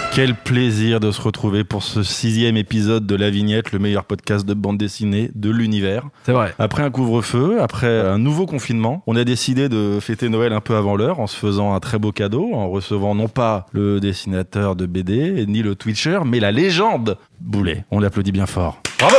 Quel plaisir de se retrouver pour ce 6e épisode de La Vignette, le meilleur podcast de bande dessinée de l'univers. C'est vrai. Après un couvre-feu, après un nouveau confinement, on a décidé de fêter Noël un peu avant l'heure en se faisant un très beau cadeau, en recevant non pas le dessinateur de BD, ni le Twitcher, mais la légende Boulet. On l'applaudit bien fort. Bravo!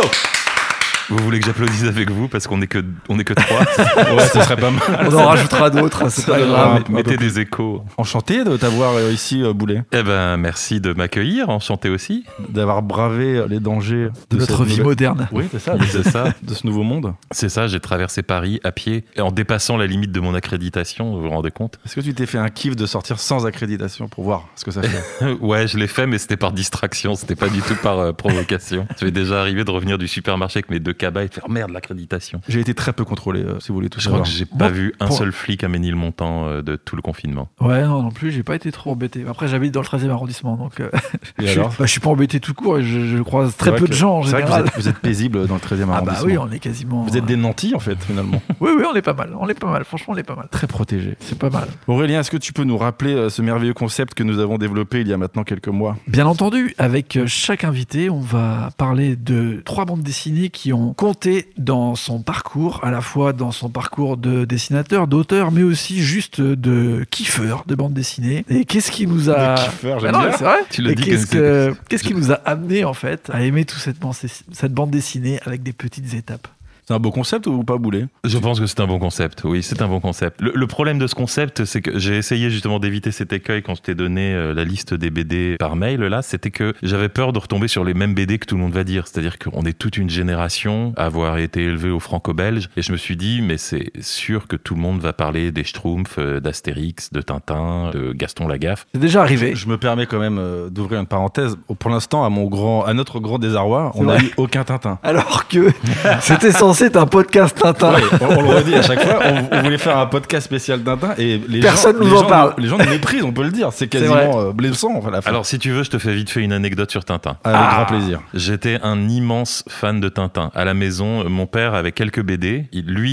Vous voulez que j'applaudisse avec vous parce qu'on est que 3? Ouais, ce serait pas mal. On en rajoutera d'autres, c'est pas grave. Mettez des échos. Enchanté de t'avoir ici, Boulet. Eh ben, merci de m'accueillir, enchanté aussi. D'avoir bravé les dangers de notre vie moderne. Oui, c'est ça. C'est ça. De ce nouveau monde. C'est ça, j'ai traversé Paris à pied en dépassant la limite de mon accréditation, vous vous rendez compte? Est-ce que tu t'es fait un kiff de sortir sans accréditation pour voir ce que ça fait? Ouais, je l'ai fait, mais c'était par distraction, c'était pas du tout par provocation. Ça m'est déjà arrivé de revenir du supermarché avec mes 2 cabas et de faire merde, l'accréditation. J'ai été très peu contrôlé, si vous voulez tout Je savoir. crois que j'ai pas vu un seul flic à Ménilmontant de tout le confinement. Ouais, non plus, j'ai pas été trop embêté. Après, j'habite dans le 13e arrondissement, donc alors je suis pas embêté tout court et je croise très peu de gens en général. C'est vrai que vous êtes paisible dans le 13e arrondissement. Ah bah oui, on est quasiment... Vous êtes des nantis en fait, finalement. Oui, on est pas mal. Franchement, on est pas mal. Très protégés. C'est pas mal. Aurélien, est-ce que tu peux nous rappeler ce merveilleux concept que nous avons développé il y a maintenant quelques mois? Bien entendu, avec chaque invité, on va parler de 3 bandes dessinées qui ont compté dans son parcours, à la fois dans son parcours de dessinateur, d'auteur, mais aussi juste de kiffeur de bande dessinée. Et qu'est-ce qui nous a... De kiffeur, j'aime non, bien. c'est vrai. Tu le dis qu'est-ce qui nous a amené en fait à aimer toute cette bande dessinée avec des petites étapes? C'est un beau concept ou pas, Boulet? Je pense que c'est un bon concept, oui, c'est un bon concept. Le problème de ce concept, c'est que j'ai essayé justement d'éviter cet écueil quand je t'ai donné la liste des BD par mail, là, c'était que j'avais peur de retomber sur les mêmes BD que tout le monde va dire. C'est-à-dire qu'on est toute une génération à avoir été élevée au franco-belge, et je me suis dit, mais c'est sûr que tout le monde va parler des Schtroumpfs, d'Astérix, de Tintin, de Gaston Lagaffe. C'est déjà arrivé. Je me permets quand même d'ouvrir une parenthèse. Pour l'instant, à notre grand désarroi, on n'a eu aucun Tintin. Alors que c'était censé être un podcast Tintin. Ouais, on le redit à chaque fois. On voulait faire un podcast spécial Tintin et Personne nous en parle. Les gens nous méprisent, on peut le dire. C'est quasiment blessant. Enfin, la fin. Alors, si tu veux, je te fais vite fait une anecdote sur Tintin. Avec grand plaisir. J'étais un immense fan de Tintin. À la maison, mon père avait quelques BD.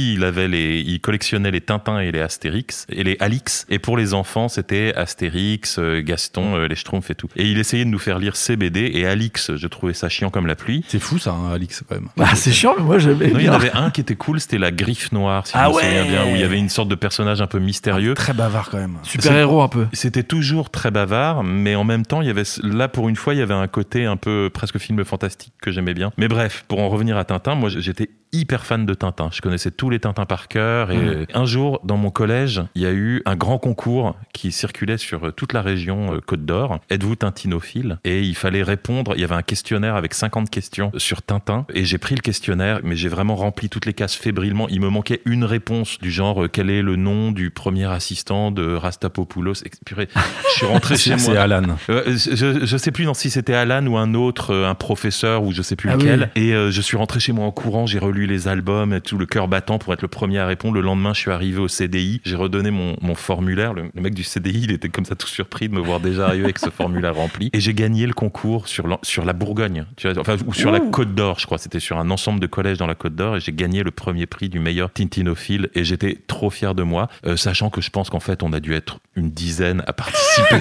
Il collectionnait les Tintins et les Astérix et les Alix. Et pour les enfants, c'était Astérix, Gaston, les Schtroumpfs et tout. Et il essayait de nous faire lire ces BD. Et Alix, je trouvais ça chiant comme la pluie. C'est fou ça, hein, Alix, quand même. Bah, c'est chiant, mais moi j'aimais bien. Il y en avait un qui était cool, c'était la Griffe Noire, si je me souviens bien, où il y avait une sorte de personnage un peu mystérieux. Très bavard quand même. Super-héros un peu. C'était toujours très bavard, mais en même temps, il y avait là pour une fois, il y avait un côté un peu presque film fantastique que j'aimais bien. Mais bref, pour en revenir à Tintin, moi j'étais hyper fan de Tintin. Je connaissais tous les Tintins par cœur. Et un jour, dans mon collège, il y a eu un grand concours qui circulait sur toute la région Côte d'Or. Êtes-vous tintinophile? Et il fallait répondre. Il y avait un questionnaire avec 50 questions sur Tintin. Et j'ai pris le questionnaire, mais j'ai vraiment rempli toutes les cases fébrilement. Il me manquait une réponse du genre quel est le nom du premier assistant de Rastapopoulos? Purée, je suis rentré chez moi. C'est Alan. Je sais plus si c'était Alan ou un autre, un professeur ou je sais plus lequel. Oui. Et je suis rentré chez moi en courant. J'ai relu les albums et tout, le cœur battant pour être le premier à répondre. Le lendemain, je suis arrivé au CDI. J'ai redonné mon formulaire. Le mec du CDI, il était comme ça tout surpris de me voir déjà arriver avec ce formulaire rempli. Et j'ai gagné le concours sur la Bourgogne, tu vois, enfin, ou sur la Côte d'Or, je crois. C'était sur un ensemble de collèges dans la Côte d'Or et j'ai gagné le premier prix du meilleur tintinophile et j'étais trop fier de moi, sachant que je pense qu'en fait, on a dû être une dizaine à participer.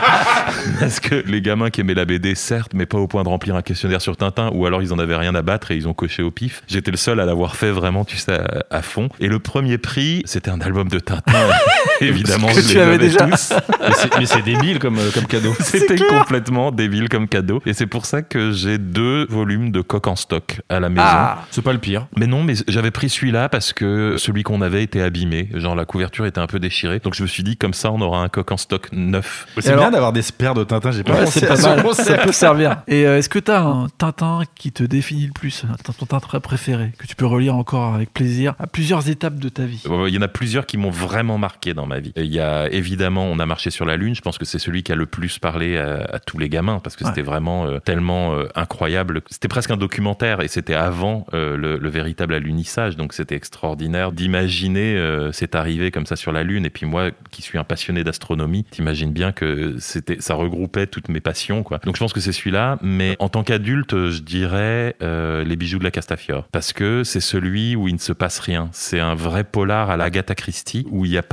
Parce que les gamins qui aimaient la BD, certes, mais pas au point de remplir un questionnaire sur Tintin, ou alors ils en avaient rien à battre et ils ont coché au pif. J'étais le seul à l'avoir fait vraiment, tu sais, à fond. Et le premier prix, c'était un album de Tintin. Évidemment, que tu avais déjà tous. Mais c'est débile comme cadeau. C'était complètement débile comme cadeau. Et c'est pour ça que j'ai 2 volumes de Coq en stock à la maison. C'est pas le pire. Mais non, mais j'avais pris celui-là parce que celui qu'on avait était abîmé. Genre, la couverture était un peu déchirée. Donc, je me suis dit, comme ça, on aura un Coq en stock neuf. C'est bien d'avoir des spares de Tintin. J'ai pas pensé c'est à pas mal. ça. Ça peut servir. Et est-ce que t'as un Tintin qui te définit le plus, ton Tintin préféré, que tu peux relire encore avec plaisir à plusieurs étapes de ta vie? Il y en a plusieurs qui m'ont vraiment marqué dans ma vie. Il y a évidemment On a marché sur la Lune. Je pense que c'est celui qui a le plus parlé à tous les gamins parce que c'était vraiment tellement incroyable. C'était presque un documentaire et c'était avant le véritable alunissage. Donc c'était extraordinaire d'imaginer cette arrivée comme ça sur la Lune. Et puis moi, qui suis un passionné d'astronomie, t'imagines bien que ça regroupait toutes mes passions, quoi. Donc je pense que c'est celui-là. Mais en tant qu'adulte, je dirais Les bijoux de la Castafiore. Parce que c'est celui où il ne se passe rien. C'est un vrai polar à la Agatha Christie où il n'y a pas de... En fait,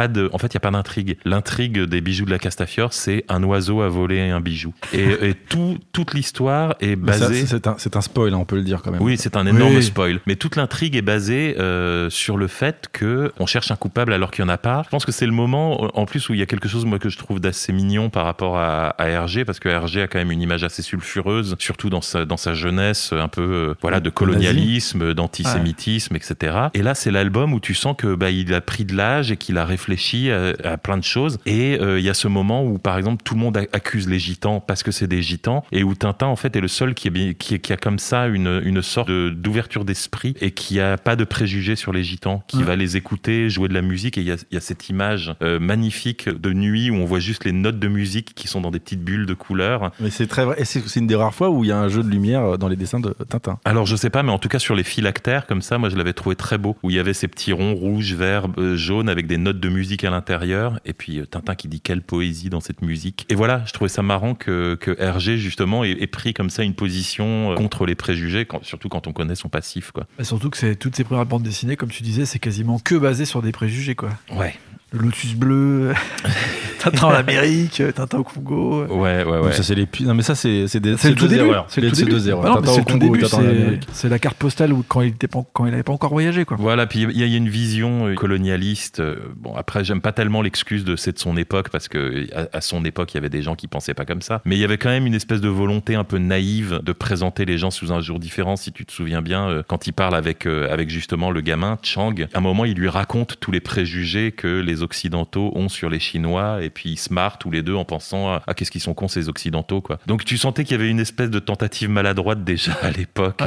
fait, il n'y a pas d'intrigue. L'intrigue des bijoux de la Castafiore, c'est un oiseau a volé un bijou. Et toute l'histoire est basée... C'est un spoil, on peut le dire quand même. Oui, c'est un énorme spoil. Mais toute l'intrigue est basée sur le fait qu'on cherche un coupable alors qu'il n'y en a pas. Je pense que c'est le moment, en plus, où il y a quelque chose, moi, que je trouve d'assez mignon par rapport à Hergé, parce que Hergé a quand même une image assez sulfureuse, surtout dans sa jeunesse, un peu de colonialisme, d'antisémitisme, etc. Et là, c'est l'album où tu sens que il a pris de l'âge et qu'il a réfléchi à plein de choses. Et il y a ce moment où, par exemple, tout le monde accuse les gitans parce que c'est des gitans, et où Tintin, en fait, est le seul qui a comme ça une sorte d'ouverture d'esprit et qui a pas de préjugés sur les gitans, qui va les écouter, jouer de la musique. Et il y a cette image magnifique de nuit où on voit juste les notes de musique qui sont dans des petites bulles de couleurs. Mais c'est très vrai. Et c'est une des rares fois où il y a un jeu de lumière dans les dessins de Tintin. Alors, je sais pas, mais en tout cas, sur les phylactères, comme ça, moi, je l'avais trouvé très beau, où il y avait ces petits ronds rouges, verts, jaunes, avec des notes de musique à l'intérieur. Et puis, Tintin qui dit quelle poésie dans cette musique. Et voilà, je trouvais ça marrant que Hergé, justement, ait pris comme ça une position contre les préjugés, surtout quand on connaît son passif, quoi. Et surtout que toutes ces premières bandes dessinées, comme tu disais, c'est quasiment que basé sur des préjugés, quoi. Ouais. Le Lotus bleu, Tintin en Amérique, Tintin au Congo. Ouais. Donc ça, c'est non, mais ça, c'est deux début. erreurs. C'est le tout début. Deux erreurs. Non, Tintin c'est au Congo, début, Tintin en Amérique. c'est la carte postale où, quand il n'avait pas encore voyagé, quoi. Voilà, puis il y a une vision colonialiste. Bon, après, j'aime pas tellement l'excuse de c'est de son époque, parce que à son époque, il y avait des gens qui pensaient pas comme ça. Mais il y avait quand même une espèce de volonté un peu naïve de présenter les gens sous un jour différent. Si tu te souviens bien, quand il parle avec justement le gamin, Chang, à un moment, il lui raconte tous les préjugés que les Occidentaux ont sur les Chinois, et puis ils se marrent tous les deux en pensant qu'est-ce qu'ils sont cons ces Occidentaux, quoi. Donc tu sentais qu'il y avait une espèce de tentative maladroite déjà à l'époque.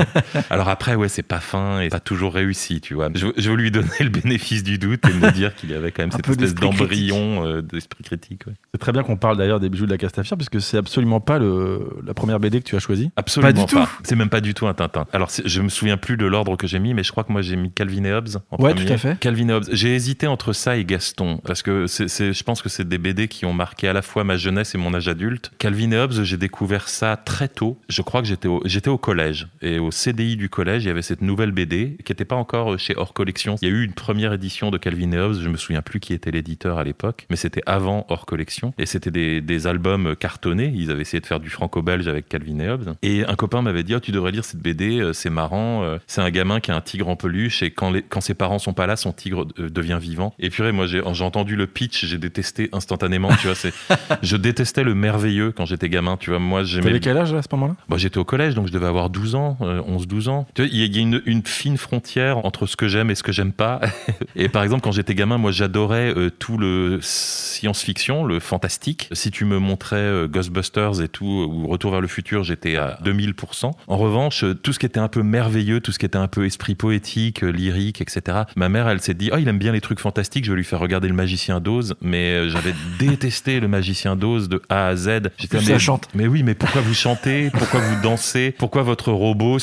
Alors après, c'est pas fin et pas toujours réussi, tu vois. Je veux lui donner le bénéfice du doute et me dire qu'il y avait quand même cette espèce d'embryon d'esprit critique. Ouais. C'est très bien qu'on parle d'ailleurs des bijoux de la Castafiore, parce que c'est absolument pas la première BD que tu as choisie. Absolument pas. Du tout. C'est même pas du tout un Tintin. Alors je me souviens plus de l'ordre que j'ai mis, mais je crois que moi j'ai mis Calvin et Hobbes en premier. Tout à fait. Calvin et Hobbes. J'ai hésité entre ça et Gaston, parce que je pense que c'est des BD qui ont marqué à la fois ma jeunesse et mon âge adulte. Calvin et Hobbes, j'ai découvert ça très tôt. Je crois que j'étais au collège, et au CDI du collège, il y avait cette nouvelle BD qui n'était pas encore chez Hors Collection. Il y a eu une première édition de Calvin et Hobbes, je me souviens plus qui était l'éditeur à l'époque, mais c'était avant Hors Collection, et c'était des albums cartonnés. Ils avaient essayé de faire du franco-belge avec Calvin et Hobbes, et un copain m'avait dit tu devrais lire cette BD, c'est marrant, c'est un gamin qui a un tigre en peluche, et quand ses parents sont pas là, son tigre devient vivant. Et purée, moi j'ai entendu le pitch, j'ai détesté instantanément, tu vois. Je détestais le merveilleux quand j'étais gamin, tu vois. Moi, t'avais quel âge à ce moment-là? J'étais au collège, donc je devais avoir 12 ans, 11-12 ans. Tu vois, il y a une fine frontière entre ce que j'aime et ce que j'aime pas. Et par exemple, quand j'étais gamin, moi j'adorais tout le science-fiction, le fantastique. Si tu me montrais Ghostbusters et tout, ou Retour vers le futur, j'étais à 2000%. En revanche, tout ce qui était un peu merveilleux, tout ce qui était un peu esprit poétique, lyrique, etc. Ma mère, elle s'est dit il aime bien les trucs fantastiques, je vais lui faire regarder Le Magicien d'Oz. Mais j'avais détesté Le Magicien d'Oz de A à Z. J'étais ça chante. Mais oui, mais pourquoi vous chantez? Pourquoi vous dansez? Pourquoi votre robot,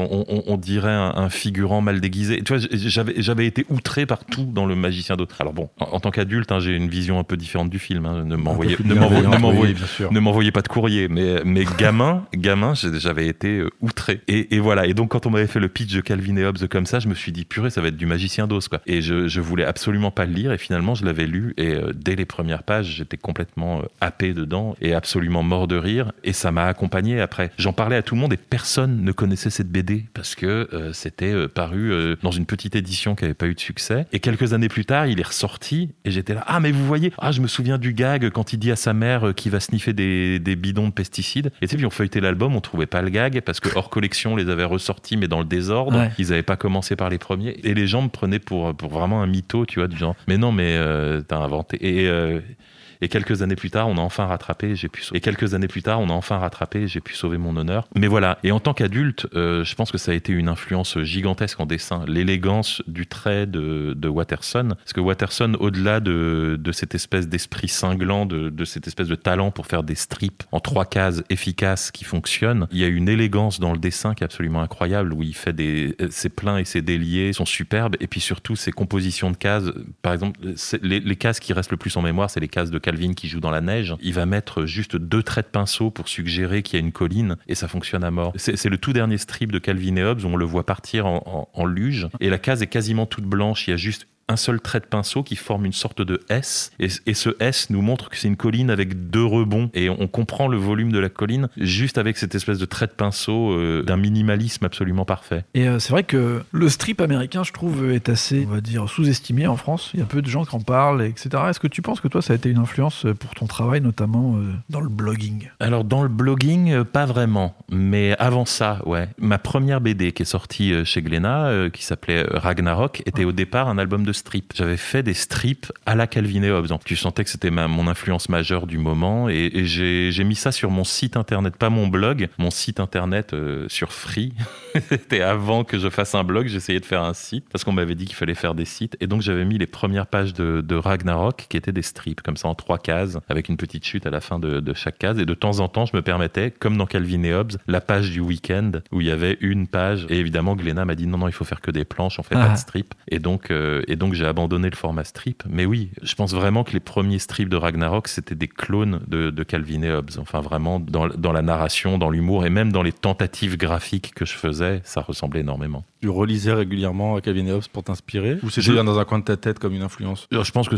on dirait un figurant mal déguisé? Tu vois, j'avais été outré par tout dans Le Magicien d'Oz. Alors bon, en tant qu'adulte, j'ai une vision un peu différente du film. Ne m'envoyez pas de courrier. Mais gamin, j'avais été outré. Et voilà. Et donc, quand on m'avait fait le pitch de Calvin et Hobbes comme ça, je me suis dit, purée, ça va être du Magicien d'Oz, quoi. Et je voulais absolument pas le lire. Et finalement, je l'avais lu. Et dès les premières pages, j'étais complètement happé dedans et absolument mort de rire. Et ça m'a accompagné après. J'en parlais à tout le monde et personne ne connaissait cette BD parce que c'était paru dans une petite édition qui n'avait pas eu de succès. Et quelques années plus tard, il est ressorti et j'étais là. Mais vous voyez, je me souviens du gag quand il dit à sa mère qu'il va sniffer des bidons de pesticides. Et tu sais, puis on feuilletait l'album, on trouvait pas le gag parce que Hors Collection les avait ressortis, mais dans le désordre. Ouais. Ils n'avaient pas commencé par les premiers. Et les gens me prenaient pour vraiment un mytho, tu vois, du genre. Mais non, mais t'as inventé. Et quelques années plus tard, on a enfin rattrapé, j'ai pu sauver mon honneur. Mais voilà. Et en tant qu'adulte, je pense que ça a été une influence gigantesque en dessin. L'élégance du trait de Watterson. Parce que Watterson, au-delà de cette espèce d'esprit cinglant, de cette espèce de talent pour faire des strips en 3 cases efficaces qui fonctionnent, il y a une élégance dans le dessin qui est absolument incroyable, où il fait ses pleins et ses déliés sont superbes. Et puis surtout, ses compositions de cases. Par exemple, les cases qui restent le plus en mémoire, c'est les cases de Calvin qui joue dans la neige. Il va mettre juste 2 traits de pinceau pour suggérer qu'il y a une colline et ça fonctionne à mort. C'est le tout dernier strip de Calvin et Hobbes où on le voit partir en luge et la case est quasiment toute blanche. Il y a juste un seul trait de pinceau qui forme une sorte de S. Et ce S nous montre que c'est une colline avec 2 rebonds. Et on comprend le volume de la colline juste avec cette espèce de trait de pinceau d'un minimalisme absolument parfait. Et c'est vrai que le strip américain, je trouve, est assez, on va dire, sous-estimé en France. Il y a peu de gens qui en parlent, etc. Est-ce que tu penses que toi, ça a été une influence pour ton travail, notamment dans le blogging? Alors, dans le blogging, pas vraiment. Mais avant ça, ouais. Ma première BD qui est sortie chez Glénat, qui s'appelait Ragnarok, était au départ un album de strips. J'avais fait des strips à la Calvin et Hobbes. Donc, tu sentais que c'était mon influence majeure du moment. Et j'ai mis ça sur mon site internet, pas mon blog, mon site internet sur Free. C'était avant que je fasse un blog, j'essayais de faire un site parce qu'on m'avait dit qu'il fallait faire des sites. Et donc, j'avais mis les premières pages de Ragnarok qui étaient des strips, comme ça en 3 cases, avec une petite chute à la fin de chaque case. Et de temps en temps, je me permettais, comme dans Calvin et Hobbes, la page du week-end où il y avait une page. Et évidemment, Glénat m'a dit non, il faut faire que des planches, on fait pas de strip. Et donc, j'ai abandonné le format strip. Mais oui, je pense vraiment que les premiers strips de Ragnarok, c'était des clones de Calvin et Hobbes. Enfin, vraiment, dans la narration, dans l'humour et même dans les tentatives graphiques que je faisais, ça ressemblait énormément. Tu relisais régulièrement Calvin et Hobbes pour t'inspirer, ou c'était dans un coin de ta tête comme une influence? Je pense que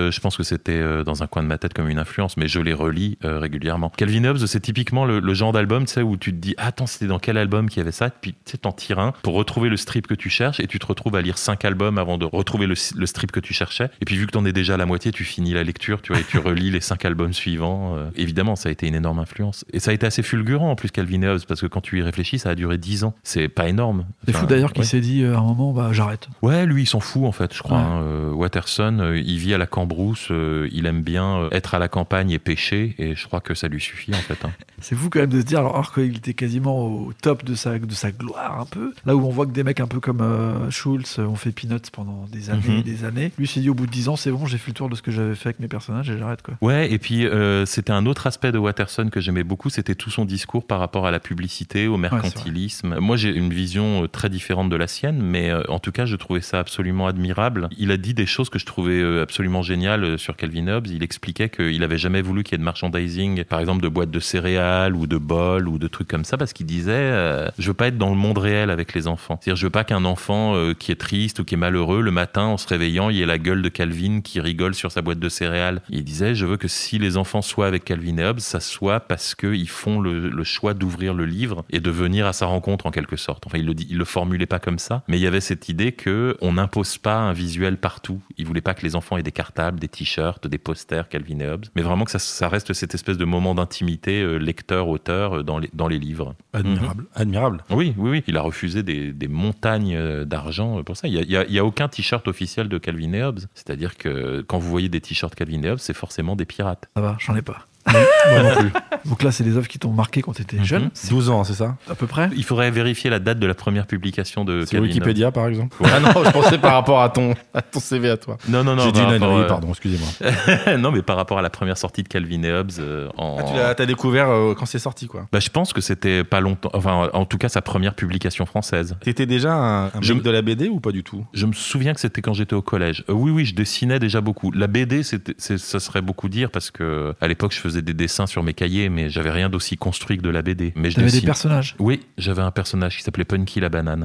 c'était dans un coin de ma tête comme une influence, mais je les relis régulièrement. Calvin et Hobbes, c'est typiquement le genre d'album, tu sais, où tu te dis attends, c'était dans quel album qu'il y avait ça, puis tu sais, t'en tires un pour retrouver le strip que tu cherches, et tu te retrouves à lire 5 albums avant de retrouver le strip que tu cherchais. Et puis vu que t'en es déjà à la moitié, tu finis la lecture, tu vois, et tu relis les 5 albums suivants. Évidemment, ça a été une énorme influence, et ça a été assez fulgurant en plus, Calvin et Hobbes, parce que quand tu y réfléchis, ça a duré 10 ans. C'est pas énorme. C'est fou d'ailleurs qu'il s'est dit à un moment, bah j'arrête. Ouais, lui il s'en fout en fait, je crois. Watterson, il vit à la Cambrousse, il aime bien être à la campagne et pêcher, et je crois que ça lui suffit en fait. C'est fou quand même de se dire, alors qu'il était quasiment au top de sa gloire un peu, là où on voit que des mecs un peu comme Schultz ont fait Peanuts pendant des années et des années. Lui s'est dit au bout de 10 ans, c'est bon, j'ai fait le tour de ce que j'avais fait avec mes personnages et j'arrête quoi. Ouais, et puis c'était un autre aspect de Watterson que j'aimais beaucoup, c'était tout son discours par rapport à la publicité, au mercantilisme. Moi j'ai une vision très différente de la sienne, mais en tout cas je trouvais ça absolument admirable. Il a dit des choses que je trouvais absolument géniales sur Calvin et Hobbes. Il expliquait qu'il avait jamais voulu qu'il y ait de merchandising, par exemple de boîtes de céréales ou de bols ou de trucs comme ça, parce qu'il disait je veux pas être dans le monde réel avec les enfants. C'est-à-dire je veux pas qu'un enfant qui est triste ou qui est malheureux le matin en se réveillant, il y ait la gueule de Calvin qui rigole sur sa boîte de céréales. Il disait je veux que si les enfants soient avec Calvin et Hobbes, ça soit parce qu'ils font le choix d'ouvrir le livre et de venir à sa rencontre en quelque sorte. Enfin il le formulait pas comme ça, mais il y avait cette idée qu'on n'impose pas un visuel partout. Il voulait pas que les enfants aient des cartables, des t-shirts, des posters Calvin et Hobbes, mais vraiment que ça reste cette espèce de moment d'intimité lecteur-auteur dans les livres. Admirable. Oui. Il a refusé des montagnes d'argent pour ça. Il y a aucun t-shirt officiel de Calvin et Hobbes. C'est-à-dire que quand vous voyez des t-shirts Calvin et Hobbes, c'est forcément des pirates. Ça va, j'en ai pas. Moi non plus. Donc là, c'est des œuvres qui t'ont marqué quand tu étais jeune. 12 ans, c'est ça? À peu près. Il faudrait vérifier la date de la première publication de C'est Calvin Wikipédia, par exemple. Ah non, je pensais par rapport à ton CV à toi. Non. J'ai dit une ânerie, pardon, excusez-moi. Non, mais par rapport à la première sortie de Calvin et Hobbes. Tu l'as découvert quand c'est sorti, quoi. Bah, je pense que c'était pas longtemps. Enfin, en tout cas, sa première publication française. T'étais déjà un mec de la BD ou pas du tout? Je me souviens que c'était quand j'étais au collège. Oui, je dessinais déjà beaucoup. La BD, ça serait beaucoup dire parce que à l'époque, je faisais des dessins sur mes cahiers, mais j'avais rien d'aussi construit que de la BD. Mais t'avais des personnages? Oui, j'avais un personnage qui s'appelait Punky la banane.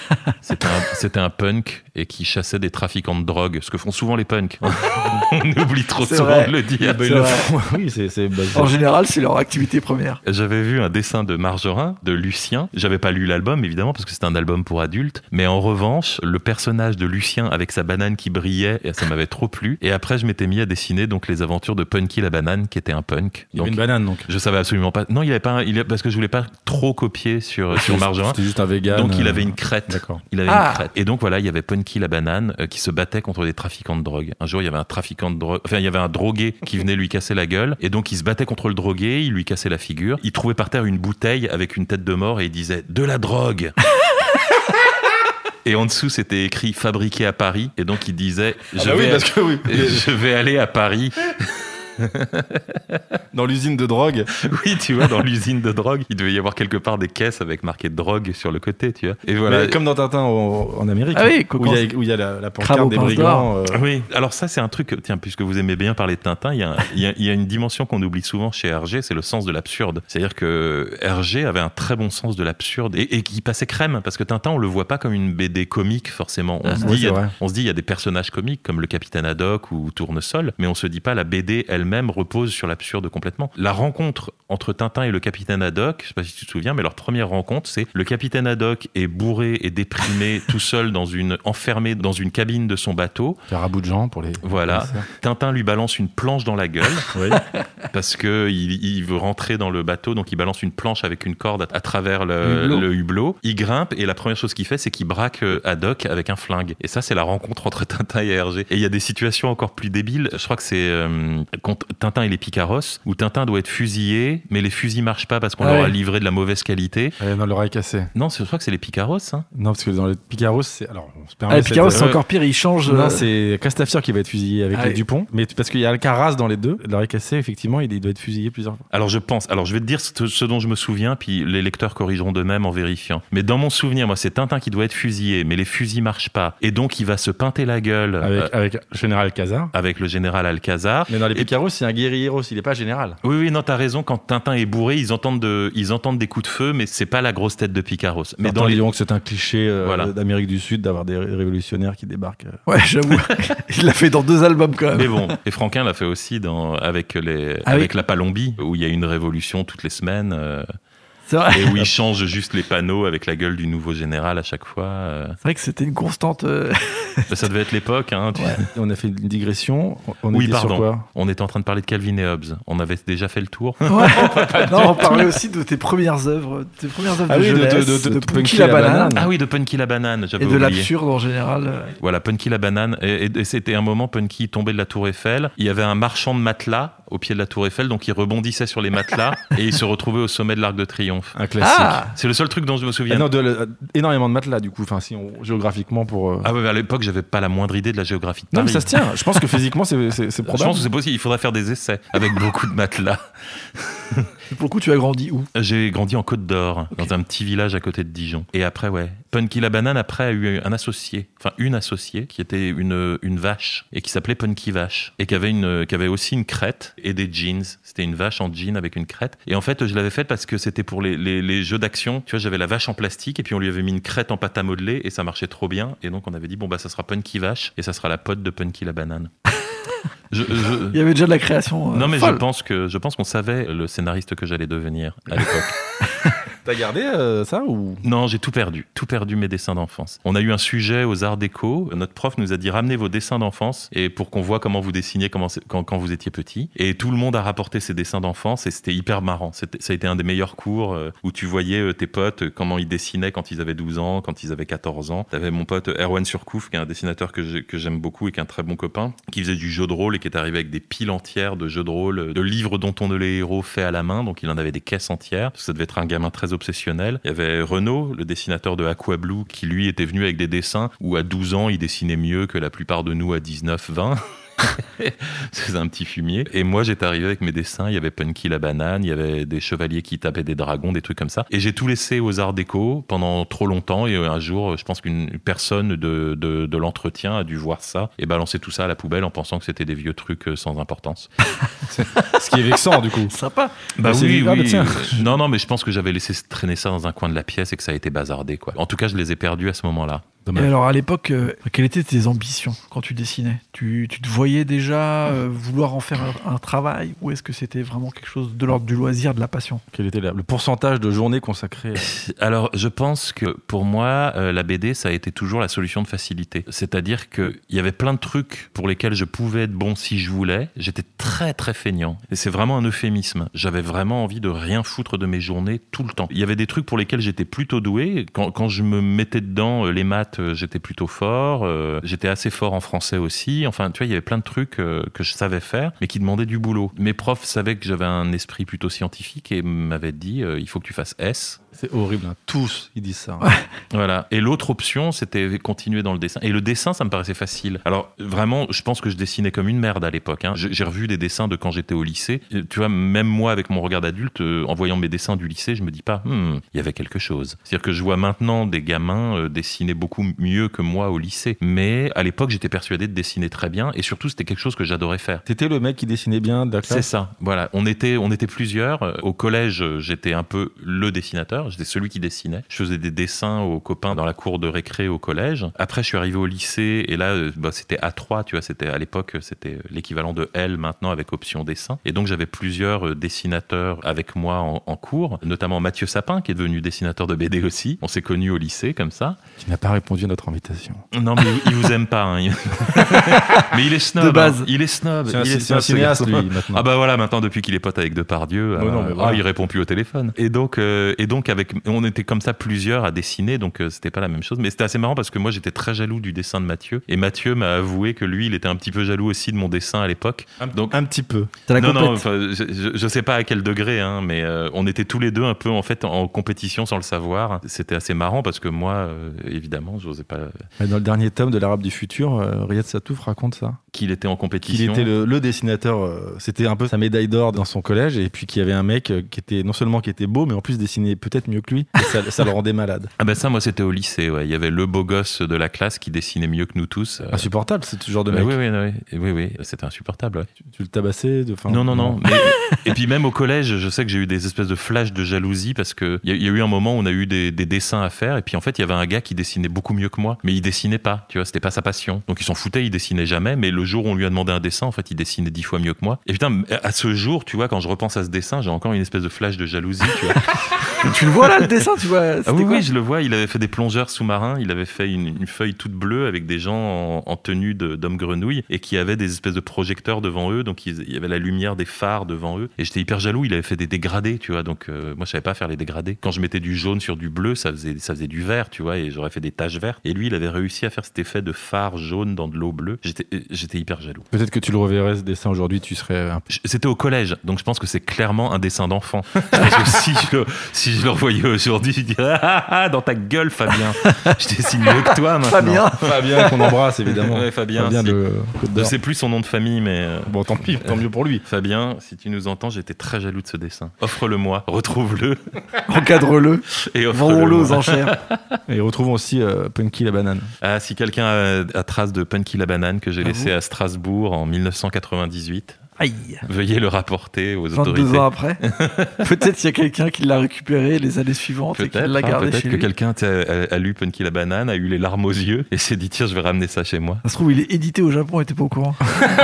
C'était un punk et qui chassait des trafiquants de drogue, ce que font souvent les punks. On oublie trop souvent de le dire. Oui, c'est en général, c'est leur activité première. J'avais vu un dessin de Margerin, de Lucien. J'avais pas lu l'album, évidemment, parce que c'était un album pour adultes. Mais en revanche, le personnage de Lucien avec sa banane qui brillait, ça m'avait trop plu. Et après, je m'étais mis à dessiner donc les aventures de Punky la banane, qui était un punk. Il y avait une banane, donc. Je savais absolument pas. Non, il avait pas. Parce que je voulais pas trop copier sur Margerin. C'était juste un vegan. Donc il avait une crête. D'accord. Il avait une crête. Et donc voilà, il y avait Punky la banane qui se battait contre des trafiquants de drogue. Un jour, il y avait un trafiquant de drogue. Enfin, il y avait un drogué qui venait lui casser la gueule. Et donc il se battait contre le drogué. Il lui cassait la figure. Il trouvait par terre une bouteille avec une tête de mort et il disait de la drogue. Et en dessous, c'était écrit fabriqué à Paris. Et donc il disait je vais aller à Paris. Dans l'usine de drogue. Oui, tu vois, dans l'usine de drogue, il devait y avoir quelque part des caisses avec marqué drogue sur le côté, tu vois. Et voilà. Mais comme dans Tintin en Amérique, où il y a la pancarte des brigands. Oui, alors ça, c'est un truc, tiens, puisque vous aimez bien parler de Tintin, il y a une dimension qu'on oublie souvent chez Hergé, c'est le sens de l'absurde. C'est-à-dire que Hergé avait un très bon sens de l'absurde et qui passait crème, parce que Tintin, on le voit pas comme une BD comique, forcément. On se dit, il y a des personnages comiques comme le Capitaine Haddock ou Tournesol, mais on se dit pas la BD elle-même repose sur l'absurde complètement. La rencontre entre Tintin et le Capitaine Haddock, je sais pas si tu te souviens, mais leur première rencontre, c'est le Capitaine Haddock est bourré et déprimé tout seul enfermé dans une cabine de son bateau. Faire à bout de gens pour les... Voilà. Tintin lui balance une planche dans la gueule parce que il veut rentrer dans le bateau, donc il balance une planche avec une corde à travers le hublot. Il grimpe et la première chose qu'il fait, c'est qu'il braque Haddock avec un flingue. Et ça, c'est la rencontre entre Tintin et Hergé. Et il y a des situations encore plus débiles. Je crois que c'est quand Tintin et les Picaros, où Tintin doit être fusillé, mais les fusils marchent pas parce qu'on leur a livré de la mauvaise qualité. Non, l'oreille cassée. Non, je crois que c'est les Picaros. Hein. Non, parce que dans les Picaros, c'est... Alors, on se permet les Picaros, c'est encore pire, ils changent... Non, c'est Castafiore qui va être fusillé avec les Dupont. Mais parce qu'il y a Alcaraz dans les deux. L'oreille cassée, effectivement, il doit être fusillé plusieurs fois. Alors, je vais te dire ce dont je me souviens, puis les lecteurs corrigeront d'eux-mêmes en vérifiant. Mais dans mon souvenir, moi, c'est Tintin qui doit être fusillé, mais les fusils marchent pas. Et donc, il va se pinter la gueule. Avec le général Alcazar. Avec le général Alcazar. Mais dans les Picaros, c'est un guerriero, il n'est pas général. Oui, non, t'as raison. Quand Tintin est bourré, ils entendent des coups de feu, mais c'est pas la grosse tête de Picaros. Mais dans disons que c'est un cliché d'Amérique du Sud d'avoir des révolutionnaires qui débarquent. Ouais, j'avoue. Il l'a fait dans 2 albums quand même. Mais bon, et Franquin l'a fait aussi avec la Palombie, où il y a une révolution toutes les semaines. C'est vrai. Et où il change juste les panneaux avec la gueule du nouveau général à chaque fois. C'est vrai que c'était une constante. Ça devait être l'époque. Hein, On a fait une digression. Oui, pardon. Sur quoi on était en train de parler de Calvin et Hobbes. On avait déjà fait le tour. Non, on parlait aussi de tes premières œuvres de jeunesse, de Punky la banane. Ah oui, de Punky la banane. Et de l'absurde en général. Voilà, Punky la banane. Et c'était un moment, Punky tombait de la Tour Eiffel. Il y avait un marchand de matelas au pied de la Tour Eiffel, donc il rebondissait sur les matelas et il se retrouvait au sommet de l'Arc de Triomphe. Un classique. C'est le seul truc dont je me souviens. Énormément de matelas, du coup. Enfin, géographiquement pour. Ah ouais, à l'époque, j'avais pas la moindre idée de la géographie de Paris. Non, mais ça se tient. Je pense que physiquement, c'est probable. Je pense que c'est possible. Il faudrait faire des essais avec beaucoup de matelas. Et pour le coup, tu as grandi où ? J'ai grandi en Côte d'Or, dans un petit village à côté de Dijon. Et après, Punky la banane, après, a eu une associée, qui était une vache, et qui s'appelait Punky Vache, et qui avait aussi une crête et des jeans. C'était une vache en jean avec une crête. Et en fait, je l'avais faite parce que c'était pour les jeux d'action. Tu vois, j'avais la vache en plastique, et puis on lui avait mis une crête en pâte à modeler, et ça marchait trop bien. Et donc, on avait dit, ça sera Punky Vache, et ça sera la pote de Punky la banane. Il y avait déjà de la création. Non, mais folle. je pense qu'on savait le scénariste que j'allais devenir à l'époque. T'as gardé ça ou ? Non, j'ai tout perdu mes dessins d'enfance. On a eu un sujet aux Arts Déco. Notre prof nous a dit ramenez vos dessins d'enfance et pour qu'on voit comment vous dessiniez quand vous étiez petit. Et tout le monde a rapporté ses dessins d'enfance et c'était hyper marrant. Ça a été un des meilleurs cours où tu voyais tes potes comment ils dessinaient quand ils avaient 12 ans, quand ils avaient 14 ans. T'avais mon pote Erwan Surcouf qui est un dessinateur que j'aime beaucoup et qui est un très bon copain, qui faisait du jeu de rôle et qui est arrivé avec des piles entières de jeux de rôle, de livres dont on est les héros faits à la main. Donc il en avait des caisses entières. Ça devait être un gamin très obsessionnel. Il y avait Renaud, le dessinateur de Aqua Blue, qui lui était venu avec des dessins où à 12 ans, il dessinait mieux que la plupart de nous à 19, 20. C'est un petit fumier. Et moi, j'étais arrivé avec mes dessins. Il y avait Punky la banane, il y avait des chevaliers qui tapaient des dragons, des trucs comme ça. Et j'ai tout laissé aux Arts Déco pendant trop longtemps. Et un jour, je pense qu'une personne de l'entretien a dû voir ça et balancer tout ça à la poubelle en pensant que c'était des vieux trucs sans importance. Ce qui est vexant, du coup. Sympa. Bah oui. Non, mais je pense que j'avais laissé traîner ça dans un coin de la pièce et que ça a été bazardé, quoi. En tout cas, je les ai perdus à ce moment-là. Et alors à l'époque, quelles étaient tes ambitions quand tu dessinais ? Tu te voyais déjà vouloir en faire un travail ou est-ce que c'était vraiment quelque chose de l'ordre du loisir, de la passion ? Quel était le pourcentage de journées consacrées ? Alors je pense que pour moi, la BD, ça a été toujours la solution de facilité. C'est-à-dire qu'il y avait plein de trucs pour lesquels je pouvais être bon si je voulais. J'étais très très feignant. Et c'est vraiment un euphémisme. J'avais vraiment envie de rien foutre de mes journées tout le temps. Il y avait des trucs pour lesquels j'étais plutôt doué. Quand je me mettais dedans, les maths, maths, j'étais plutôt fort. J'étais assez fort en français aussi. Enfin, tu vois, il y avait plein de trucs que je savais faire, mais qui demandaient du boulot. Mes profs savaient que j'avais un esprit plutôt scientifique et m'avaient dit il faut que tu fasses S. C'est horrible, hein. Tous ils disent ça. Voilà. Et l'autre option, c'était continuer dans le dessin. Et le dessin, ça me paraissait facile. Alors vraiment, je pense que je dessinais comme une merde à l'époque. Hein. J'ai revu des dessins de quand j'étais au lycée. Et, tu vois, même moi, avec mon regard d'adulte, en voyant mes dessins du lycée, je me dis pas, il y avait quelque chose. C'est-à-dire que je vois maintenant des gamins dessiner beaucoup mieux que moi au lycée. Mais à l'époque, j'étais persuadé de dessiner très bien. Et surtout, c'était quelque chose que j'adorais faire. T'étais le mec qui dessinait bien de la classe? C'est ça. Voilà. On était plusieurs. Au collège, j'étais un peu le dessinateur. J'étais celui qui dessinait. Je faisais des dessins aux copains dans la cour de récré au collège. Après, je suis arrivé au lycée et là, c'était A3, tu vois. C'était à l'époque, c'était l'équivalent de L maintenant avec option dessin. Et donc, j'avais plusieurs dessinateurs avec moi en cours, notamment Mathieu Sapin, qui est devenu dessinateur de BD aussi. On s'est connus au lycée comme ça. Qui n'a pas répondu à notre invitation. Non, mais il vous aime pas. Hein. Mais il est snob. De base. Hein. Il est snob. C'est un cinéaste, lui, maintenant. Ah bah voilà, maintenant, depuis qu'il est pote avec Depardieu, il répond plus au téléphone. Et donc on était comme ça plusieurs à dessiner, donc c'était pas la même chose. Mais c'était assez marrant parce que moi, j'étais très jaloux du dessin de Mathieu. Et Mathieu m'a avoué que lui, il était un petit peu jaloux aussi de mon dessin à l'époque. Donc un petit peu. Non, je sais pas à quel degré, hein, mais on était tous les deux un peu en fait en compétition sans le savoir. C'était assez marrant parce que moi, évidemment, j'osais pas. Dans le dernier tome de l'Arabe du futur, Riyad Satouf raconte ça. Qu'il était en compétition. Qu'il était le dessinateur. C'était un peu sa médaille d'or dans son collège, et puis qu'il y avait un mec qui était non seulement qui était beau, mais en plus dessinait peut-être mieux que lui. Et ça le rendait malade. Ah ben ça, moi, c'était au lycée. Ouais. Il y avait le beau gosse de la classe qui dessinait mieux que nous tous. Insupportable, c'est ce genre de mec. Oui, c'était insupportable. Ouais. Tu le tabassais Non. Mais, et puis même au collège, je sais que j'ai eu des espèces de flashs de jalousie parce que il y a eu un moment où on a eu des dessins à faire, et puis en fait, il y avait un gars qui dessinait beaucoup mieux que moi, mais il dessinait pas. Tu vois, c'était pas sa passion. Donc il s'en foutait, il dessinait jamais. Mais le jour où on lui a demandé un dessin, en fait, il dessinait 10 fois mieux que moi. Et putain, à ce jour, tu vois, quand je repense à ce dessin, j'ai encore une espèce de flash de jalousie. Tu vois. Tu le vois là, le dessin, tu vois? Oui, je le vois. Il avait fait des plongeurs sous-marins. Il avait fait une feuille toute bleue avec des gens en tenue d'homme grenouille et qui avaient des espèces de projecteurs devant eux. Donc il y avait la lumière des phares devant eux. Et j'étais hyper jaloux. Il avait fait des dégradés, tu vois. Donc moi, je savais pas faire les dégradés. Quand je mettais du jaune sur du bleu, ça faisait du vert, tu vois. Et j'aurais fait des taches vertes. Et lui, il avait réussi à faire cet effet de phare jaune dans de l'eau bleue. J'étais hyper jaloux. Peut-être que tu le reverrais, ce dessin aujourd'hui, tu serais un peu... C'était au collège. Donc je pense que c'est clairement un dessin d'enfant. Je pense que si je le revoyais aujourd'hui, je dirais dans ta gueule, Fabien. Je dessine mieux que toi maintenant. Fabien qu'on embrasse évidemment. Ouais, Fabien de Côte d'Or. Je sais plus son nom de famille, mais bon, tant pis, tant mieux pour lui. Fabien, si tu nous entends, j'étais très jaloux de ce dessin. Offre-le-moi, retrouve-le, encadre-le et vends-le aux enchères. Et retrouvons aussi Punky la banane. Ah, si quelqu'un a trace de Punky la banane que j'ai laissé à Strasbourg en 1998. Aïe. Veuillez le rapporter aux autorités. 22 ans après. Peut-être qu'il y a quelqu'un qui l'a récupéré les années suivantes et qui l'a gardé chez lui. Peut-être que quelqu'un a lu Punky la banane, a eu les larmes aux yeux et s'est dit tiens, je vais ramener ça chez moi. Ça se trouve, il est édité au Japon et t'es pas au courant.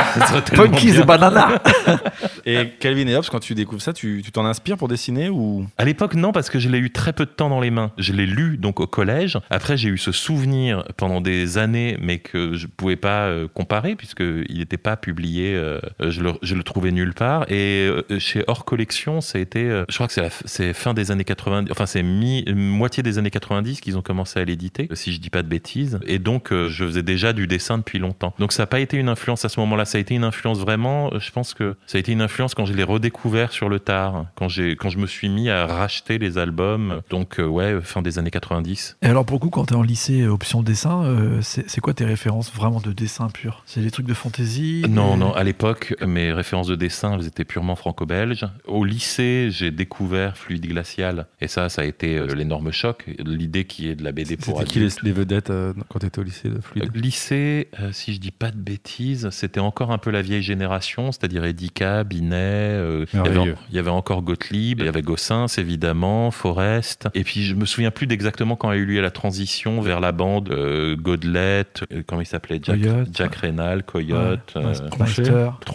Punky the banana. Et Calvin et Hobbes, quand tu découvres ça, tu t'en inspires pour dessiner ou... À l'époque, non, parce que je l'ai eu très peu de temps dans les mains. Je l'ai lu donc au collège. Après, j'ai eu ce souvenir pendant des années, mais que je pouvais pas comparer puisqu'il n'était pas publié. Je le trouvais nulle part. Et chez Hors Collection, ça a été... je crois que c'est fin des années 90... Enfin, c'est moitié des années 90 qu'ils ont commencé à l'éditer, si je dis pas de bêtises. Et donc, je faisais déjà du dessin depuis longtemps. Donc, ça n'a pas été une influence à ce moment-là. Ça a été une influence vraiment... Je pense que ça a été une influence quand je l'ai redécouvert sur le tard. Quand je me suis mis à racheter les albums. Donc, fin des années 90. Et alors, pour le coup, quand t'es en lycée option dessin, c'est quoi tes références vraiment de dessin pur? C'est des trucs de fantaisie? Non. À l'époque, mes références de dessin, elles étaient purement franco-belges. Au lycée, j'ai découvert Fluide Glacial. Et ça a été l'énorme choc. L'idée qui est de la BD pour adultes. C'était qui les vedettes quand tu étais au lycée de Fluide? Lycée, si je dis pas de bêtises, c'était encore un peu la vieille génération, c'est-à-dire Edica, Binet. Il y avait encore Gottlieb, il y avait Gossens, évidemment, Forest. Et puis, je me souviens plus d'exactement quand a eu lieu la transition vers la bande Godelet, comment il s'appelait, Jack Rénal, Coyote, Tronchet.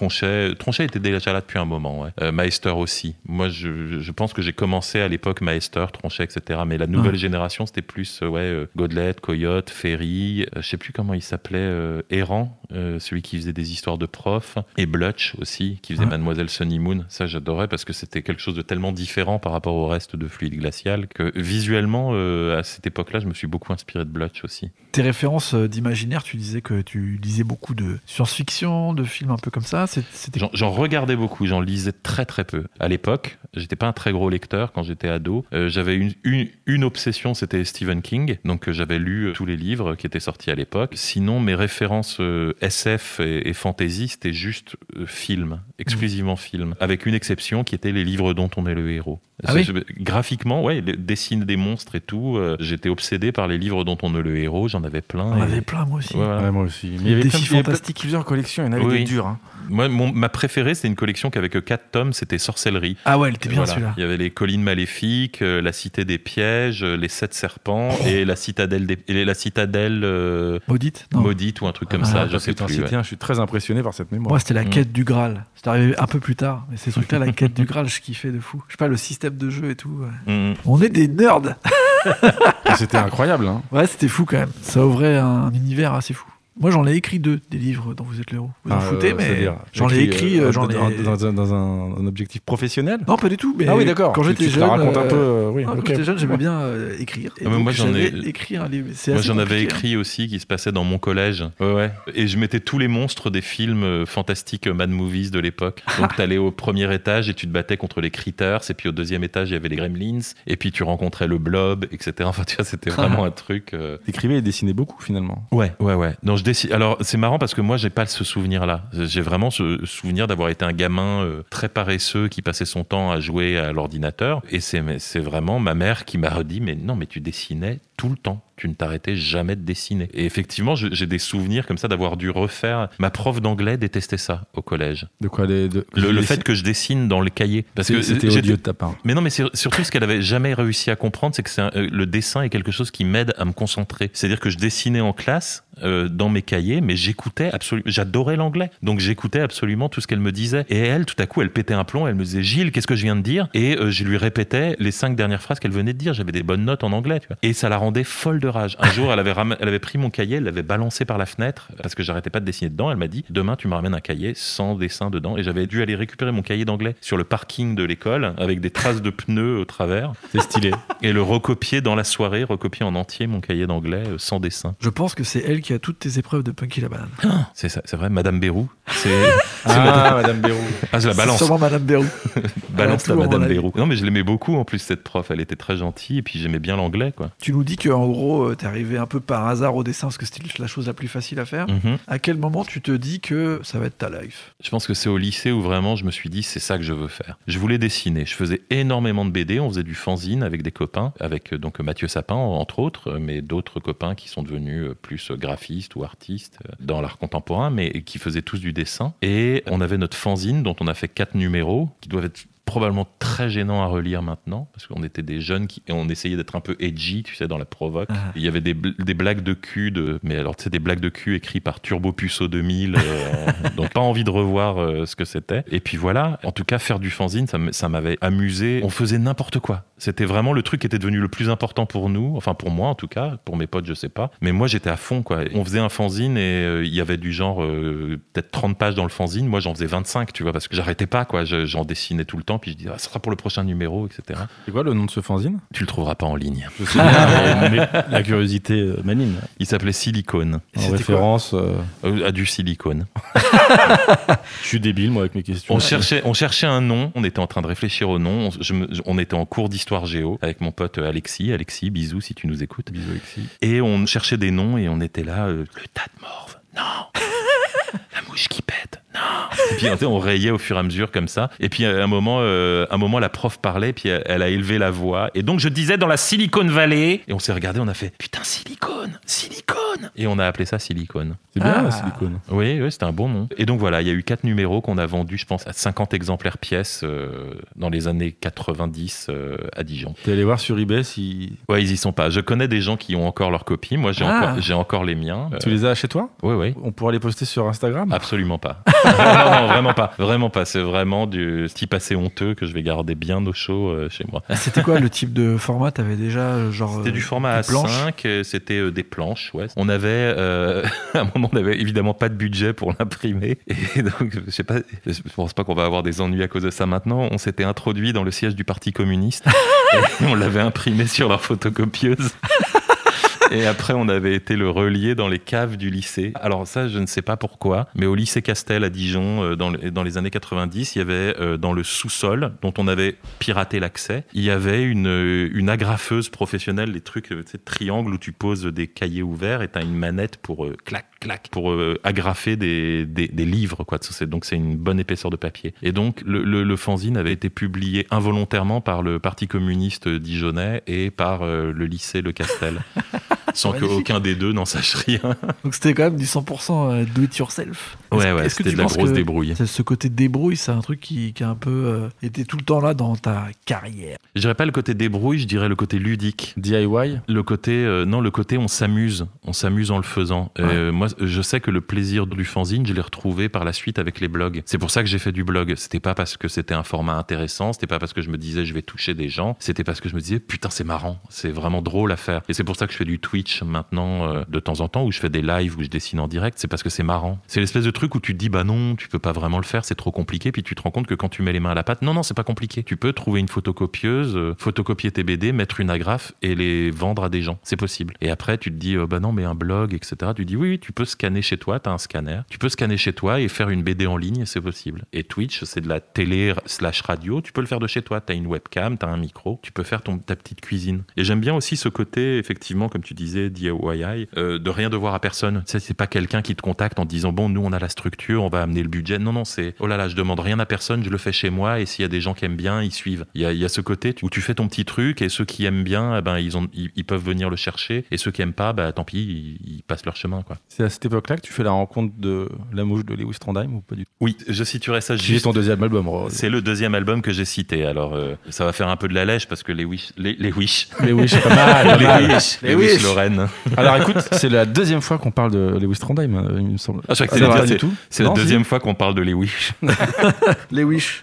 Tronchet était déjà là depuis un moment. Ouais. Maester aussi. Moi, je pense que j'ai commencé à l'époque Maester, Tronchet, etc. Mais la nouvelle génération, c'était plus Godelet, Coyote, Ferry. Je sais plus comment il s'appelait. Errant, celui qui faisait des histoires de profs. Et Blutch aussi, qui faisait Mademoiselle Sunny-Moon. Ça, j'adorais parce que c'était quelque chose de tellement différent par rapport au reste de Fluide Glacial que visuellement, à cette époque-là, je me suis beaucoup inspiré de Blutch aussi. Tes références d'imaginaire, tu disais que tu lisais beaucoup de science-fiction, de films un peu comme ça. J'en regardais beaucoup, j'en lisais très très peu. À l'époque, j'étais pas un très gros lecteur quand j'étais ado. J'avais une obsession, c'était Stephen King. Donc j'avais lu tous les livres qui étaient sortis à l'époque. Sinon, mes références SF et fantasy, c'était juste film, exclusivement film. Avec une exception qui était les livres dont on est le héros. Graphiquement, dessiner des monstres et tout. J'étais obsédé par les livres dont on est le héros. J'en avais plein. On avait plein, moi aussi. Ouais, moi aussi. Mais il y avait plein de fantastiques. Plusieurs collections. Il y en avait des durs. Hein. Moi, ma préférée, c'était une collection qui avait que 4 tomes. C'était Sorcellerie. Ah ouais, elle était bien celui-là. Il y avait les collines maléfiques, la cité des pièges, les 7 serpents et la citadelle maudite ou un truc comme ça. Je sais plus. Je suis très impressionné par cette mémoire. Moi, c'était la quête du Graal. C'est arrivé un peu plus tard. Mais ces trucs-là, la quête du Graal, je kiffais de fou. Je sais pas, le système de jeu et tout. On est des nerds. C'était incroyable. Hein. Ouais, c'était fou quand même. Ça ouvrait un univers assez fou. Moi, j'en ai écrit 2 des livres dont vous êtes le héros. Vous en foutez, mais j'en ai écrit. Dans un objectif professionnel ? Non, pas du tout. Mais oui, d'accord. Quand j'étais jeune, racontes un peu. Quand j'étais jeune, j'aimais bien écrire. Et moi, j'avais écrit un livre. Moi, j'en avais écrit aussi qui se passait dans mon collège. Ouais. Et je mettais tous les monstres des films fantastiques Mad Movies de l'époque. Donc, t'allais au premier étage et tu te battais contre les Critters. Et puis au deuxième étage, il y avait les Gremlins. Et puis tu rencontrais le Blob, etc. Enfin, tu vois, c'était vraiment un truc. T'écrivais et dessinais beaucoup finalement. Ouais. Non, alors, c'est marrant parce que moi, j'ai pas ce souvenir-là. J'ai vraiment ce souvenir d'avoir été un gamin très paresseux qui passait son temps à jouer à l'ordinateur. Et c'est vraiment ma mère qui m'a redit, mais non, mais tu dessinais tout le temps. Tu ne t'arrêtais jamais de dessiner. Et effectivement, j'ai des souvenirs comme ça d'avoir dû refaire. Ma prof d'anglais détestait ça au collège. De quoi le fait que je dessine dans les cahiers. Parce que c'était odieux de ta part. Mais non, mais c'est surtout ce qu'elle avait jamais réussi à comprendre, c'est que le dessin est quelque chose qui m'aide à me concentrer. C'est-à-dire que je dessinais en classe dans mes cahiers, mais j'écoutais absolument. J'adorais l'anglais, donc j'écoutais absolument tout ce qu'elle me disait. Et elle, tout à coup, elle pétait un plomb. Elle me disait, Gilles, qu'est-ce que je viens de dire ? Et je lui répétais les 5 dernières phrases qu'elle venait de dire. J'avais des bonnes notes en anglais, tu vois. Et ça la rendait folle de rage. Un jour, elle avait pris mon cahier, elle l'avait balancé par la fenêtre parce que j'arrêtais pas de dessiner dedans. Elle m'a dit, demain, tu me ramènes un cahier sans dessin dedans. Et j'avais dû aller récupérer mon cahier d'anglais sur le parking de l'école avec des traces de pneus au travers. C'est stylé. Et le recopier dans la soirée, recopier en entier mon cahier d'anglais sans dessin. Je pense que c'est elle qui a toutes tes épreuves de Punky la banane. C'est ça, c'est vrai, Madame Bérou. Madame Bérou. Ah, c'est la balance. C'est sûrement Madame Bérou. Balance la Madame Bérou. Non, mais je l'aimais beaucoup en plus, cette prof. Elle était très gentille et puis j'aimais bien l'anglais, quoi. Tu nous dis qu'en gros, t'es arrivé un peu par hasard au dessin parce que c'était la chose la plus facile à faire. À quel moment tu te dis que ça va être ta life ? Je pense que c'est au lycée où vraiment je me suis dit, c'est ça que je veux faire. Je voulais dessiner. Je faisais énormément de BD. On faisait du fanzine avec des copains, avec donc Mathieu Sapin, entre autres, mais d'autres copains qui sont devenus plus graphistes ou artistes dans l'art contemporain, mais qui faisaient tous du dessin. Et on avait notre fanzine dont on a fait 4 numéros qui doivent être probablement très gênant à relire maintenant parce qu'on était des jeunes et on essayait d'être un peu edgy, tu sais, dans la provoque. Il y avait des blagues de cul mais alors tu sais, des blagues de cul écrites par Turbo Puceau 2000 donc pas envie de revoir ce que c'était. Et puis voilà, en tout cas faire du fanzine ça m'avait amusé. On faisait n'importe quoi. C'était vraiment le truc qui était devenu le plus important pour nous, enfin pour moi en tout cas, pour mes potes je sais pas, mais moi j'étais à fond quoi. On faisait un fanzine et il y avait du genre peut-être 30 pages dans le fanzine, moi j'en faisais 25 tu vois, parce que j'arrêtais pas quoi, j'en dessinais tout le temps. Puis je dis, ça sera pour le prochain numéro, etc. C'est quoi le nom de ce fanzine ? Tu le trouveras pas en ligne. Je sais bien, mais la curiosité m'anime. Il s'appelait Silicone. En référence à du silicone. Je suis débile, moi, avec mes questions. On cherchait un nom. On était en train de réfléchir au nom. On était en cours d'histoire géo avec mon pote Alexis. Alexis, bisous si tu nous écoutes. Bisous, Alexis. Et on cherchait des noms et on était là. Le tas de morve. Non. La mouche qui pète. Non. Et puis on rayait au fur et à mesure comme ça. Et puis à un moment la prof parlait, puis elle a élevé la voix. Et donc je disais dans la Silicon Valley. Et on s'est regardé, on a fait putain silicone. Et on a appelé ça Silicone. C'est bien la Silicone. Oui, c'était un bon nom. Et donc voilà, il y a eu 4 numéros qu'on a vendus, je pense, à 50 exemplaires pièce dans les années 90 à Dijon. T'es allé voir sur eBay si... Ouais, ils y sont pas. Je connais des gens qui ont encore leurs copies. Moi, j'ai encore les miens. Tu les as chez toi ? Oui. On pourra les poster sur Instagram ? Absolument pas. non, vraiment pas. C'est vraiment du type assez honteux que je vais garder bien au chaud chez moi. C'était quoi le type de format? T'avais déjà genre. C'était du format A5, c'était des planches, ouais. On avait, à un moment, on n'avait évidemment pas de budget pour l'imprimer. Et donc, je pense pas qu'on va avoir des ennuis à cause de ça maintenant. On s'était introduit dans le siège du Parti communiste et on l'avait imprimé sur leur photocopieuse. Et après, on avait été le relier dans les caves du lycée. Alors ça, je ne sais pas pourquoi, mais au lycée Castel à Dijon, dans les années 90, il y avait dans le sous-sol, dont on avait piraté l'accès, il y avait une agrafeuse professionnelle, les trucs, tu sais, triangles où tu poses des cahiers ouverts et tu as une manette pour clac, pour agrafer des livres, quoi. Donc c'est une bonne épaisseur de papier. Et donc le fanzine avait été publié involontairement par le Parti communiste dijonnais et par le lycée Le Castel. Sans qu'aucun des deux n'en sache rien. Donc c'était quand même du 100% do it yourself. Ouais, c'était de la grosse débrouille. Ce côté débrouille, c'est un truc qui a un peu été tout le temps là dans ta carrière. Je dirais pas le côté débrouille, je dirais le côté ludique. DIY. Le côté on s'amuse en le faisant. Ouais. Moi, je sais que le plaisir du fanzine, je l'ai retrouvé par la suite avec les blogs. C'est pour ça que j'ai fait du blog. C'était pas parce que c'était un format intéressant, c'était pas parce que je me disais je vais toucher des gens, c'était parce que je me disais putain c'est marrant, c'est vraiment drôle à faire. Et c'est pour ça que je fais du Twitch maintenant de temps en temps, où je fais des lives où je dessine en direct. C'est parce que c'est marrant. C'est l'espèce de truc où tu te dis bah non, tu peux pas vraiment le faire, c'est trop compliqué, puis tu te rends compte que quand tu mets les mains à la pâte, non, c'est pas compliqué. Tu peux trouver une photocopieuse, photocopier tes BD, mettre une agrafe et les vendre à des gens. C'est possible. Et après tu te dis bah non mais un blog, etc. Tu dis oui, tu peux scanner chez toi, t'as un scanner. Tu peux scanner chez toi et faire une BD en ligne, c'est possible. Et Twitch, c'est de la télé/radio, tu peux le faire de chez toi. T'as une webcam, t'as un micro, tu peux faire ta petite cuisine. Et j'aime bien aussi ce côté, effectivement, comme tu disais, DIY, de rien devoir à personne. C'est pas quelqu'un qui te contacte en te disant bon, nous on a la structure, on va amener le budget. Non, c'est oh là là, je demande rien à personne, je le fais chez moi et s'il y a des gens qui aiment bien, ils suivent. Il y a ce côté où tu fais ton petit truc et ceux qui aiment bien, ils peuvent venir le chercher et ceux qui aiment pas, tant pis, ils passent leur chemin, quoi. C'est à cette époque-là que tu fais la rencontre de La Mouche de Lewis Trondheim ou pas du tout? Oui, je situerais ça juste. C'est ton deuxième album. C'est le deuxième album que j'ai cité. Alors ça va faire un peu de la lèche parce que les Wish, c'est pas mal. Les Wish Lorraine. Alors écoute, c'est la deuxième fois qu'on parle de Lewis Trondheim, il me semble. Ah, je crois que c'est la deuxième fois qu'on parle de les Wish. Les Wish.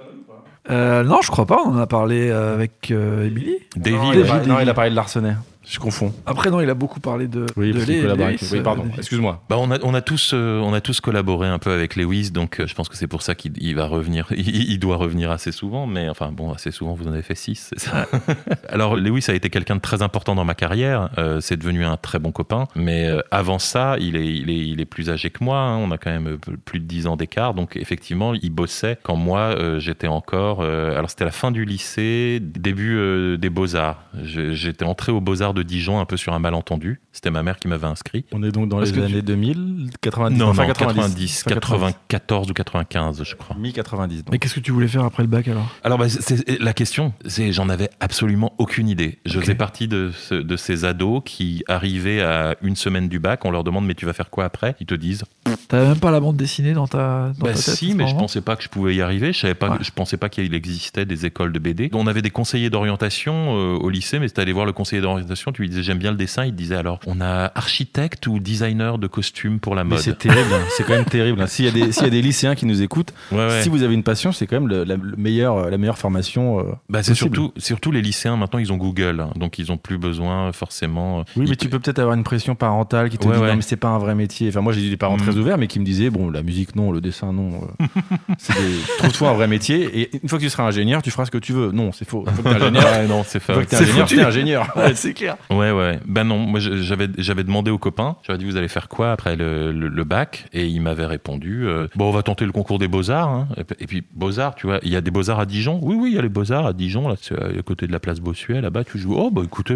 Non, je crois pas. On en a parlé avec Emily. Il a parlé de Larsenet. Je confonds. Après, non, il a beaucoup parlé de Lewis. Oui, pardon, excuse-moi. On a tous collaboré un peu avec Lewis, donc je pense que c'est pour ça qu'il va revenir. Il doit revenir assez souvent, mais enfin bon, assez souvent, vous en avez fait 6, c'est ça. Alors, Lewis a été quelqu'un de très important dans ma carrière. C'est devenu un très bon copain, mais avant ça, il est plus âgé que moi. On a quand même plus de 10 ans d'écart, donc effectivement, il bossait quand moi, j'étais encore... alors, c'était la fin du lycée, début des Beaux-Arts. J'étais entré aux Beaux-Arts de Dijon un peu sur un malentendu. C'était ma mère qui m'avait inscrit. On est donc dans les années 2000, 90, non, 90, 94 ou 95, je crois. Mi-90. Mais qu'est-ce que tu voulais faire après le bac alors? Alors, la question, j'en avais absolument aucune idée. Je faisais partie de ces ados qui arrivaient à une semaine du bac, on leur demande mais tu vas faire quoi après? Ils te disent... T'avais même pas la bande dessinée dans ta tête? Si, mais je pensais pas que je pouvais y arriver. Je pensais pas qu'il existait des écoles de BD. On avait des conseillers d'orientation au lycée, mais c'était aller voir le conseiller d'orientation, tu lui disais j'aime bien le dessin, il te disait alors on a architecte ou designer de costumes pour la mode. Mais c'est terrible, c'est quand même terrible. S'il y a des lycéens qui nous écoutent, si vous avez une passion, c'est quand même la meilleure formation. C'est surtout les lycéens maintenant ils ont Google, donc ils ont plus besoin forcément. Oui, mais tu peux peut-être avoir une pression parentale qui te dit non mais c'est pas un vrai métier. Enfin moi j'ai des parents très ouverts mais qui me disaient bon la musique non, le dessin non. Trouve-toi un vrai métier et une fois que tu seras ingénieur, tu feras ce que tu veux. Non, c'est faux. Faut que t'es ingénieur. Non, c'est faux. Faut que t'es ingénieur. C'est clair. Ouais. Ben non, moi j'avais demandé aux copains, j'avais dit vous allez faire quoi après le bac? Et ils m'avaient répondu on va tenter le concours des Beaux-Arts. Hein. Et puis Beaux-Arts, tu vois, il y a des Beaux-Arts à Dijon. Oui, il y a les Beaux-Arts à Dijon, là, c'est à côté de la place Bossuet, là-bas. Tu joues. Oh, écoutez,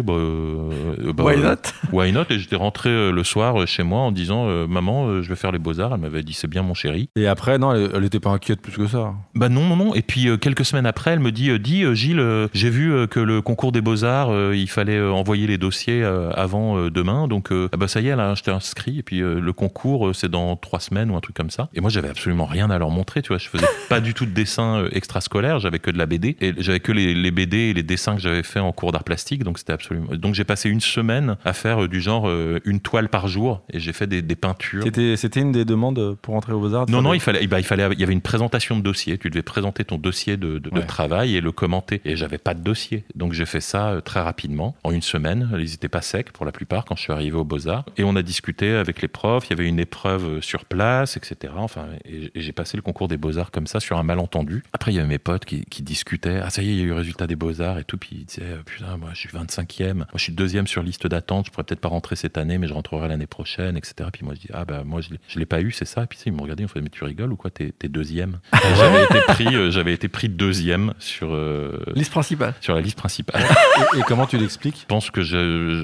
why not? Why not? Et j'étais rentré le soir chez moi en disant maman, je vais faire les Beaux-Arts. Elle m'avait dit c'est bien, mon chéri. Et après, non, elle était pas inquiète plus que ça. Non. Et puis quelques semaines après, elle me dit Gilles, j'ai vu que le concours des Beaux-Arts, il fallait envoyer les dossiers avant demain. Donc, ça y est, là, je t'ai inscrit. Et puis, le concours, c'est dans 3 semaines ou un truc comme ça. Et moi, j'avais absolument rien à leur montrer, tu vois. Je faisais pas du tout de dessin extrascolaire. J'avais que de la BD. Et j'avais que les BD et les dessins que j'avais fait en cours d'art plastique. Donc, c'était absolument. Donc, j'ai passé une semaine à faire du genre une toile par jour. Et j'ai fait des peintures. C'était une des demandes pour entrer aux Beaux-Arts? Non, il y avait une présentation de dossier. Tu devais présenter ton dossier de travail et le commenter. Et j'avais pas de dossier. Donc j'ai fait ça très rapidement, en une semaine. Ils étaient pas secs pour la plupart quand je suis arrivé aux Beaux-Arts. Et on a discuté avec les profs. Il y avait une épreuve sur place, etc. Enfin, et j'ai passé le concours des Beaux-Arts comme ça, sur un malentendu. Après, il y avait mes potes qui discutaient. Ah, ça y est, il y a eu le résultat des Beaux-Arts et tout. Puis ils disaient, putain, moi, je suis 25e. Moi, je suis 2e sur liste d'attente. Je pourrais peut-être pas rentrer cette année, mais je rentrerai l'année prochaine, etc. Puis moi, je dis, ah, bah, moi, je l'ai pas eu, c'est ça. Et puis, ils m'ont regardé, ils m'ont fait, mais tu rigoles ou quoi? T'es 2e. J'avais été pris 2e sur, liste principale. Sur la liste principale. Et comment tu l'expliques? Je pense que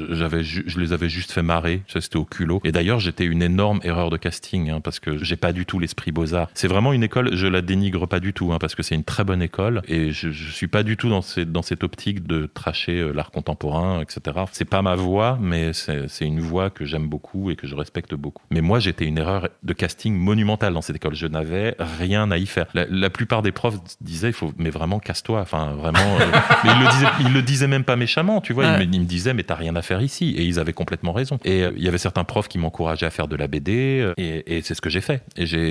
je les avais juste fait marrer. Ça, c'était au culot. Et d'ailleurs, j'étais une énorme erreur de casting, hein, parce que j'ai pas du tout l'esprit Beaux-Arts. C'est vraiment une école, je la dénigre pas du tout, hein, parce que c'est une très bonne école. Et je suis pas du tout dans cette optique de tracher l'art contemporain, etc. C'est pas ma voie, mais c'est une voie que j'aime beaucoup et que je respecte beaucoup. Mais moi, j'étais une erreur de casting monumentale dans cette école. Je n'avais rien à y faire. La plupart des profs disaient, mais vraiment, casse-toi. Enfin, vraiment. Mais ils le disaient même pas méchamment, tu vois. Ouais. Ils me disaient, mais t'as rien à faire ici. Et ils avaient complètement raison. Et il y avait certains profs qui m'encourageaient à faire de la BD. Et c'est ce que j'ai fait.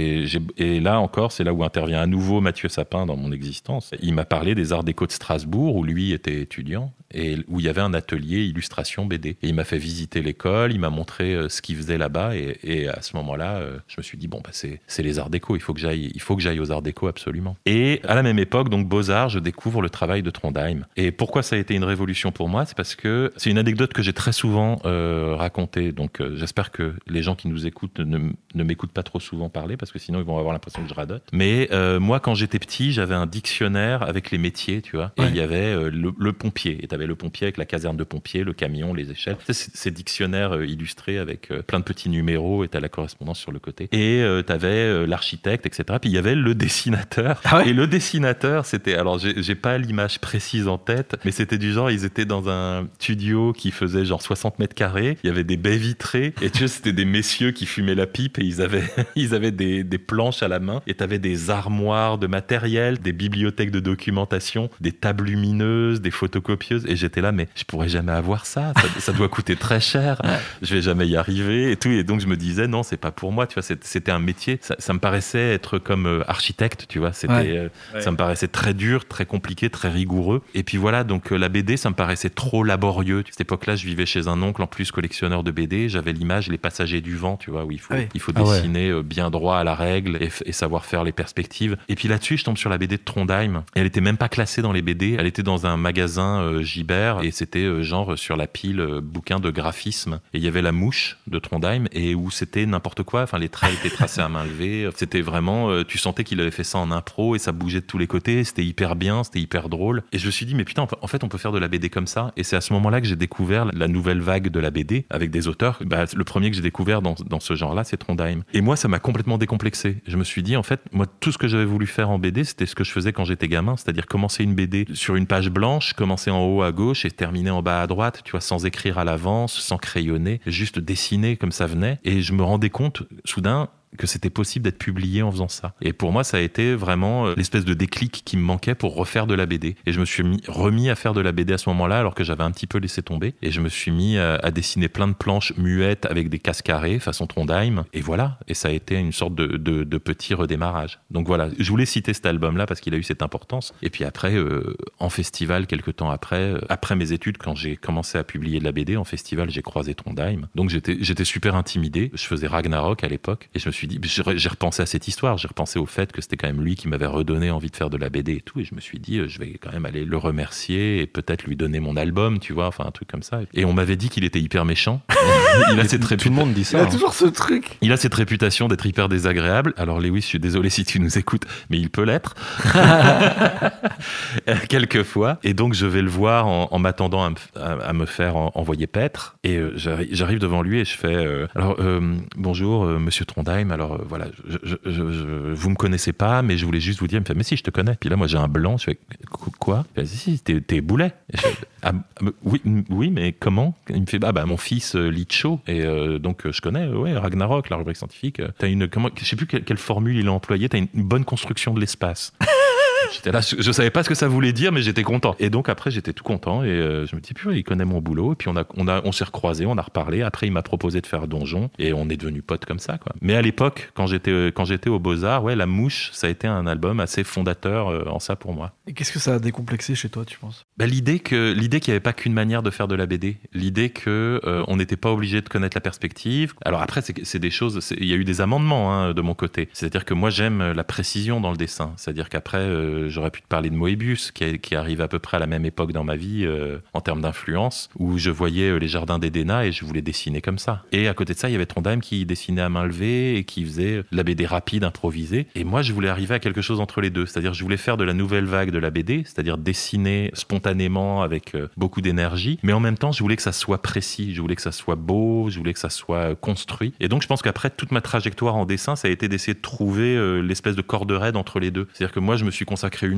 Et là encore, c'est là où intervient à nouveau Mathieu Sapin dans mon existence. Il m'a parlé des Arts Déco de Strasbourg, où lui était étudiant, et où il y avait un atelier illustration BD. Et il m'a fait visiter l'école, il m'a montré ce qu'il faisait là-bas. Et à ce moment-là, je me suis dit, bon, bah, c'est les Arts Déco. Il faut que j'aille aux Arts Déco absolument. Et à la même époque, donc Beaux-Arts, je découvre le travail de Trondheim. Et pourquoi ça a été une révolution pour moi? C'est parce que c'est une anecdote que j'ai très souvent racontée. Donc j'espère que les gens qui nous écoutent ne m'écoutent pas trop souvent parler, parce que sinon ils vont avoir l'impression que je radote. Mais moi, quand j'étais petit, j'avais un dictionnaire avec les métiers, tu vois. Et il y avait le pompier. Et tu avais le pompier avec la caserne de pompiers, le camion, les échelles. Ces dictionnaires illustrés avec plein de petits numéros, et tu as la correspondance sur le côté. Et tu avais l'architecte, etc. Puis il y avait le dessinateur. Ah ouais. Et le dessinateur, c'était... Alors, j'ai pas l'image précise en tête, mais c'était du genre, ils étaient dans un studio qui faisait genre 60 mètres carrés. Il y avait des baies vitrées. Et tu vois, c'était des messieurs qui fumaient la pipe, et ils avaient des planches à la main. Et tu avais des armoires de matériel, des bibliothèques de documentation, des tables lumineuses, des photocopieuses. Et j'étais là, mais je pourrais jamais avoir ça. Ça doit coûter très cher. Je vais jamais y arriver et tout. Et donc, je me disais, non, c'est pas pour moi. Tu vois, c'était un métier. Ça me paraissait être comme architecte, tu vois. Ça me paraissait très dur, très compliqué, très rigoureux. Et puis voilà, donc la BD, ça me paraissait trop laborieux. À cette époque-là, je vivais chez un oncle, en plus collectionneur de BD. J'avais l'image Les Passagers du Vent, tu vois, où il faut dessiner bien droit à la règle et savoir faire les perspectives. Et puis là-dessus, je tombe sur la BD de Trondheim. Et elle était même pas classée dans les BD. Elle était dans un magasin Gibert, et c'était genre sur la pile bouquin de graphisme. Et il y avait La Mouche de Trondheim, et où c'était n'importe quoi. Enfin, les traits étaient tracés à main levée. C'était vraiment, tu sentais qu'il avait fait ça en impro, et ça bougeait de tous les côtés. C'était hyper bien, c'était hyper drôle. Et je me suis dit, mais putain, en fait, on peut faire de la BD comme ça. Et c'est à ce moment-là que j'ai découvert la nouvelle vague de la BD avec des auteurs. Le premier que j'ai découvert dans ce genre-là, c'est Trondheim. Et moi, ça m'a complètement décomplexé. Je me suis dit, en fait, moi, tout ce que j'avais voulu faire en BD, c'était ce que je faisais quand j'étais gamin, c'est-à-dire commencer une BD sur une page blanche, commencer en haut à gauche et terminer en bas à droite, tu vois, sans écrire à l'avance, sans crayonner, juste dessiner comme ça venait. Et je me rendais compte, soudain, que c'était possible d'être publié en faisant ça. Et pour moi, ça a été vraiment l'espèce de déclic qui me manquait pour refaire de la BD. Et je me suis remis à faire de la BD à ce moment-là, alors que j'avais un petit peu laissé tomber. Et je me suis mis à dessiner plein de planches muettes avec des cases carrées, façon Trondheim. Et voilà. Et ça a été une sorte de petit redémarrage. Donc voilà, je voulais citer cet album-là parce qu'il a eu cette importance. Et puis après, en festival, quelques temps après mes études, quand j'ai commencé à publier de la BD, en festival, j'ai croisé Trondheim. Donc j'étais super intimidé. Je faisais Ragnarok à l'époque. Et je me suis dit, j'ai repensé à cette histoire, j'ai repensé au fait que c'était quand même lui qui m'avait redonné envie de faire de la BD et tout, et je me suis dit, je vais quand même aller le remercier et peut-être lui donner mon album, tu vois, enfin un truc comme ça. Et on m'avait dit qu'il était hyper méchant. Il a cette tout le monde dit ça. Il a toujours ce truc. Il a cette réputation d'être hyper désagréable. Alors Lewis, je suis désolé si tu nous écoutes, mais il peut l'être. Quelquefois. Et donc je vais le voir en m'attendant à me faire envoyer paître. Et j'arrive devant lui et je fais bonjour, monsieur Trondheim. Alors voilà, vous me connaissez pas, mais je voulais juste vous dire. Il me fait, mais si, je te connais. Puis là, moi, j'ai un blanc. Je fais, quoi? Il me fait, si, t'es Boulet. Et je fais, oui, mais comment? Il me fait, mon fils lit chaud. Et donc, je connais, Ragnarok, la rubrique scientifique. Je sais plus quelle formule il a employée. T'as une bonne construction de l'espace. J'étais là, je savais pas ce que ça voulait dire, mais j'étais content. Et donc après, j'étais tout content et je me dis, purée, il connaît mon boulot. Et puis on s'est recroisés, on a reparlé. Après, il m'a proposé de faire Donjon et on est devenus potes comme ça, quoi. Mais à l'époque, quand j'étais au Beaux-Arts, ouais, La Mouche, ça a été un album assez fondateur en ça pour moi. Et qu'est-ce que ça a décomplexé chez toi, tu penses? L'idée qu'il n'y avait pas qu'une manière de faire de la BD. L'idée que on n'était pas obligé de connaître la perspective. Alors après, c'est des choses. Il y a eu des amendements de mon côté. C'est-à-dire que moi, j'aime la précision dans le dessin. C'est-à-dire qu'après, j'aurais pu te parler de Moebius, qui arrive à peu près à la même époque dans ma vie en termes d'influence, où je voyais les jardins d'Edena et je voulais dessiner comme ça. Et à côté de ça, il y avait Trondheim qui dessinait à main levée et qui faisait la BD rapide, improvisée. Et moi, je voulais arriver à quelque chose entre les deux. C'est-à-dire, je voulais faire de la nouvelle vague de la BD, c'est-à-dire dessiner spontanément avec beaucoup d'énergie, mais en même temps, je voulais que ça soit précis, je voulais que ça soit beau, je voulais que ça soit construit. Et donc, je pense qu'après, toute ma trajectoire en dessin, ça a été d'essayer de trouver l'espèce de corde raide entre les deux. C'est-à-dire que moi, je me suis consacré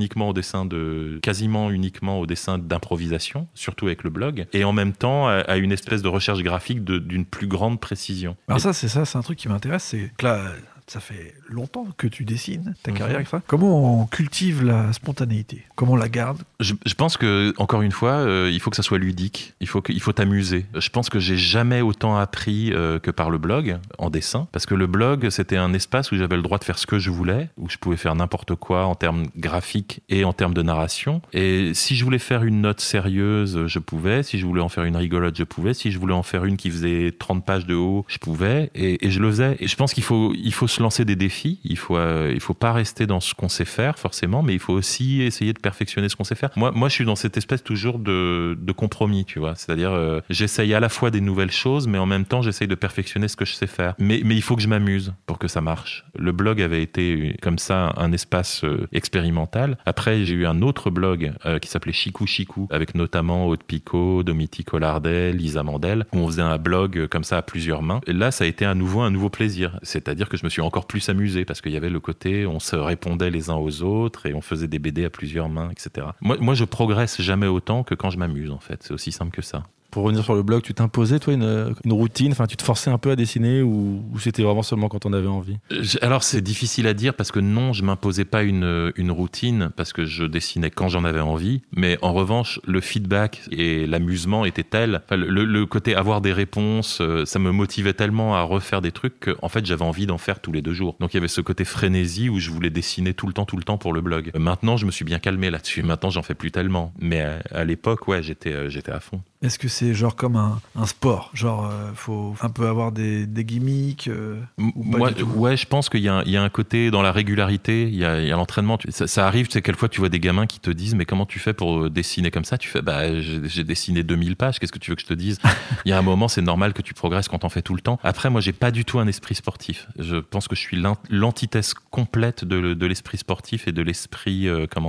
quasiment uniquement au dessin d'improvisation, surtout avec le blog, et en même temps à une espèce de recherche graphique d'une plus grande précision. Alors c'est un truc qui m'intéresse, c'est que là, ça fait longtemps que tu dessines, ta carrière avec ça. Comment on cultive la spontanéité? Comment on la garde? Je pense que, encore une fois, il faut que ça soit ludique. Il faut t'amuser. Je pense que j'ai jamais autant appris que par le blog, en dessin. Parce que le blog, c'était un espace où j'avais le droit de faire ce que je voulais, où je pouvais faire n'importe quoi en termes graphiques et en termes de narration. Et si je voulais faire une note sérieuse, je pouvais. Si je voulais en faire une rigolote, je pouvais. Si je voulais en faire une qui faisait 30 pages de haut, je pouvais. Et je le faisais. Et je pense qu'il faut se lancer des défis. Il faut pas rester dans ce qu'on sait faire, forcément, mais il faut aussi essayer de perfectionner ce qu'on sait faire. Moi, je suis dans cette espèce toujours de compromis, tu vois. C'est-à-dire, j'essaye à la fois des nouvelles choses, mais en même temps, j'essaye de perfectionner ce que je sais faire. Mais il faut que je m'amuse pour que ça marche. Le blog avait été, comme ça, un espace expérimental. Après, j'ai eu un autre blog qui s'appelait Chicou Chicou, avec notamment Aude Picot, Domiti Collardet, Lisa Mandel, où on faisait un blog comme ça à plusieurs mains. Et là, ça a été à nouveau un nouveau plaisir. C'est-à-dire que je me suis encore plus amusé, parce qu'il y avait le côté, on se répondait les uns aux autres, et on faisait des BD à plusieurs mains, etc. Moi, je progresse jamais autant que quand je m'amuse, en fait. C'est aussi simple que ça. Pour revenir sur le blog, tu t'imposais, toi, une routine? Enfin, tu te forçais un peu à dessiner ou c'était vraiment seulement quand on avait envie? Alors, c'est difficile à dire parce que non, je m'imposais pas une routine parce que je dessinais quand j'en avais envie. Mais en revanche, le feedback et l'amusement étaient tels. Enfin, le côté avoir des réponses, ça me motivait tellement à refaire des trucs qu'en fait, j'avais envie d'en faire tous les 2 jours. Donc, il y avait ce côté frénésie où je voulais dessiner tout le temps pour le blog. Maintenant, je me suis bien calmé là-dessus. Maintenant, j'en fais plus tellement. Mais à l'époque, ouais, j'étais à fond. Est-ce que c'est genre comme un sport? Genre, faut un peu avoir des gimmicks Moi, ouais, je pense qu'il y a un côté dans la régularité, il y a l'entraînement. Ça arrive, tu sais, quelquefois tu vois des gamins qui te disent, mais comment tu fais pour dessiner comme ça? Tu fais, j'ai dessiné 2000 pages, qu'est-ce que tu veux que je te dise? Il y a un moment, c'est normal que tu progresses quand t'en fais tout le temps. Après, moi, j'ai pas du tout un esprit sportif. Je pense que je suis l'antithèse complète de l'esprit sportif et de l'esprit,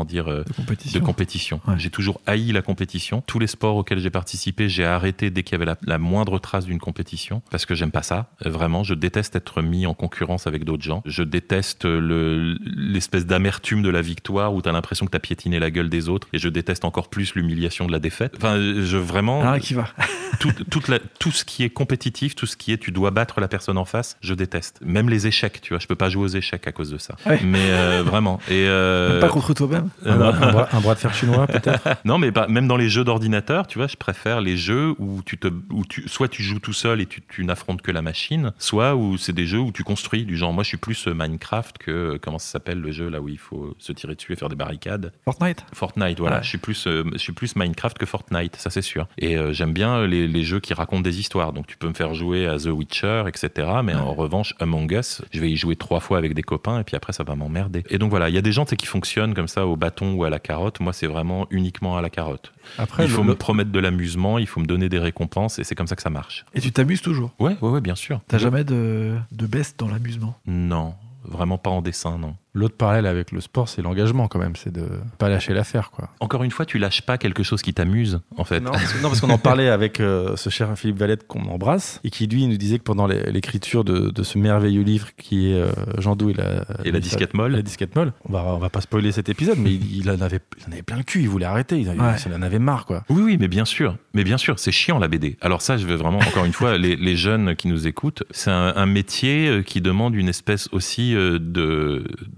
de compétition. Ouais. J'ai toujours haï la compétition. Tous les sports auxquels j'ai participé, j'ai arrêté dès qu'il y avait la moindre trace d'une compétition parce que j'aime pas ça. Vraiment, je déteste être mis en concurrence avec d'autres gens. Je déteste l'espèce d'amertume de la victoire où t'as l'impression que t'as piétiné la gueule des autres, et je déteste encore plus l'humiliation de la défaite. Enfin, vraiment. Ah, qui va. tout ce qui est compétitif, tout ce qui est tu dois battre la personne en face, je déteste. Même les échecs, tu vois, je peux pas jouer aux échecs à cause de ça. Ouais. Mais vraiment. Et pas contre toi-même. Un bras de fer chinois, peut-être? Non, mais même dans les jeux d'ordinateur, tu vois, je préfère les jeux où soit tu joues tout seul et tu n'affrontes que la machine, soit où c'est des jeux où tu construis, du genre, moi je suis plus Minecraft que, comment ça s'appelle le jeu là où il faut se tirer dessus et faire des barricades? Fortnite, voilà. Ouais. Je suis plus Minecraft que Fortnite, ça c'est sûr. Et j'aime bien les jeux qui racontent des histoires, donc tu peux me faire jouer à The Witcher, etc. Mais en revanche, Among Us, je vais y jouer 3 fois avec des copains et puis après ça va m'emmerder. Et donc voilà, il y a des gens qui fonctionnent comme ça au bâton ou à la carotte. Moi c'est vraiment uniquement à la carotte. Après, il faut me promettre de l'amusement, il faut me donner des récompenses, et c'est comme ça que ça marche. Et tu t'amuses toujours? Ouais, bien sûr. T'as jamais de baisse dans l'amusement? Non, vraiment pas en dessin, non. L'autre parallèle avec le sport, c'est l'engagement quand même, c'est de pas lâcher l'affaire, quoi. Encore une fois, tu lâches pas quelque chose qui t'amuse, en fait. Non, parce qu'on en parlait avec ce cher Philippe Valette qu'on embrasse, et qui lui nous disait que pendant l'écriture de ce merveilleux livre qui est Jean Doux et la disquette molle. La disquette molle. On va pas spoiler cet épisode, mais il en avait plein le cul, il voulait arrêter, il en avait marre, quoi. Oui, mais bien sûr, c'est chiant la BD. Alors ça, je veux vraiment, encore une fois, les jeunes qui nous écoutent, c'est un métier qui demande une espèce aussi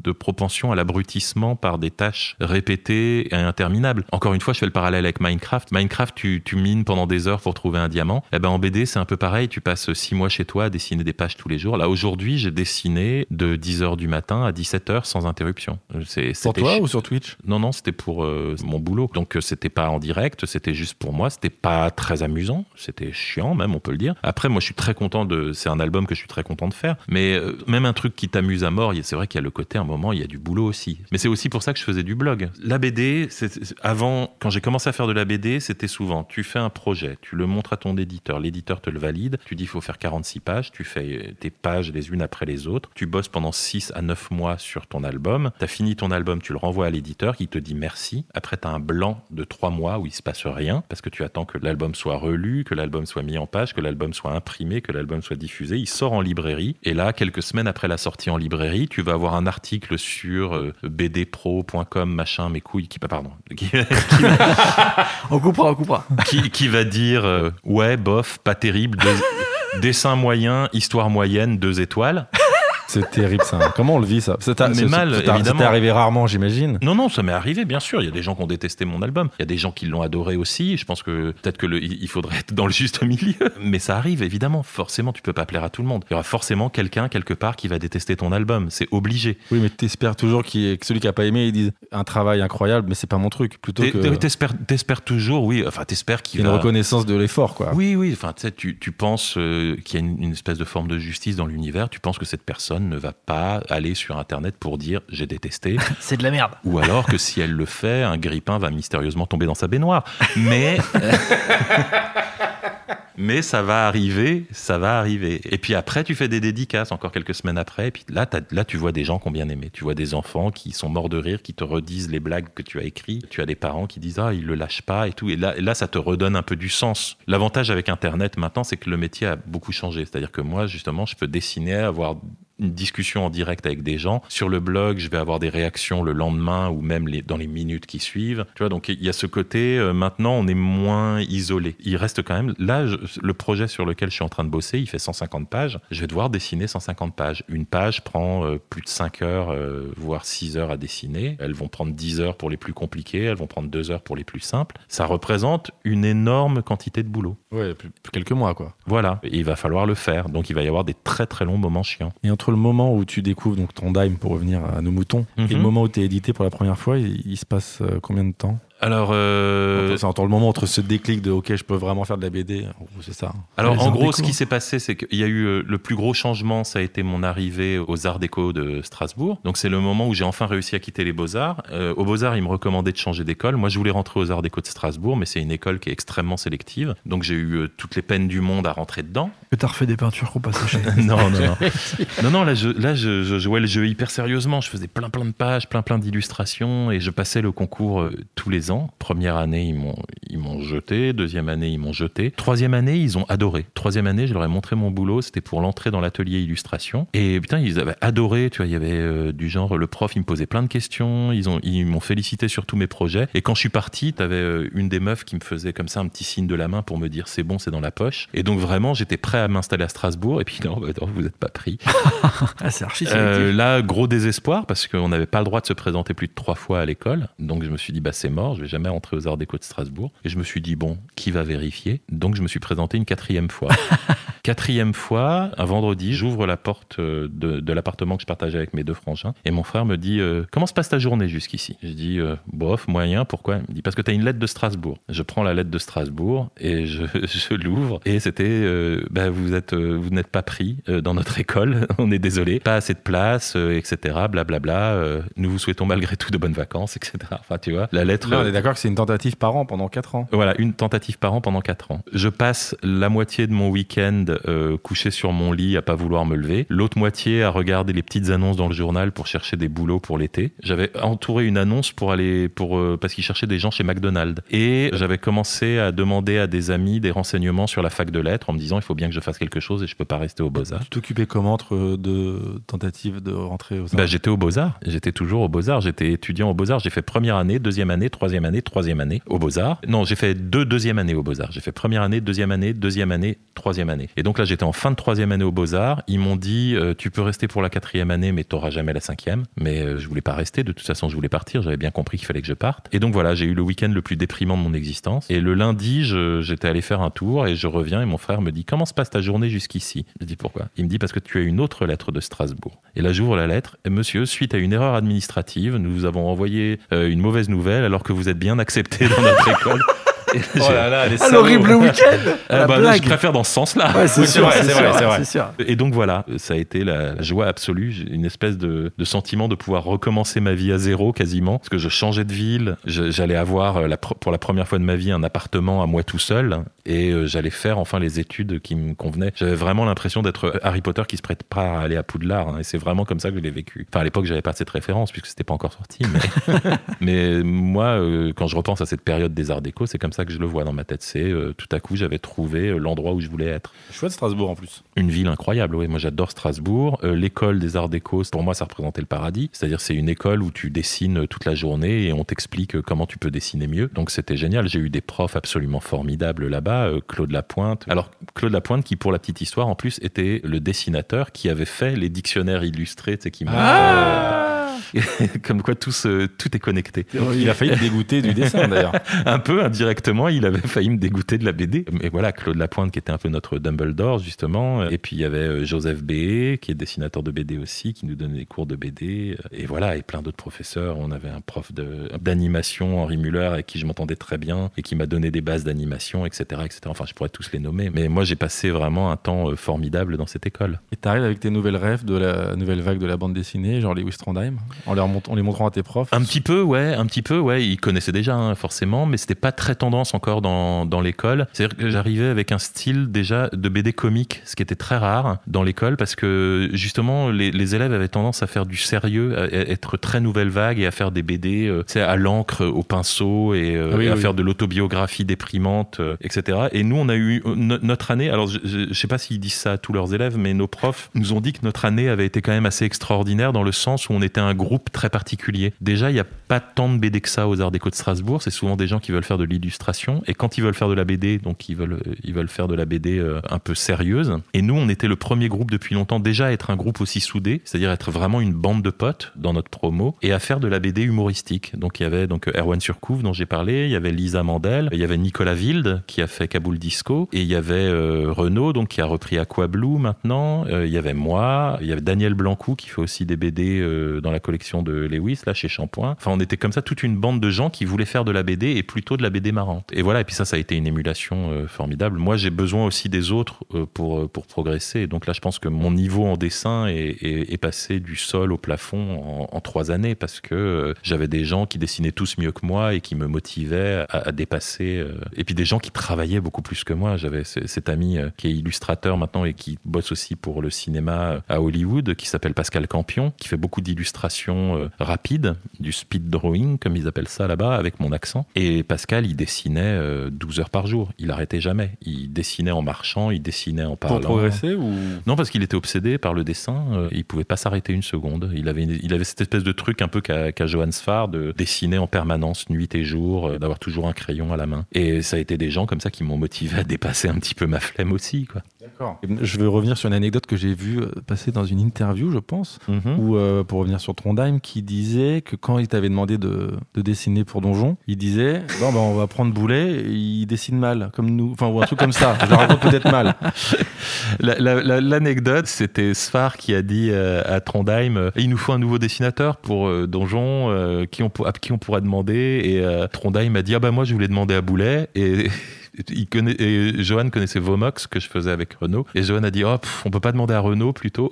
de propension à l'abrutissement par des tâches répétées et interminables. Encore une fois, je fais le parallèle avec Minecraft. Minecraft, tu mines pendant des heures pour trouver un diamant. Eh ben, en BD, c'est un peu pareil. Tu passes 6 mois chez toi à dessiner des pages tous les jours. Là, aujourd'hui, j'ai dessiné de 10h du matin à 17h sans interruption. Pour toi ou sur Twitch ? Non, c'était pour mon boulot. Donc, c'était pas en direct, c'était juste pour moi. C'était pas très amusant. C'était chiant, même, on peut le dire. Après, moi, je suis très content c'est un album que je suis très content de faire. Mais même un truc qui t'amuse à mort, c'est vrai qu'il y a le côté, à un moment, il y a du boulot aussi. Mais c'est aussi pour ça que je faisais du blog. La BD, avant, quand j'ai commencé à faire de la BD, c'était souvent, tu fais un projet, tu le montres à ton éditeur, l'éditeur te le valide, tu dis il faut faire 46 pages, tu fais tes pages les unes après les autres, tu bosses pendant 6 à 9 mois sur ton album, tu as fini ton album, tu le renvoies à l'éditeur qui te dit merci. Après, tu as un blanc de 3 mois où il se passe rien parce que tu attends que l'album soit relu, que l'album soit mis en page, que l'album soit imprimé, que l'album soit diffusé. Il sort en librairie et là, quelques semaines après la sortie en librairie, tu vas avoir un article sur bdpro.com, machin, mes couilles, On coupera. Qui va dire ouais, bof, pas terrible, dessin moyen, histoire moyenne, 2 étoiles. C'est terrible ça. Comment on le vit ça ? Mais mal, évidemment. Ça t'est arrivé rarement, j'imagine. Non, ça m'est arrivé, bien sûr. Il y a des gens qui ont détesté mon album. Il y a des gens qui l'ont adoré aussi. Je pense que peut-être il faudrait être dans le juste milieu. Mais ça arrive, évidemment. Forcément, tu peux pas plaire à tout le monde. Il y aura forcément quelqu'un, quelque part, qui va détester ton album. C'est obligé. Oui, mais t'espères toujours que celui qui a pas aimé, il dise un travail incroyable, mais c'est pas mon truc. Plutôt que... T'espères toujours, oui. Enfin, t'espères qu'il y a une reconnaissance de l'effort, quoi. Oui. Enfin, tu penses qu'il y a une espèce de forme de justice dans l'univers. Tu penses que cette personne ne va pas aller sur Internet pour dire « j'ai détesté ». C'est de la merde. Ou alors que si elle le fait, un grippin va mystérieusement tomber dans sa baignoire. Mais ça va arriver. Et puis après, tu fais des dédicaces encore quelques semaines après. Et puis là, tu vois des gens qui ont bien aimé. Tu vois des enfants qui sont morts de rire, qui te redisent les blagues que tu as écrites. Tu as des parents qui disent « ah, il le lâche pas » et tout. Et là, ça te redonne un peu du sens. L'avantage avec Internet maintenant, c'est que le métier a beaucoup changé. C'est-à-dire que moi, justement, je peux dessiner, avoir une discussion en direct avec des gens. Sur le blog, je vais avoir des réactions le lendemain ou même dans les minutes qui suivent. Tu vois, donc il y a ce côté, maintenant, on est moins isolé. Il reste quand même, là, le projet sur lequel je suis en train de bosser, il fait 150 pages. Je vais devoir dessiner 150 pages. Une page prend plus de 5 heures, voire 6 heures à dessiner. Elles vont prendre 10 heures pour les plus compliquées, elles vont prendre 2 heures pour les plus simples. Ça représente une énorme quantité de boulot. Ouais, quelques mois, quoi. Voilà, et il va falloir le faire. Donc il va y avoir des très très longs moments chiants. Et entre le moment où tu découvres donc ton Dime, pour revenir à nos moutons, et le moment où tu es édité pour la première fois, il se passe combien de temps ? Alors, c'est entre le moment entre ce déclic de ok, je peux vraiment faire de la BD, c'est ça. Alors en gros, ce qui s'est passé, c'est qu'il y a eu le plus gros changement, ça a été mon arrivée aux Arts Déco de Strasbourg. Donc c'est le moment où j'ai enfin réussi à quitter les Beaux-Arts. Aux Beaux-Arts, ils me recommandaient de changer d'école. Moi, je voulais rentrer aux Arts Déco de Strasbourg, mais c'est une école qui est extrêmement sélective. Donc j'ai eu toutes les peines du monde à rentrer dedans. Que t'as refait des peintures qu'on pas séché. Non. Non, là, je jouais le jeu hyper sérieusement. Je faisais plein de pages, plein d'illustrations, et je passais le concours tous les ans. Première année, ils m'ont jeté. Deuxième année, ils m'ont jeté. Troisième année, ils ont adoré. Troisième année, je leur ai montré mon boulot. C'était pour l'entrée dans l'atelier illustration. Et putain, ils avaient adoré. Tu vois, il y avait du genre, le prof, il me posait plein de questions. Ils m'ont félicité sur tous mes projets. Et quand je suis parti, t'avais une des meufs qui me faisait comme ça un petit signe de la main pour me dire c'est bon, c'est dans la poche. Et donc vraiment, j'étais prêt à m'installer à Strasbourg. Et puis non, vous n'êtes pas pris. C'est archi là, gros désespoir parce qu'on n'avait pas le droit de se présenter plus de 3 fois à l'école. Donc je me suis dit, c'est mort, je vais jamais rentrer aux Arts Déco de Strasbourg. Et je me suis dit, bon, qui va vérifier ? Donc je me suis présenté une 4e fois. 4e fois, un vendredi, j'ouvre la porte de l'appartement que je partageais avec mes 2 frangins. Et mon frère me dit, comment se passe ta journée jusqu'ici ? Je dis, bof, moyen, pourquoi ? Il me dit, parce que tu as une lettre de Strasbourg. Je prends la lettre de Strasbourg et je l'ouvre. Et c'était, vous n'êtes pas pris dans notre école, on est désolé, pas assez de place, etc. Blablabla. Nous vous souhaitons malgré tout de bonnes vacances, etc. Enfin, tu vois, la lettre. Là, on est d'accord que c'est une tentative par an pendant 4 ans. Voilà, une tentative par an pendant 4 ans. Je passe la moitié de mon week-end couché sur mon lit à pas vouloir me lever, l'autre moitié à regarder les petites annonces dans le journal pour chercher des boulots pour l'été. J'avais entouré une annonce parce qu'ils cherchaient des gens chez McDonald's. Et j'avais commencé à demander à des amis des renseignements sur la fac de lettres en me disant il faut bien que je fasse quelque chose et je peux pas rester aux Beaux-Arts. Tu t'occupais comment entre 2 tentatives de rentrer aux Arts ? J'étais aux Beaux-Arts. J'étais toujours aux Beaux-Arts. J'étais étudiant aux Beaux-Arts. J'ai fait première année, deuxième année, 3e troisième année aux Beaux-Arts. Non, j'ai fait deuxième année aux Beaux-Arts. J'ai fait première année, deuxième année, troisième année. Et donc là, j'étais en fin de troisième année aux Beaux-Arts. Ils m'ont dit, tu peux rester pour la quatrième année, mais t'auras jamais la cinquième. Mais je voulais pas rester. De toute façon, je voulais partir. J'avais bien compris qu'il fallait que je parte. Et donc voilà, j'ai eu le week-end le plus déprimant de mon existence. Et le lundi, j'étais allé faire un tour et je reviens et mon frère me dit, comment se passe ta journée jusqu'ici? Je dis, pourquoi? Il me dit, parce que tu as une autre lettre de Strasbourg. Et là, j'ouvre la lettre. Et monsieur, suite à une erreur administrative, nous vous avons envoyé une mauvaise nouvelle alors que vous êtes bien accepté dans notre école. Oh là là, les l'horrible week-end. Je préfère dans ce sens-là. Ouais, c'est vrai. sûr. Et donc voilà, ça a été la joie absolue, une espèce de sentiment de pouvoir recommencer ma vie à zéro quasiment, parce que je changeais de ville, j'allais avoir pour la première fois de ma vie un appartement à moi tout seul, et j'allais faire enfin les études qui me convenaient. J'avais vraiment l'impression d'être Harry Potter qui se prête pas à aller à Poudlard, et c'est vraiment comme ça que je l'ai vécu. Enfin à l'époque j'avais pas cette référence puisque c'était pas encore sorti, mais moi quand je repense à cette période des Arts Déco, c'est comme ça que je le vois dans ma tête. C'est tout à coup j'avais trouvé l'endroit où je voulais être. Chouette Strasbourg en plus. Une ville incroyable, oui. Moi j'adore Strasbourg. L'école des Arts Déco, pour moi ça représentait le paradis. C'est-à-dire c'est une école où tu dessines toute la journée et on t'explique comment tu peux dessiner mieux. Donc c'était génial. J'ai eu des profs absolument formidables là-bas. Claude Lapointe. Alors Claude Lapointe qui, pour la petite histoire en plus, était le dessinateur qui avait fait les dictionnaires illustrés, tu sais, qui comme quoi tout est connecté. Il a failli me dégoûter du dessin d'ailleurs. Un peu indirectement, il avait failli me dégoûter de la BD. Mais voilà, Claude Lapointe qui était un peu notre Dumbledore justement. Et puis il y avait Joseph B, qui est dessinateur de BD aussi, qui nous donnait des cours de BD. Et voilà, et plein d'autres professeurs. On avait un prof d'animation, Henri Muller, avec qui je m'entendais très bien et qui m'a donné des bases d'animation, etc., etc. Enfin, je pourrais tous les nommer. Mais moi, j'ai passé vraiment un temps formidable dans cette école. Et t'arrives avec tes nouvelles rêves de la nouvelle vague de la bande dessinée, genre Lewis Trondheim, en les montrant à tes profs? Un petit peu, ouais. Ils connaissaient déjà, forcément, mais c'était pas très tendance encore dans l'école. C'est-à-dire que j'arrivais avec un style déjà de BD comique, ce qui était très rare dans l'école, parce que justement, les élèves avaient tendance à faire du sérieux, à être très nouvelle vague et à faire des BD à l'encre, au pinceau et à faire de l'autobiographie déprimante, etc. Et nous, on a eu notre année, alors je sais pas s'ils disent ça à tous leurs élèves, mais nos profs nous ont dit que notre année avait été quand même assez extraordinaire dans le sens où on était un groupe très particulier. Déjà, il n'y a pas tant de BD que ça aux Arts Déco de Strasbourg. C'est souvent des gens qui veulent faire de l'illustration. Et quand ils veulent faire de la BD, donc ils veulent faire de la BD un peu sérieuse. Et nous, on était le premier groupe depuis longtemps déjà à être un groupe aussi soudé, c'est-à-dire être vraiment une bande de potes dans notre promo et à faire de la BD humoristique. Donc il y avait Erwan Surcouf dont j'ai parlé, il y avait Lisa Mandel, il y avait Nicolas Wilde qui a fait Kaboul Disco et il y avait Renaud donc qui a repris Aqua Blue maintenant. Il y avait moi, il y avait Daniel Blancou qui fait aussi des BD dans la collection de Lewis là chez Shampoing. Enfin on était comme ça toute une bande de gens qui voulaient faire de la BD et plutôt de la BD marrante. Et voilà, et puis ça a été une émulation formidable. Moi j'ai besoin aussi des autres pour progresser. Et donc là je pense que mon niveau en dessin est passé du sol au plafond en 3 années parce que j'avais des gens qui dessinaient tous mieux que moi et qui me motivaient à dépasser. Et puis des gens qui travaillaient beaucoup plus que moi. J'avais cet ami qui est illustrateur maintenant et qui bosse aussi pour le cinéma à Hollywood, qui s'appelle Pascal Campion, qui fait beaucoup d'illustrations rapides, du speed drawing comme ils appellent ça là-bas, avec mon accent. Et Pascal, il dessinait 12 heures par jour. Il arrêtait jamais. Il dessinait en marchant, il dessinait en parlant. Pour progresser ou... Non, parce qu'il était obsédé par le dessin. Il pouvait pas s'arrêter une seconde. Il avait cette espèce de truc un peu qu'a Johann Sfar, de dessiner en permanence, nuit et jour, d'avoir toujours un crayon à la main. Et ça a été des gens comme ça qui m'ont motivé à dépasser un petit peu ma flemme aussi, quoi. D'accord. Je vais revenir sur une anecdote que j'ai vue passer dans une interview, je pense, où, pour revenir sur Trondheim, qui disait que quand il t'avait demandé de dessiner pour Donjon, il disait bon, on va prendre Boulet, il dessine mal, comme nous, enfin, ou un truc comme ça. Je le raconte peut-être mal. L'anecdote, c'était Sfar qui a dit à Trondheim il nous faut un nouveau dessinateur pour Donjon, à qui on pourra demander. Et Trondheim a dit moi je voulais demander à Boulet. Et Johan connaissait Vomox que je faisais avec Renaud et Johan a dit on peut pas demander à Renaud plutôt.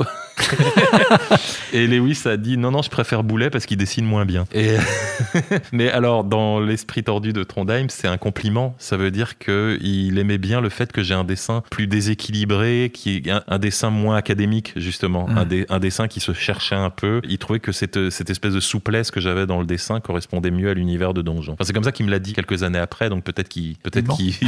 Et Lewis a dit non je préfère Boulet parce qu'il dessine moins bien. Mais alors dans l'esprit tordu de Trondheim c'est un compliment, ça veut dire qu'il aimait bien le fait que j'ai un dessin plus déséquilibré, qui est un dessin moins académique justement, un dessin qui se cherchait un peu. Il trouvait que cette espèce de souplesse que j'avais dans le dessin correspondait mieux à l'univers de Donjon. Enfin, c'est comme ça qu'il me l'a dit quelques années après, donc peut-être qu'il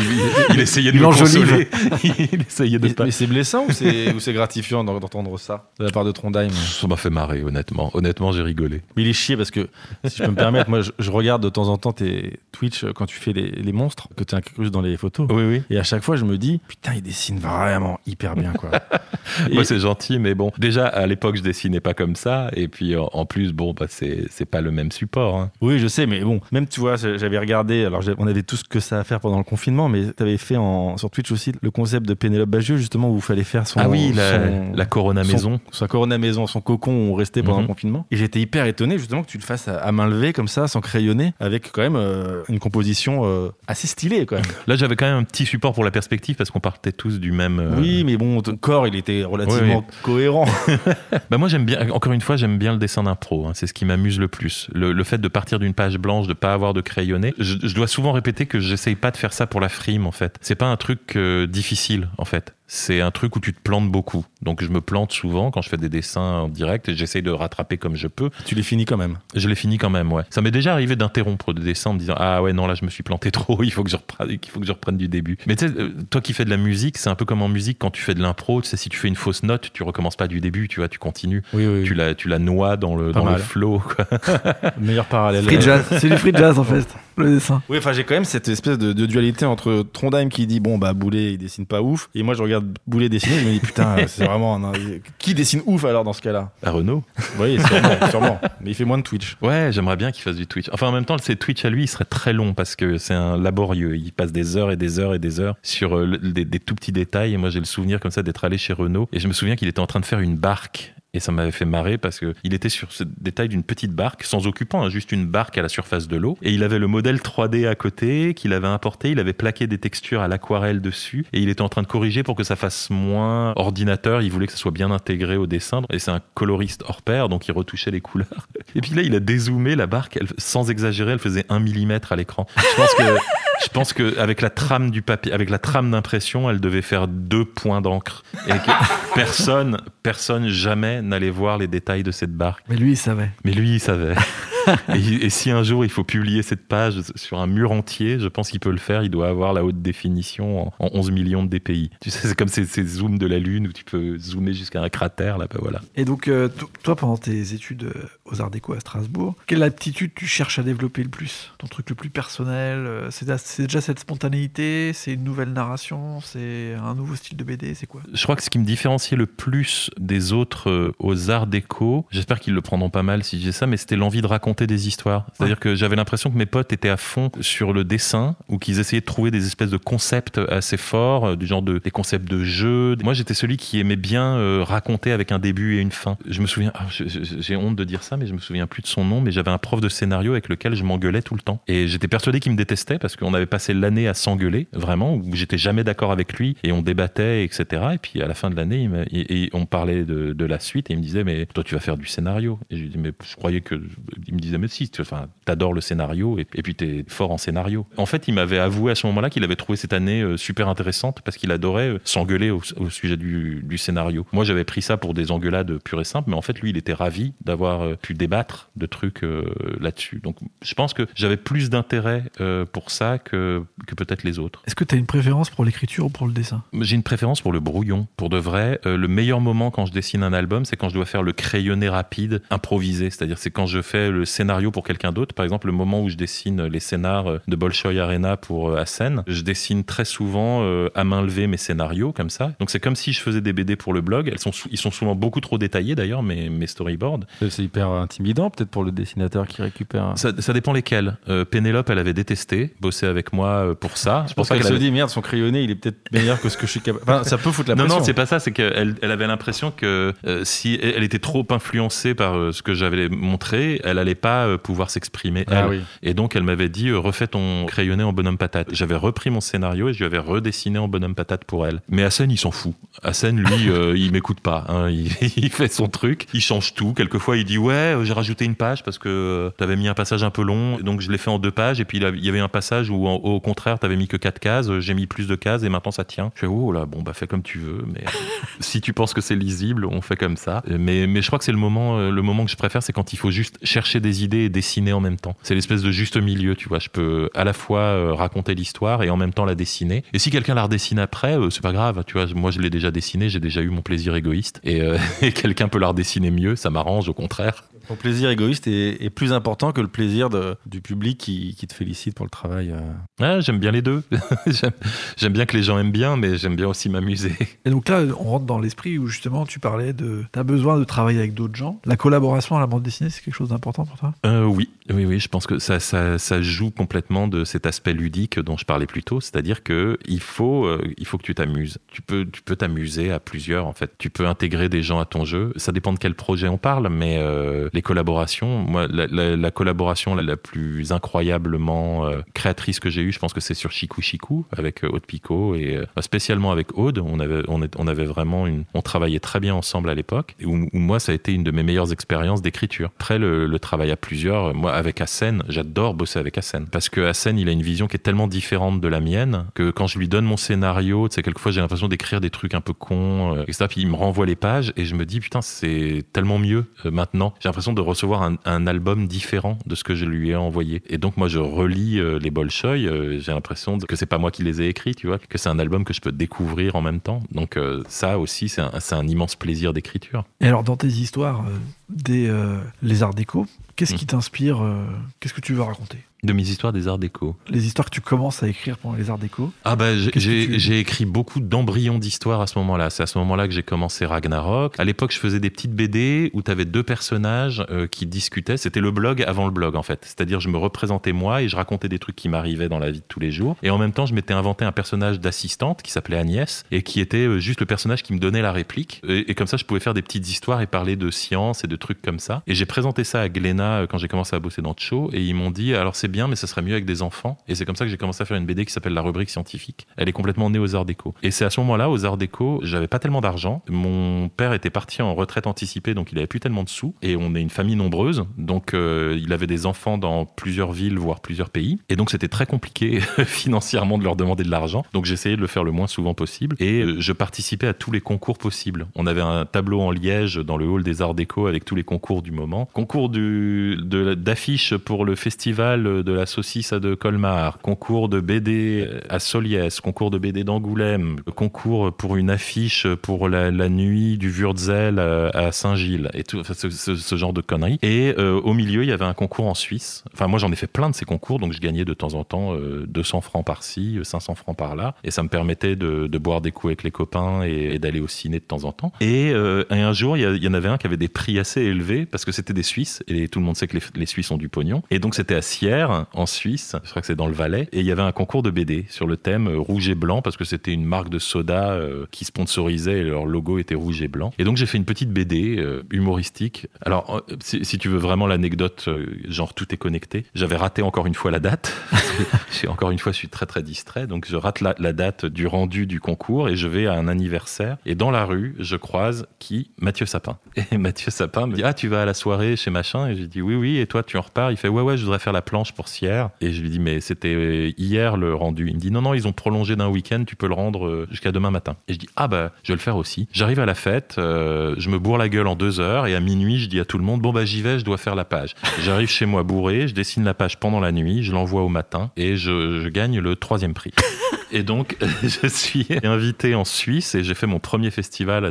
il essayait de me consoler. Il essayait de pas. Mais c'est blessant ou c'est gratifiant d'entendre ça de la part de Trondheim? Ça m'a fait marrer, honnêtement. Honnêtement, j'ai rigolé. Mais il est chier parce que, si je peux me permettre, moi, je regarde de temps en temps tes Twitch quand tu fais les monstres, que tu incrustes dans les photos. Oui. Et à chaque fois, je me dis, putain, il dessine vraiment hyper bien, quoi. Moi, c'est gentil, mais bon. Déjà, à l'époque, je dessinais pas comme ça. Et puis, en plus, bon, bah, c'est pas le même support. Hein. Oui, je sais, mais bon, même, tu vois, j'avais regardé, alors on avait tous que ça à faire pendant le confinement, mais tu avais fait sur Twitch aussi le concept de Pénélope Bagieux, justement, où il fallait faire son... Ah oui, la Corona Maison. Sa Corona Maison, son cocon où on restait pendant le confinement. Et j'étais hyper étonné, justement, que tu le fasses à main levée, comme ça, sans crayonner, avec quand même une composition assez stylée, quand même. Là, j'avais quand même un petit support pour la perspective, parce qu'on partait tous du même... Oui, mais bon, ton corps, il était relativement cohérent. Bah moi, j'aime bien, encore une fois, j'aime bien le dessin d'impro. Hein, c'est ce qui m'amuse le plus. Le fait de partir d'une page blanche, de pas avoir de crayonné. Je dois souvent répéter que j'essaye pas de faire ça pour la frime, en fait. C'est pas un truc difficile, en fait. C'est un truc où tu te plantes beaucoup. Donc je me plante souvent quand je fais des dessins en direct et j'essaye de rattraper comme je peux. Tu les finis quand même? Je les finis quand même, ouais. Ça m'est déjà arrivé d'interrompre des dessins en me disant ah ouais non là je me suis planté trop, il faut que je reprenne du début. Mais tu sais, toi qui fais de la musique, c'est un peu comme en musique quand tu fais de l'impro, tu sais, si tu fais une fausse note, tu recommences pas du début, tu vois, tu continues. Oui. Tu la noies dans le flow, quoi. Meilleur parallèle. Free jazz, c'est du free jazz en fait, le dessin. Oui, enfin j'ai quand même cette espèce de dualité entre Trondheim qui dit bon bah Boulet il dessine pas ouf, et moi je regarde Boulet dessiner, je me dis putain c'est vraiment qui dessine ouf alors dans ce cas-là? À Renaud. Oui, sûrement. Mais il fait moins de Twitch. Ouais, j'aimerais bien qu'il fasse du Twitch. Enfin en même temps, c'est Twitch à lui, il serait très long parce que c'est un laborieux. Il passe des heures et des heures et des heures sur des tout petits détails. Et moi j'ai le souvenir comme ça d'être allé chez Renaud et je me souviens qu'il était en train de faire une barque. Et ça m'avait fait marrer parce que il était sur ce détail d'une petite barque, sans occupant, hein, juste une barque à la surface de l'eau. Et il avait le modèle 3D à côté qu'il avait importé. Il avait plaqué des textures à l'aquarelle dessus. Et il était en train de corriger pour que ça fasse moins ordinateur. Il voulait que ça soit bien intégré au dessin. Et c'est un coloriste hors pair, donc il retouchait les couleurs. Et puis là, il a dézoomé la barque. Sans exagérer, elle faisait 1 millimètre à l'écran. Je pense que avec la trame du papier, avec la trame d'impression, elle devait faire 2 points d'encre. Et que personne jamais n'allait voir les détails de cette barque. Mais lui, il savait. Et si un jour il faut publier cette page sur un mur entier, je pense qu'il peut le faire. Il doit avoir la haute définition en 11 millions de dpi. Tu sais, c'est comme ces zooms de la Lune où tu peux zoomer jusqu'à un cratère. Là, bah voilà. Et donc, toi, pendant tes études aux Arts Déco à Strasbourg, quelle aptitude tu cherches à développer le plus? Ton truc le plus personnel? C'est déjà cette spontanéité? C'est une nouvelle narration? C'est un nouveau style de BD? C'est quoi? Je crois que ce qui me différenciait le plus des autres aux Arts Déco, j'espère qu'ils le prendront pas mal si j'ai ça, mais c'était l'envie de raconter des histoires. C'est-à-dire que j'avais l'impression que mes potes étaient à fond sur le dessin ou qu'ils essayaient de trouver des espèces de concepts assez forts, du genre des concepts de jeux. Moi, j'étais celui qui aimait bien raconter avec un début et une fin. Je me souviens, j'ai honte de dire ça, mais je me souviens plus de son nom, mais j'avais un prof de scénario avec lequel je m'engueulais tout le temps. Et j'étais persuadé qu'il me détestait parce qu'on avait passé l'année à s'engueuler, vraiment, où j'étais jamais d'accord avec lui et on débattait, etc. Et puis à la fin de l'année, on parlait de la suite et il me disait, mais toi, tu vas faire du scénario. Et je lui dis, mais je croyais que... Il me disait, mais si, t'adores le scénario et puis t'es fort en scénario. En fait, il m'avait avoué à ce moment-là qu'il avait trouvé cette année super intéressante parce qu'il adorait s'engueuler au sujet du scénario. Moi, j'avais pris ça pour des engueulades pures et simples, mais en fait, lui, il était ravi d'avoir pu débattre de trucs là-dessus. Donc, je pense que j'avais plus d'intérêt pour ça que peut-être les autres. Est-ce que t'as une préférence pour l'écriture ou pour le dessin? J'ai une préférence pour le brouillon. Pour de vrai, le meilleur moment quand je dessine un album, c'est quand je dois faire le crayonné rapide, improvisé. C'est-à-dire, c'est quand je fais le scénario pour quelqu'un d'autre. Par exemple, le moment où je dessine les scénars de Bolshoi Arena pour Assen, je dessine très souvent à main levée mes scénarios comme ça. Donc c'est comme si je faisais des BD pour le blog. Ils sont souvent beaucoup trop détaillés d'ailleurs, mes storyboards. C'est hyper intimidant peut-être pour le dessinateur qui récupère. Ça dépend lesquels. Pénélope, elle avait détesté bosser avec moi pour ça. C'est pour ça qu'elle se dit merde, son crayonné, il est peut-être meilleur que ce que je suis capable. Enfin, ça peut foutre la pression. Non, c'est pas ça. C'est qu'elle avait l'impression que si elle était trop influencée par ce que j'avais montré, elle allait pas pouvoir s'exprimer. Oui. Et donc elle m'avait dit refais ton crayonné en bonhomme patate. J'avais repris mon scénario et je lui avais redessiné en bonhomme patate pour elle. Mais Hassen, il s'en fout. Hassen, lui, il m'écoute pas. Hein. Il fait son truc, il change tout. Quelquefois, il dit ouais, j'ai rajouté une page parce que t'avais mis un passage un peu long, donc je l'ai fait en 2 pages. Et puis il y avait un passage où au contraire, t'avais mis que 4 cases. J'ai mis plus de cases et maintenant ça tient. Je fais oh là, bon bah fais comme tu veux. Mais si tu penses que c'est lisible, on fait comme ça. Mais je crois que c'est le moment que je préfère, c'est quand il faut juste chercher des les idées et dessiner en même temps. C'est l'espèce de juste milieu, tu vois. Je peux à la fois raconter l'histoire et en même temps la dessiner. Et si quelqu'un la redessine après, c'est pas grave, tu vois. Moi, je l'ai déjà dessiné, j'ai déjà eu mon plaisir égoïste. Et quelqu'un peut la redessiner mieux, ça m'arrange, au contraire. Ton plaisir égoïste est plus important que le plaisir du public qui te félicite pour le travail. Ah, j'aime bien les deux. J'aime bien que les gens aiment bien, mais j'aime bien aussi m'amuser. Et donc là, on rentre dans l'esprit où justement tu parlais t'as besoin de travailler avec d'autres gens. La collaboration à la bande dessinée, c'est quelque chose d'important pour toi ? Oui, je pense que ça joue complètement de cet aspect ludique dont je parlais plus tôt, c'est-à-dire que il faut que tu t'amuses. Tu peux t'amuser à plusieurs, en fait. Tu peux intégrer des gens à ton jeu. Ça dépend de quel projet on parle, mais les collaborations, moi, la collaboration la plus incroyablement créatrice que j'ai eue, je pense que c'est sur Chikou Chikou avec Aude Picot et spécialement avec Aude. On avait vraiment on travaillait très bien ensemble à l'époque, où moi ça a été une de mes meilleures expériences d'écriture. Après le travail à plusieurs, moi avec Hassen, j'adore bosser avec Hassen parce que Hassen, il a une vision qui est tellement différente de la mienne que quand je lui donne mon scénario, tu sais, quelquefois j'ai l'impression d'écrire des trucs un peu cons, etc. Puis il me renvoie les pages et je me dis putain, c'est tellement mieux maintenant. J'ai l'impression de recevoir un album différent de ce que je lui ai envoyé. Et donc moi je relis les Bolchoï, j'ai l'impression que c'est pas moi qui les ai écrits, tu vois, que c'est un album que je peux découvrir en même temps. Donc ça aussi c'est un immense plaisir d'écriture. Et alors dans tes histoires, les arts déco, qu'est-ce qui t'inspire, qu'est-ce que tu veux raconter ? De mes histoires des arts déco. Les histoires que tu commences à écrire pendant les arts déco. Ah bah j'ai écrit beaucoup d'embryons d'histoires à ce moment-là. C'est à ce moment-là que j'ai commencé Ragnarok. À l'époque, je faisais des petites BD où tu avais deux personnages qui discutaient. C'était le blog avant le blog, en fait. C'est-à-dire, je me représentais moi et je racontais des trucs qui m'arrivaient dans la vie de tous les jours. Et en même temps, je m'étais inventé un personnage d'assistante qui s'appelait Agnès et qui était juste le personnage qui me donnait la réplique. Et comme ça, je pouvais faire des petites histoires et parler de science et de trucs comme ça. Et j'ai présenté ça à Glénat quand j'ai commencé à bosser dans Tcho et ils m'ont dit, alors c'est bien, mais ça serait mieux avec des enfants. Et c'est comme ça que j'ai commencé à faire une BD qui s'appelle La Rubrique Scientifique. Elle est complètement née aux Arts Déco. Et c'est à ce moment-là, aux Arts Déco, j'avais pas tellement d'argent. Mon père était parti en retraite anticipée, donc il avait plus tellement de sous. Et on est une famille nombreuse, donc il avait des enfants dans plusieurs villes, voire plusieurs pays. Et donc c'était très compliqué financièrement de leur demander de l'argent. Donc j'essayais de le faire le moins souvent possible. Et je participais à tous les concours possibles. On avait un tableau en liège dans le hall des Arts Déco avec tous les concours du moment. Concours d'affiches pour le festival de la saucisse de Colmar, concours de BD à Soliès, concours de BD d'Angoulême, concours pour une affiche pour la nuit du Wurzel à Saint-Gilles, et tout, enfin, ce genre de conneries. Et au milieu, il y avait un concours en Suisse. Enfin, moi, j'en ai fait plein de ces concours, donc je gagnais de temps en temps 200 francs par-ci, 500 francs par-là, et ça me permettait de boire des coups avec les copains et d'aller au ciné de temps en temps. Et un jour, il y en avait un qui avait des prix assez élevés, parce que c'était des Suisses, et tout le monde sait que les Suisses ont du pognon. Et donc, c'était à Sierre, en Suisse, je crois que c'est dans le Valais, et il y avait un concours de BD sur le thème rouge et blanc, parce que c'était une marque de soda qui sponsorisait, et leur logo était rouge et blanc. Et donc j'ai fait une petite BD humoristique. Alors, si tu veux vraiment l'anecdote, genre tout est connecté, j'avais raté encore une fois la date. Encore une fois, je suis très très distrait, donc je rate la date du rendu du concours, et je vais à un anniversaire, et dans la rue, je croise Mathieu Sapin. Et Mathieu Sapin me dit, ah, tu vas à la soirée chez machin? Et j'ai dit, oui, et toi, tu en repars? Il fait, ouais, je voudrais faire la planche pour Sierre. Et je lui dis, mais c'était hier le rendu. Il me dit, non, ils ont prolongé d'un week-end, tu peux le rendre jusqu'à demain matin. Et je dis, ah bah, je vais le faire aussi. J'arrive à la fête, je me bourre la gueule en 2 heures, et à minuit, je dis à tout le monde, bon bah j'y vais, je dois faire la page. J'arrive chez moi bourré, je dessine la page pendant la nuit, je l'envoie au matin, et je gagne le 3e prix. Et donc, je suis invité en Suisse et j'ai fait mon premier festival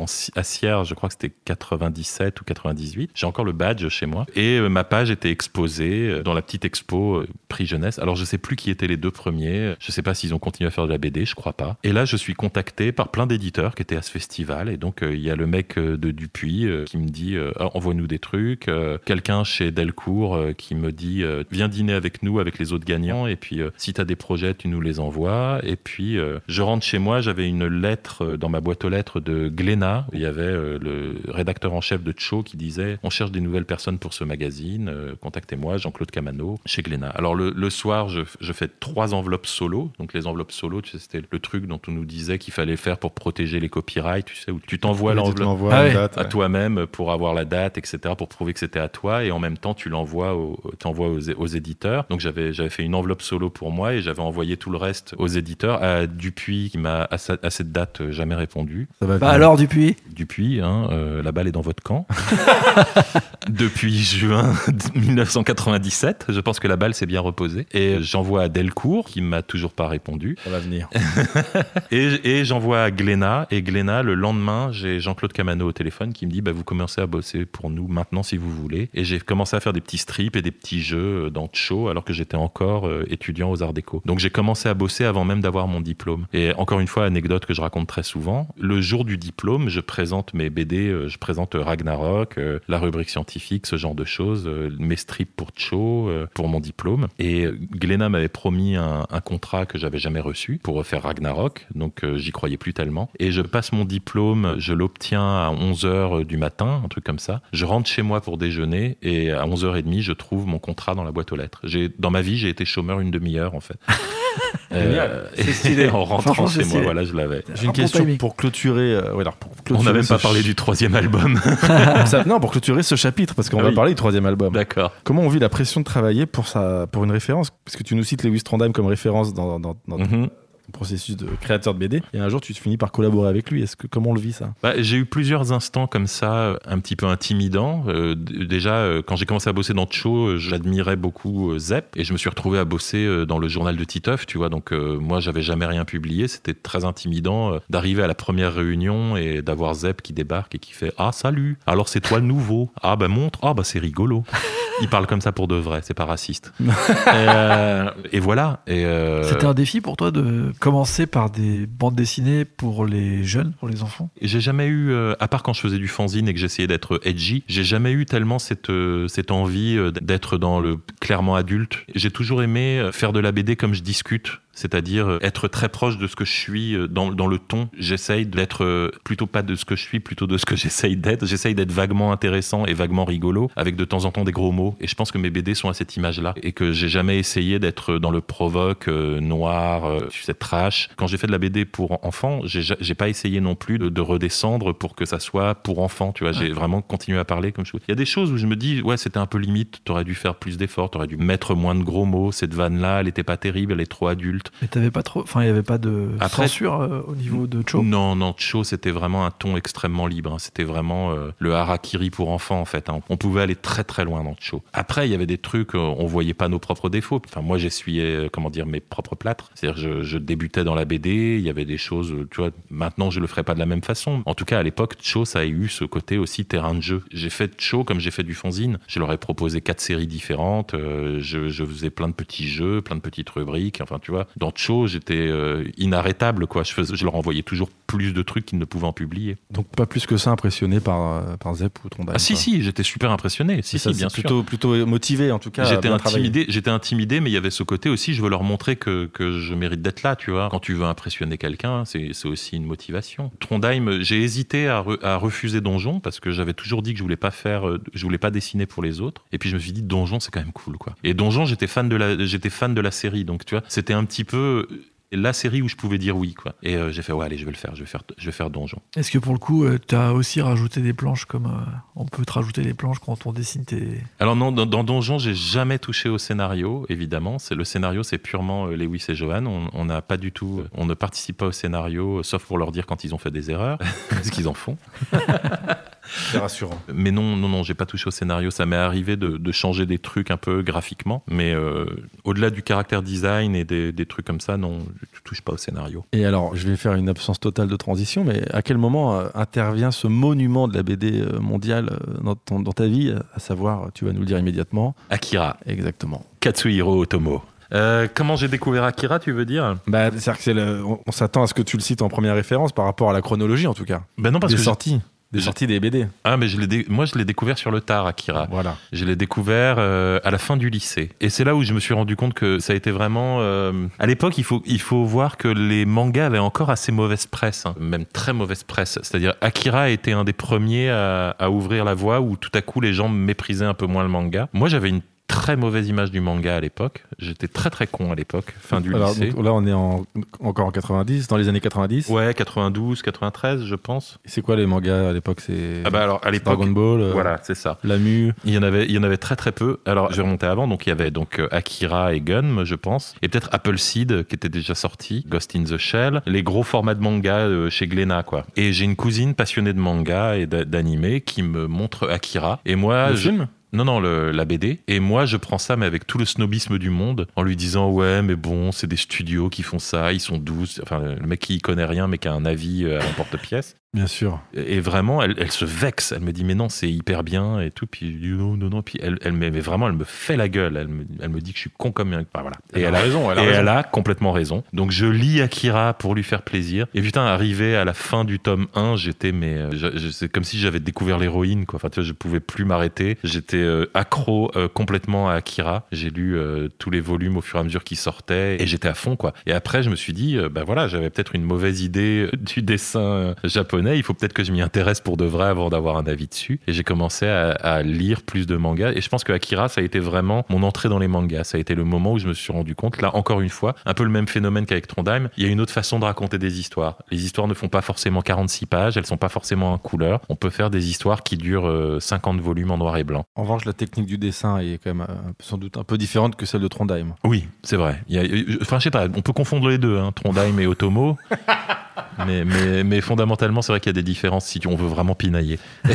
à Sierre, je crois que c'était 97 ou 98. J'ai encore le badge chez moi. Et ma page était exposée dans la petite expo Prix Jeunesse. Alors, je sais plus qui étaient les 2 premiers. Je sais pas s'ils ont continué à faire de la BD, je crois pas. Et là, je suis contacté par plein d'éditeurs qui étaient à ce festival. Et donc, il y a le mec de Dupuis qui me dit envoie-nous des trucs. Quelqu'un chez Delcourt qui me dit viens dîner avec nous, avec les autres gagnants. Et puis, si tu as des projets, tu nous les envoies. Et puis, je rentre chez moi, j'avais une lettre dans ma boîte aux lettres de Glénat. Il y avait le rédacteur en chef de Tcho qui disait « On cherche des nouvelles personnes pour ce magazine, contactez-moi, Jean-Claude Camano, chez Glénat ». Alors, le soir, je fais 3 enveloppes solo. Donc, les enveloppes solo, tu sais, c'était le truc dont on nous disait qu'il fallait faire pour protéger les copyrights, tu sais, où tu t'envoies l'enveloppe à toi-même pour avoir la date, etc., pour prouver que c'était à toi. Et en même temps, tu l'envoies aux éditeurs. Donc, j'avais fait une enveloppe solo pour moi et j'avais envoyé tout le reste aux éditeurs éditeurs, à Dupuis qui m'a à cette date jamais répondu. Ça va alors Dupuis, la balle est dans votre camp. Depuis juin 1997, je pense que la balle s'est bien reposée. Et j'envoie à Delcourt qui m'a toujours pas répondu. Ça va venir. et j'envoie à Glénat. Et Glénat, le lendemain, j'ai Jean-Claude Camano au téléphone qui me dit vous commencez à bosser pour nous maintenant si vous voulez. Et j'ai commencé à faire des petits strips et des petits jeux dans Tcho alors que j'étais encore étudiant aux Arts Déco. Donc j'ai commencé à bosser avant même d'avoir mon diplôme. Et encore une fois, anecdote que je raconte très souvent, le jour du diplôme, je présente mes BD, je présente Ragnarok, la rubrique scientifique, ce genre de choses, mes strips pour Tcho, pour mon diplôme. Et Glénat m'avait promis un contrat que j'avais jamais reçu pour faire Ragnarok, donc j'y croyais plus tellement. Et je passe mon diplôme, je l'obtiens à 11h du matin, un truc comme ça. Je rentre chez moi pour déjeuner et à 11h30, je trouve mon contrat dans la boîte aux lettres. Dans ma vie, j'ai été chômeur une demi-heure en fait. C'est stylé. En rentrant chez moi, voilà, je l'avais. J'ai une question pour clôturer. On n'a même pas parlé du 3e album. Non, pour clôturer ce chapitre, parce qu'on va parler du 3e album. D'accord. Comment on vit la pression de travailler pour une référence? Parce que tu nous cites Lewis Trondheim comme référence dans ton processus de créateur de BD, et un jour tu finis par collaborer avec lui. Comment on le vit ça? J'ai eu plusieurs instants comme ça, un petit peu intimidants. Déjà, quand j'ai commencé à bosser dans Tcho, j'admirais beaucoup Zep, et je me suis retrouvé à bosser dans le journal de Titeuf, tu vois. Donc moi, j'avais jamais rien publié. C'était très intimidant d'arriver à la première réunion et d'avoir Zep qui débarque et qui fait « Ah, salut, alors c'est toi le nouveau. Ah, montre. Ah, c'est rigolo. » Il parle comme ça pour de vrai, c'est pas raciste. Et voilà. C'était un défi pour toi de commencer par des bandes dessinées pour les jeunes, pour les enfants? J'ai jamais eu, à part quand je faisais du fanzine et que j'essayais d'être edgy, j'ai jamais eu tellement cette envie d'être dans le clairement adulte. J'ai toujours aimé faire de la BD comme je discute. C'est-à-dire être très proche de ce que je suis dans le ton. J'essaye d'être plutôt pas de ce que je suis, plutôt de ce que j'essaye d'être. J'essaye d'être vaguement intéressant et vaguement rigolo, avec de temps en temps des gros mots. Et je pense que mes BD sont à cette image-là. Et que j'ai jamais essayé d'être dans le provoque, noir, trash. Quand j'ai fait de la BD pour enfants, j'ai pas essayé non plus de redescendre pour que ça soit pour enfants. Tu vois, j'ai vraiment continué à parler comme je voulais. Il y a des choses où je me dis, ouais, c'était un peu limite. T'aurais dû faire plus d'efforts, t'aurais dû mettre moins de gros mots. Cette vanne-là, elle était pas terrible, elle est trop adulte. Mais t'avais pas trop, il y avait pas de censure au niveau de Tcho? Non, Tcho c'était vraiment un ton extrêmement libre. C'était vraiment le harakiri pour enfants en fait. On pouvait aller très très loin dans Tcho. Après, il y avait des trucs, on voyait pas nos propres défauts. Enfin, moi, j'essuyais, mes propres plâtres. C'est-à-dire, je débutais dans la BD. Il y avait des choses, tu vois. Maintenant, je le ferais pas de la même façon. En tout cas, à l'époque, Tcho, ça a eu ce côté aussi terrain de jeu. J'ai fait Tcho comme j'ai fait du fanzine. Je leur ai proposé 4 séries différentes. Je faisais plein de petits jeux, plein de petites rubriques. Enfin, tu vois, dans Tcho, j'étais inarrêtable, quoi. Je leur envoyais toujours plus de trucs qu'ils ne pouvaient en publier. Donc pas plus que ça impressionné par Zep ou Trondheim? Ah si, j'étais super impressionné. Si, bien sûr. Plutôt motivé en tout cas. J'étais intimidé, mais il y avait ce côté aussi, je veux leur montrer que je mérite d'être là, tu vois. Quand tu veux impressionner quelqu'un, c'est aussi une motivation. Trondheim, j'ai hésité à refuser Donjon parce que j'avais toujours dit que je voulais pas dessiner pour les autres. Et puis je me suis dit, Donjon, c'est quand même cool, quoi. Et Donjon, j'étais fan de la série, donc tu vois, c'était un petit peu la série où je pouvais dire oui, quoi. Et j'ai fait, ouais, allez, je vais le faire, je vais faire Donjon. Est-ce que pour le coup, tu as aussi rajouté des planches comme on peut te rajouter les planches quand on dessine tes... Alors non, dans Donjon, j'ai jamais touché au scénario, évidemment. Le scénario, c'est purement Lewis et Johan. On n'a pas du tout, on ne participe pas au scénario, sauf pour leur dire quand ils ont fait des erreurs, ce qu'ils en font. C'est rassurant. Mais non, j'ai pas touché au scénario. Ça m'est arrivé de changer des trucs un peu graphiquement, mais au-delà du caractère design et des trucs comme ça, non, je touche pas au scénario. Et alors, je vais faire une absence totale de transition, mais à quel moment intervient ce monument de la BD mondiale dans ta vie, à savoir, tu vas nous le dire immédiatement, Akira. Exactement. Katsuhiro Otomo. Comment j'ai découvert Akira, tu veux dire? C'est-à-dire que on s'attend à ce que tu le cites en première référence par rapport à la chronologie, en tout cas. Non, parce que Des sorties des BD. Ah, mais moi, je l'ai découvert sur le tard, Akira. Voilà. Je l'ai découvert à la fin du lycée. Et c'est là où je me suis rendu compte que ça a été vraiment... À l'époque, il faut voir que les mangas avaient encore assez mauvaise presse, hein, même très mauvaise presse. C'est-à-dire, Akira a été un des premiers à ouvrir la voie où tout à coup, les gens méprisaient un peu moins le manga. Moi, j'avais une très mauvaise image du manga à l'époque. J'étais très très con à l'époque, fin du lycée. Donc, là, on est encore en 90, dans les années 90. Ouais, 92, 93, je pense. Et c'est quoi les mangas à l'époque? Alors à l'époque, Dragon Ball. Voilà, c'est ça. Lamu. Il y en avait très très peu. Alors je vais remonter avant, donc il y avait donc Akira et Gun, je pense, et peut-être Appleseed qui était déjà sorti, Ghost in the Shell, les gros formats de manga chez Glénat, quoi. Et j'ai une cousine passionnée de manga et d'animé qui me montre Akira. Et moi, film Non, la BD. Et moi, je prends ça, mais avec tout le snobisme du monde, en lui disant, ouais, mais bon, c'est des studios qui font ça, ils sont douces. Enfin, le mec qui connaît rien, mais qui a un avis à l'emporte-pièce. Bien sûr. Et vraiment, elle se vexe. Elle me dit, mais non, c'est hyper bien et tout. Puis je dis, non. Puis elle me fait la gueule. Elle me dit que je suis con comme un. Enfin, voilà. Et elle a raison. Elle a complètement raison. Donc je lis Akira pour lui faire plaisir. Et putain, arrivé à la fin du tome 1, c'est comme si j'avais découvert l'héroïne, quoi. Enfin, tu vois, je pouvais plus m'arrêter. J'étais accro complètement à Akira. J'ai lu tous les volumes au fur et à mesure qu'ils sortaient et j'étais à fond, quoi. Et après, je me suis dit, voilà, j'avais peut-être une mauvaise idée du dessin japonais. Il faut peut-être que je m'y intéresse pour de vrai avant d'avoir un avis dessus. Et j'ai commencé à lire plus de mangas. Et je pense que Akira, ça a été vraiment mon entrée dans les mangas. Ça a été le moment où je me suis rendu compte, là, encore une fois, un peu le même phénomène qu'avec Trondheim. Il y a une autre façon de raconter des histoires. Les histoires ne font pas forcément 46 pages. Elles sont pas forcément en couleur. On peut faire des histoires qui durent 50 volumes en noir et blanc. En revanche, la technique du dessin est quand même sans doute un peu différente que celle de Trondheim. Oui, c'est vrai. Enfin, je sais pas, on peut confondre les deux, hein, Trondheim et Otomo. mais fondamentalement, c'est vrai qu'il y a des différences si on veut vraiment pinailler.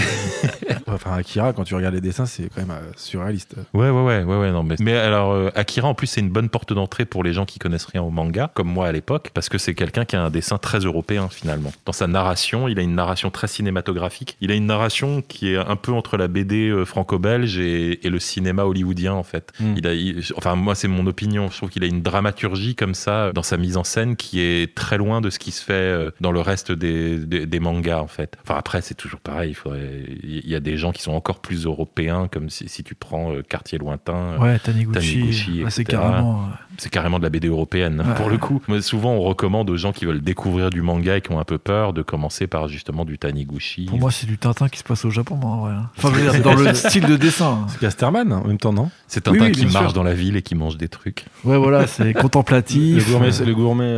Enfin, Akira, quand tu regardes les dessins, c'est quand même surréaliste. Ouais, non, mais alors, Akira, en plus, c'est une bonne porte d'entrée pour les gens qui connaissent rien au manga, comme moi à l'époque, parce que c'est quelqu'un qui a un dessin très européen, finalement. Dans sa narration, il a une narration très cinématographique. Il a une narration qui est un peu entre la BD franco-belge et le cinéma hollywoodien, en fait. Enfin, moi, c'est mon opinion. Je trouve qu'il a une dramaturgie comme ça, dans sa mise en scène, qui est très loin de ce qui se fait dans le reste des mangas, en fait. Enfin, après, c'est toujours pareil. Il y a des gens qui sont encore plus européens, comme si tu prends Quartier Lointain, Taniguchi, etc. C'est carrément de la BD européenne, pour le coup. Mais souvent, on recommande aux gens qui veulent découvrir du manga et qui ont un peu peur de commencer par justement du Taniguchi. Pour moi, c'est du Tintin qui se passe au Japon, moi, en vrai. Enfin, dans le style de dessin. C'est Casterman, en même temps, non? C'est Tintin qui marche dans la ville et qui mange des trucs. Ouais, voilà, c'est contemplatif. Le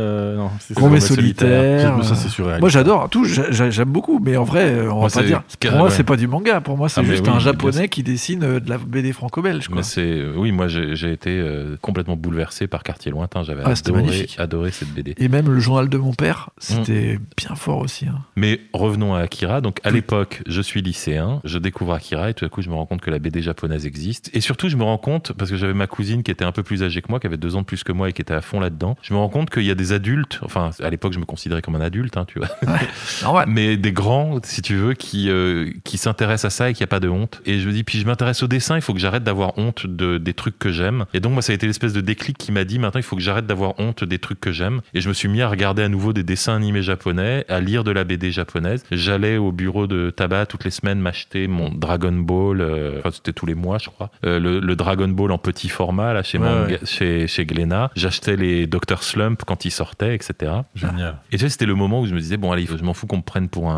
gourmet solitaire. Ça, c'est surréaliste. Moi, j'adore tout. J'aime beaucoup, mais en vrai, on va pas dire. Pour moi, c'est pas du manga. Pour moi, c'est juste un japonais qui dessine de la BD franco-belge, quoi. Oui, moi, j'ai été complètement bouleversé par Quartier Lointain. J'avais adoré cette BD. Et même le journal de mon père, c'était bien fort aussi. Hein. Mais revenons à Akira. Donc, à l'époque, je suis lycéen, je découvre Akira et tout à coup, je me rends compte que la BD japonaise existe. Et surtout, je me rends compte, parce que j'avais ma cousine qui était un peu plus âgée que moi, qui avait 2 ans de plus que moi et qui était à fond là-dedans, je me rends compte qu'il y a des adultes, enfin, à l'époque, je me considérais comme un adulte, hein, tu vois. Ouais, mais des grands, si tu veux, qui s'intéressent à ça et qui n'y a pas de honte. Et je me dis, puis je m'intéresse au dessin, il faut que j'arrête d'avoir honte des trucs que j'aime. Et donc, moi, ça a été l'espèce de déclic qui m'a dit, maintenant, il faut que j'arrête d'avoir honte des trucs que j'aime. Et je me suis mis à regarder à nouveau des dessins animés japonais, à lire de la BD japonaise. J'allais au bureau de tabac toutes les semaines m'acheter mon Dragon Ball, enfin, c'était tous les mois, je crois, le Dragon Ball en petit format, là, chez Glénat. J'achetais les Dr. Slump quand ils sortaient, etc. Génial. Et tu sais, c'était le moment où je me disais, bon, allez, je m'en fous qu'on me prenne pour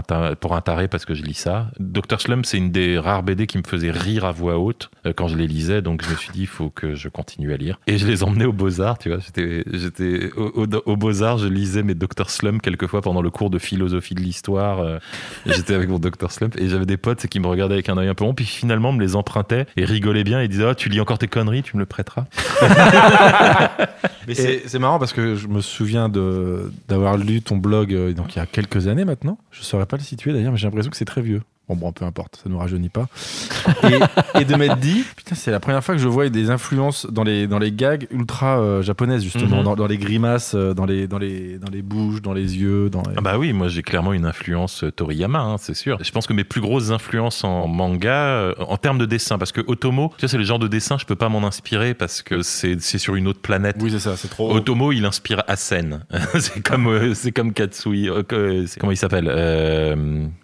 un taré parce que je lis ça. Dr. Slump, c'est une des rares BD qui me faisait rire à voix haute quand je les lisais, donc je me suis dit, il faut que je continue à lire. Et je les emmenais aux Beaux-Arts, tu vois. J'étais aux Beaux-Arts, je lisais mes Dr. Slump quelquefois pendant le cours de philosophie de l'histoire. J'étais avec mon Dr. Slump et j'avais des potes qui me regardaient avec un œil un peu rond, puis finalement me les empruntaient et rigolaient bien et disaient, oh, tu lis encore tes conneries, tu me le prêteras. Mais c'est marrant parce que je me souviens d'avoir lu ton blog donc il y a quelques années maintenant. Je ne saurais pas le situer d'ailleurs, mais j'ai l'impression que c'est très vieux. Bon, peu importe, ça ne nous rajeunit pas. Et de m'être dit, putain, c'est la première fois que je vois des influences dans les gags ultra japonaises, justement, dans les grimaces, dans les bouches, dans les yeux. Ah bah oui, moi j'ai clairement une influence Toriyama, hein, c'est sûr. Je pense que mes plus grosses influences en manga, en termes de dessin, parce que Otomo, tu vois, c'est le genre de dessin, je peux pas m'en inspirer parce que c'est sur une autre planète. Oui, c'est ça, c'est trop. Otomo, il inspire Asen. c'est comme Katsui. Comment il s'appelle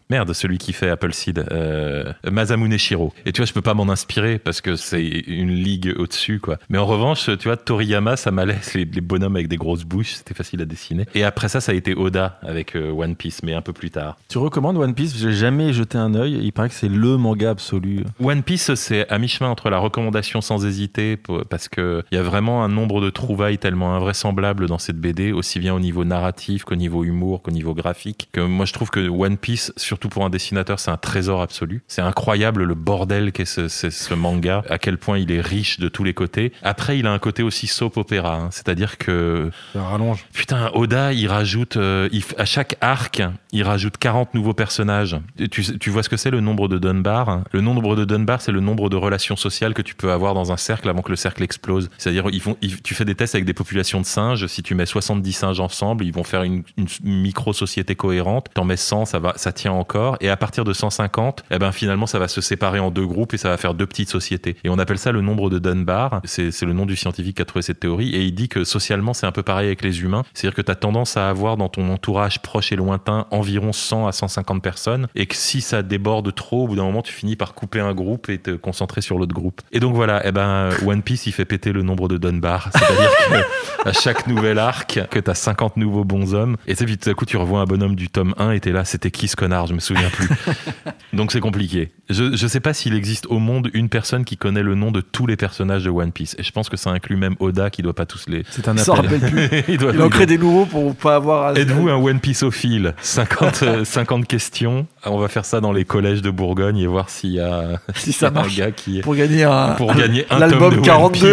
Merde, celui qui fait Appleseed, Masamune Shirow. Et tu vois, je peux pas m'en inspirer parce que c'est une ligue au-dessus, quoi. Mais en revanche, tu vois, Toriyama, ça m'allait, les bonhommes avec des grosses bouches, c'était facile à dessiner. Et après ça a été Oda avec One Piece, mais un peu plus tard. Tu recommandes One Piece? J'ai jamais jeté un œil. Il paraît que c'est le manga absolu. One Piece, c'est à mi-chemin entre la recommandation sans hésiter, parce que il y a vraiment un nombre de trouvailles tellement invraisemblables dans cette BD, aussi bien au niveau narratif qu'au niveau humour, qu'au niveau graphique, que moi je trouve que One Piece, surtout pour un dessinateur, c'est un trésor absolu. C'est incroyable le bordel qu'est ce manga, à quel point il est riche de tous les côtés. Après, il a un côté aussi soap opéra, hein, c'est-à-dire que... Ça rallonge. Putain, Oda, il rajoute, à chaque arc, il rajoute 40 nouveaux personnages. Tu vois ce que c'est le nombre de Dunbar? Le nombre de Dunbar, c'est le nombre de relations sociales que tu peux avoir dans un cercle avant que le cercle explose. C'est-à-dire, tu fais des tests avec des populations de singes. Si tu mets 70 singes ensemble, ils vont faire une micro-société cohérente. T'en mets 100, ça tient encore. Et à partir de 150, finalement, ça va se séparer en deux groupes et ça va faire deux petites sociétés. Et on appelle ça le nombre de Dunbar. C'est le nom du scientifique qui a trouvé cette théorie. Et il dit que socialement, c'est un peu pareil avec les humains. C'est-à-dire que tu as tendance à avoir dans ton entourage proche et lointain environ 100 à 150 personnes. Et que si ça déborde trop, au bout d'un moment, tu finis par couper un groupe et te concentrer sur l'autre groupe. Et donc voilà, One Piece, il fait péter le nombre de Dunbar. C'est-à-dire qu'à chaque nouvel arc, que t'as 50 nouveaux bonshommes. Et puis tout à coup, tu revois un bonhomme du tome 1 et t'es là, c'était qui ce connard? Je me souviens plus. Donc c'est compliqué. Je sais pas s'il existe au monde une personne qui connaît le nom de tous les personnages de One Piece. Et je pense que ça inclut même Oda qui doit pas tous les... C'est un appel. Il s'en rappelle plus. Il en crée des nouveaux pour pas avoir... Êtes-vous un One Pieceophile? 50 questions. On va faire ça dans les collèges de Bourgogne et voir s'il y a si ça marche un gars qui... Pour gagner un l'album tome de 42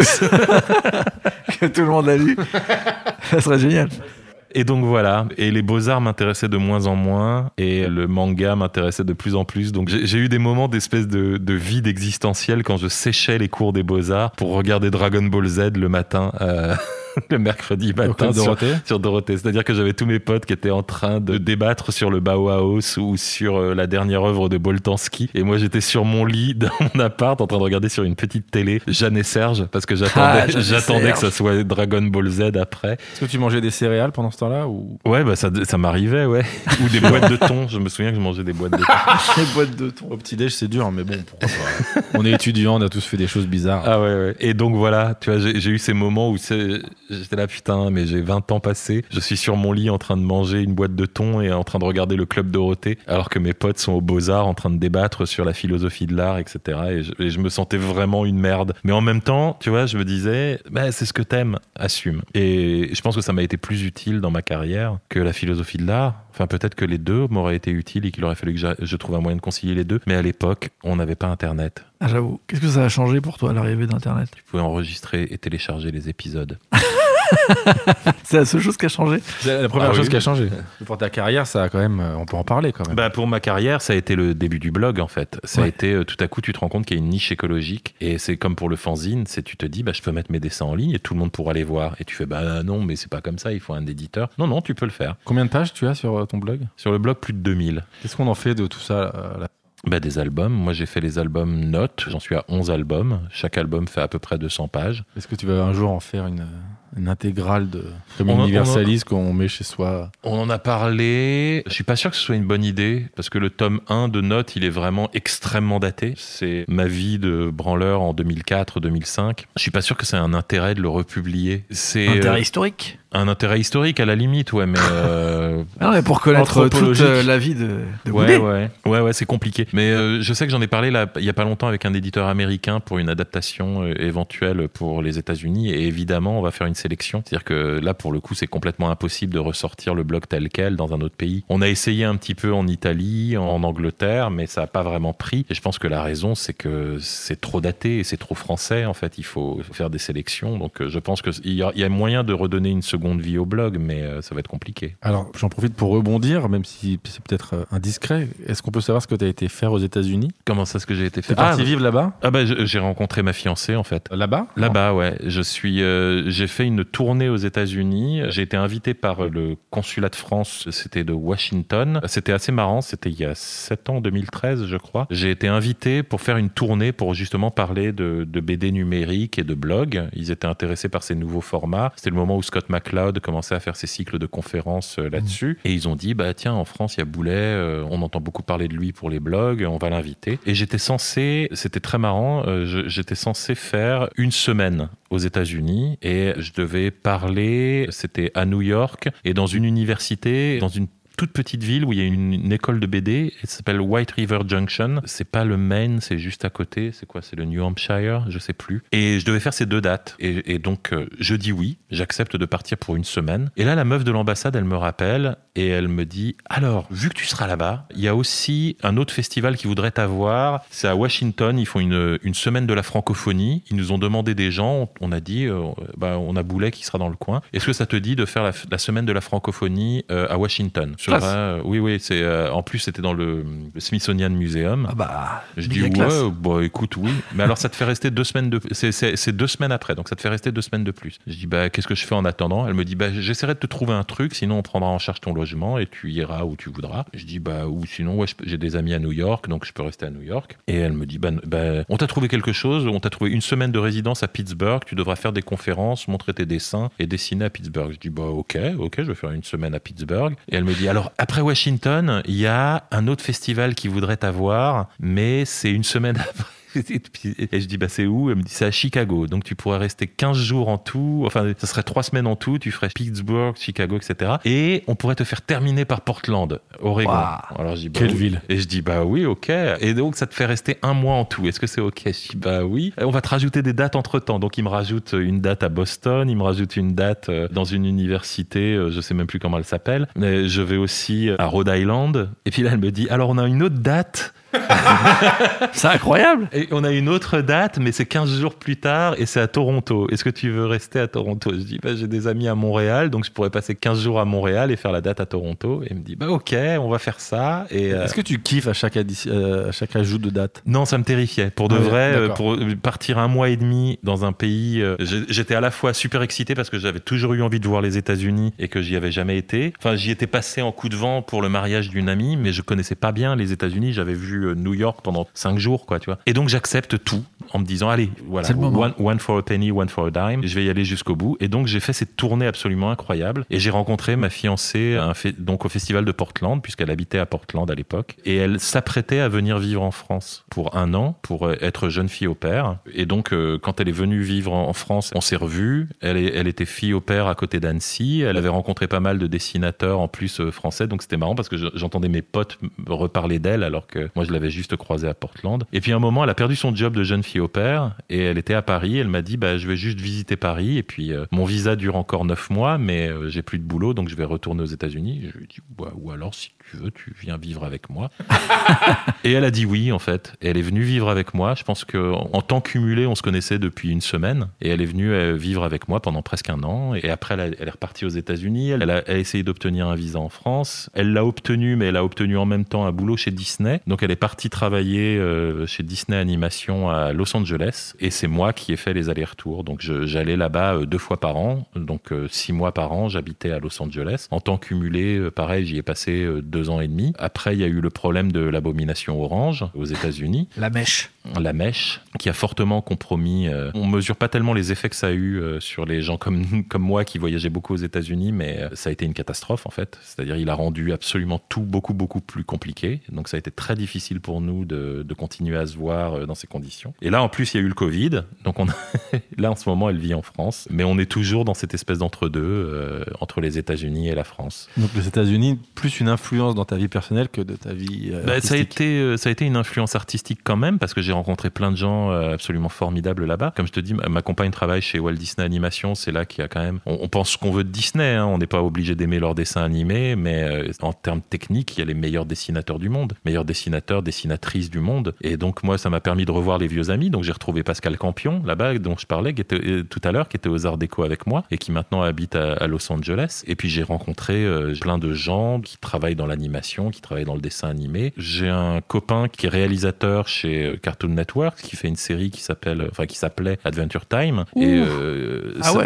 que tout le monde a lu. Ça serait génial. Et donc voilà, et les beaux-arts m'intéressaient de moins en moins, et le manga m'intéressait de plus en plus. Donc j'ai eu des moments d'espèce de vide existentiel quand je séchais les cours des beaux-arts pour regarder Dragon Ball Z le matin. Le mercredi matin sur Dorothée. C'est-à-dire que j'avais tous mes potes qui étaient en train de débattre sur le Bauhaus ou sur la dernière œuvre de Boltanski. Et moi, j'étais sur mon lit dans mon appart en train de regarder sur une petite télé Jeanne et Serge parce que j'attendais que ça soit Dragon Ball Z après. Est-ce que tu mangeais des céréales pendant ce temps-là ou... Ouais, ça m'arrivait, ouais. Ou des boîtes de thon. Je me souviens que je mangeais des boîtes de thon. Des boîtes de thon. Au petit-déj, c'est dur, mais bon, pourquoi pas. On est étudiants, on a tous fait des choses bizarres. Ah ouais. Et donc voilà, tu vois, j'ai eu ces moments où j'étais là, putain, mais j'ai 20 ans passés. Je suis sur mon lit en train de manger une boîte de thon et en train de regarder le Club Dorothée, alors que mes potes sont aux Beaux-Arts en train de débattre sur la philosophie de l'art, etc. Et je me sentais vraiment une merde. Mais en même temps, tu vois, je me disais, c'est ce que t'aimes, assume. Et je pense que ça m'a été plus utile dans ma carrière que la philosophie de l'art. Enfin, peut-être que les deux m'auraient été utiles et qu'il aurait fallu que je trouve un moyen de concilier les deux. Mais à l'époque, on n'avait pas Internet. Ah, j'avoue. Qu'est-ce que ça a changé pour toi à l'arrivée d'Internet? Tu pouvais enregistrer et télécharger les épisodes. C'est la seule chose qui a changé. C'est la première chose qui a changé. Pour ta carrière, ça a quand même, on peut en parler quand même. Pour ma carrière, ça a été le début du blog en fait. Ça a été tout à coup, tu te rends compte qu'il y a une niche écologique et c'est comme pour le fanzine, tu te dis je peux mettre mes dessins en ligne et tout le monde pourra les voir. Et tu fais non, mais c'est pas comme ça, il faut un éditeur. Non, tu peux le faire. Combien de pages tu as sur ton blog? Sur le blog, plus de 2000. Qu'est-ce qu'on en fait de tout ça des albums. Moi, j'ai fait les albums Notes. J'en suis à 11 albums. Chaque album fait à peu près 200 pages. Est-ce que tu vas un jour en faire une intégrale comme une universaliste qu'on met chez soi? On en a parlé. Je suis pas sûr que ce soit une bonne idée parce que le tome 1 de Notes, il est vraiment extrêmement daté. C'est ma vie de branleur en 2004-2005. Je suis pas sûr que c'est un intérêt de le republier. C'est intérêt historique. Un intérêt historique à la limite, ouais, mais... non, mais pour connaître toute la vie de Boudet. Ouais, c'est compliqué. Mais je sais que j'en ai parlé là, il y a pas longtemps avec un éditeur américain pour une adaptation éventuelle pour les États-Unis. Et évidemment, on va faire une sélection. C'est-à-dire que là, pour le coup, c'est complètement impossible de ressortir le blog tel quel dans un autre pays. On a essayé un petit peu en Italie, en Angleterre, mais ça n'a pas vraiment pris. Et je pense que la raison, c'est que c'est trop daté et c'est trop français. En fait, il faut faire des sélections. Donc, je pense qu'il y a moyen de redonner une seconde vie au blog, mais ça va être compliqué. Alors, j'en profite pour rebondir, même si c'est peut-être indiscret. Est-ce qu'on peut savoir ce que tu as été faire aux États-Unis? Comment ça, ce que j'ai été faire? T'es parti vivre là-bas? J'ai rencontré ma fiancée, en fait. Là-bas? Là-bas, ouais. J'ai fait une tournée aux États-Unis. J'ai été invité par le consulat de France. C'était de Washington. C'était assez marrant. C'était il y a 7 ans, 2013, je crois. J'ai été invité pour faire une tournée pour justement parler de BD numérique et de blog. Ils étaient intéressés par ces nouveaux formats. C'était le moment où Scott McCloud MacLeod commençait à faire ses cycles de conférences là-dessus. Et ils ont dit, bah tiens, en France, il y a Boulet, on entend beaucoup parler de lui pour les blogs, on va l'inviter. Et j'étais censé, c'était très marrant, j'étais censé faire une semaine aux États-Unis et je devais parler, c'était à New York et dans une université, dans une toute petite ville où il y a une école de BD, elle s'appelle White River Junction. C'est pas le Maine, c'est juste à côté. C'est quoi? C'est le New Hampshire? Je sais plus. Et je devais faire ces 2 dates. Et donc, je dis oui, j'accepte de partir pour une semaine. Et là, la meuf de l'ambassade, elle me rappelle et elle me dit, alors, vu que tu seras là-bas, il y a aussi un autre festival qui voudrait t'avoir. C'est à Washington, ils font une semaine de la francophonie. Ils nous ont demandé des gens, on a dit, on a Boulet qui sera dans le coin. Est-ce que ça te dit de faire la semaine de la francophonie à Washington? Oui, c'est en plus c'était dans le Smithsonian Museum. Ah bah, je dis ouais, bah écoute oui, mais alors ça te fait rester 2 semaines de, c'est 2 semaines après, donc ça te fait rester 2 semaines de plus. Je dis bah qu'est-ce que je fais en attendant? Elle me dit bah j'essaierai de te trouver un truc, sinon on prendra en charge ton logement et tu iras où tu voudras. Je dis bah ou sinon ouais, j'ai des amis à New York, donc je peux rester à New York. Et elle me dit bah on t'a trouvé quelque chose, on t'a trouvé une semaine de résidence à Pittsburgh, tu devras faire des conférences, montrer tes dessins et dessiner à Pittsburgh. Je dis bah ok, je vais faire une semaine à Pittsburgh. Et elle me dit alors après Washington, il y a un autre festival qui voudrait t'avoir, mais c'est une semaine après. Et je dis bah c'est où? Elle me dit c'est à Chicago, donc tu pourrais rester 15 jours en tout, enfin ça serait 3 semaines en tout, tu ferais Pittsburgh, Chicago, etc. Et on pourrait te faire terminer par Portland, Oregon. Wow. Alors je dis bah, quelle oui. ville? Et je dis bah oui, ok. Et donc ça te fait rester 1 mois en tout, est-ce que c'est ok? Je dis bah oui. Et on va te rajouter des dates entre temps, donc il me rajoute une date à Boston, il me rajoute une date dans une université, je sais même plus comment elle s'appelle. Je vais aussi à Rhode Island, et puis là elle me dit alors on a une autre date. C'est incroyable. Et on a une autre date, mais c'est 15 jours plus tard et c'est à Toronto. Est-ce que tu veux rester à Toronto? Je dis, bah, j'ai des amis à Montréal, donc je pourrais passer 15 jours à Montréal et faire la date à Toronto. Et il me dit, bah ok, on va faire ça. Et, Est-ce que tu kiffes à chaque ajout de date? Non, ça me terrifiait. Pour de vrai, pour partir 1 mois et demi dans un pays, j'étais à la fois super excité parce que j'avais toujours eu envie de voir les États-Unis et que j'y avais jamais été. Enfin, j'y étais passé en coup de vent pour le mariage d'une amie, mais je connaissais pas bien les États-Unis. J'avais vu New York pendant 5 jours, quoi, tu vois. Et donc, j'accepte tout en me disant, allez, voilà, one for a penny, one for a dime. Je vais y aller jusqu'au bout. Et donc, j'ai fait cette tournée absolument incroyable. Et j'ai rencontré ma fiancée donc au festival de Portland, puisqu'elle habitait à Portland à l'époque. Et elle s'apprêtait à venir vivre en France pour 1 an, pour être jeune fille au pair. Et donc, quand elle est venue vivre en France, on s'est revus. Elle était fille au pair à côté d'Annecy. Elle avait rencontré pas mal de dessinateurs en plus français. Donc, c'était marrant parce que j'entendais mes potes reparler d'elle alors que moi, je l'avais juste croisée à Portland. Et puis, à un moment, elle a perdu son job de jeune fille au pair et elle était à Paris. Elle m'a dit, bah, je vais juste visiter Paris. Et puis, mon visa dure encore 9 mois, mais j'ai plus de boulot, donc je vais retourner aux États-Unis. Je lui ai dit, bah, ou alors, si tu veux, tu viens vivre avec moi. Et elle a dit oui, en fait. Et elle est venue vivre avec moi. Je pense qu'en temps cumulé, on se connaissait depuis 1 semaine. Et elle est venue vivre avec moi pendant presque 1 an. Et après, elle est repartie aux États-Unis. Elle a essayé d'obtenir un visa en France. Elle l'a obtenu, mais elle a obtenu en même temps un boulot chez Disney. Donc, elle est partie travailler chez Disney Animation à Los Angeles. Et c'est moi qui ai fait les allers-retours. Donc, j'allais là-bas 2 fois par an. Donc, 6 mois par an, j'habitais à Los Angeles. En temps cumulé, pareil, j'y ai passé 2 ans et demi. Après, il y a eu le problème de l'abomination orange aux États-Unis. La mèche, qui a fortement compromis. On mesure pas tellement les effets que ça a eu sur les gens comme moi qui voyageaient beaucoup aux États-Unis, mais ça a été une catastrophe en fait. C'est-à-dire, il a rendu absolument tout beaucoup plus compliqué. Donc, ça a été très difficile pour nous de continuer à se voir dans ces conditions. Et là, en plus, il y a eu le Covid. Donc, là, en ce moment, elle vit en France. Mais on est toujours dans cette espèce d'entre-deux, entre les États-Unis et la France. Donc, les États-Unis, plus une influence dans ta vie personnelle que de ta vie artistique. Ça a été une influence artistique quand même, parce que j'ai rencontré plein de gens absolument formidables là-bas. Comme je te dis, ma compagne travaille chez Walt Disney Animation. C'est là qu'il y a quand même... On pense ce qu'on veut de Disney. Hein. On n'est pas obligé d'aimer leurs dessins animés, mais en termes techniques, il y a les meilleurs dessinateurs du monde. Meilleurs dessinateurs, dessinatrices du monde. Et donc, moi, ça m'a permis de revoir les vieux amis. Donc, j'ai retrouvé Pascal Campion, là-bas, dont je parlais tout à l'heure, qui était aux Arts Déco avec moi et qui maintenant habite à Los Angeles. Et puis, j'ai rencontré plein de gens qui travaillent dans l'animation, qui travaillent dans le dessin animé. J'ai un copain qui est réalisateur chez Cartoon Network, qui fait une série qui s'appelait Adventure Time. Ouh. Et ah ouais.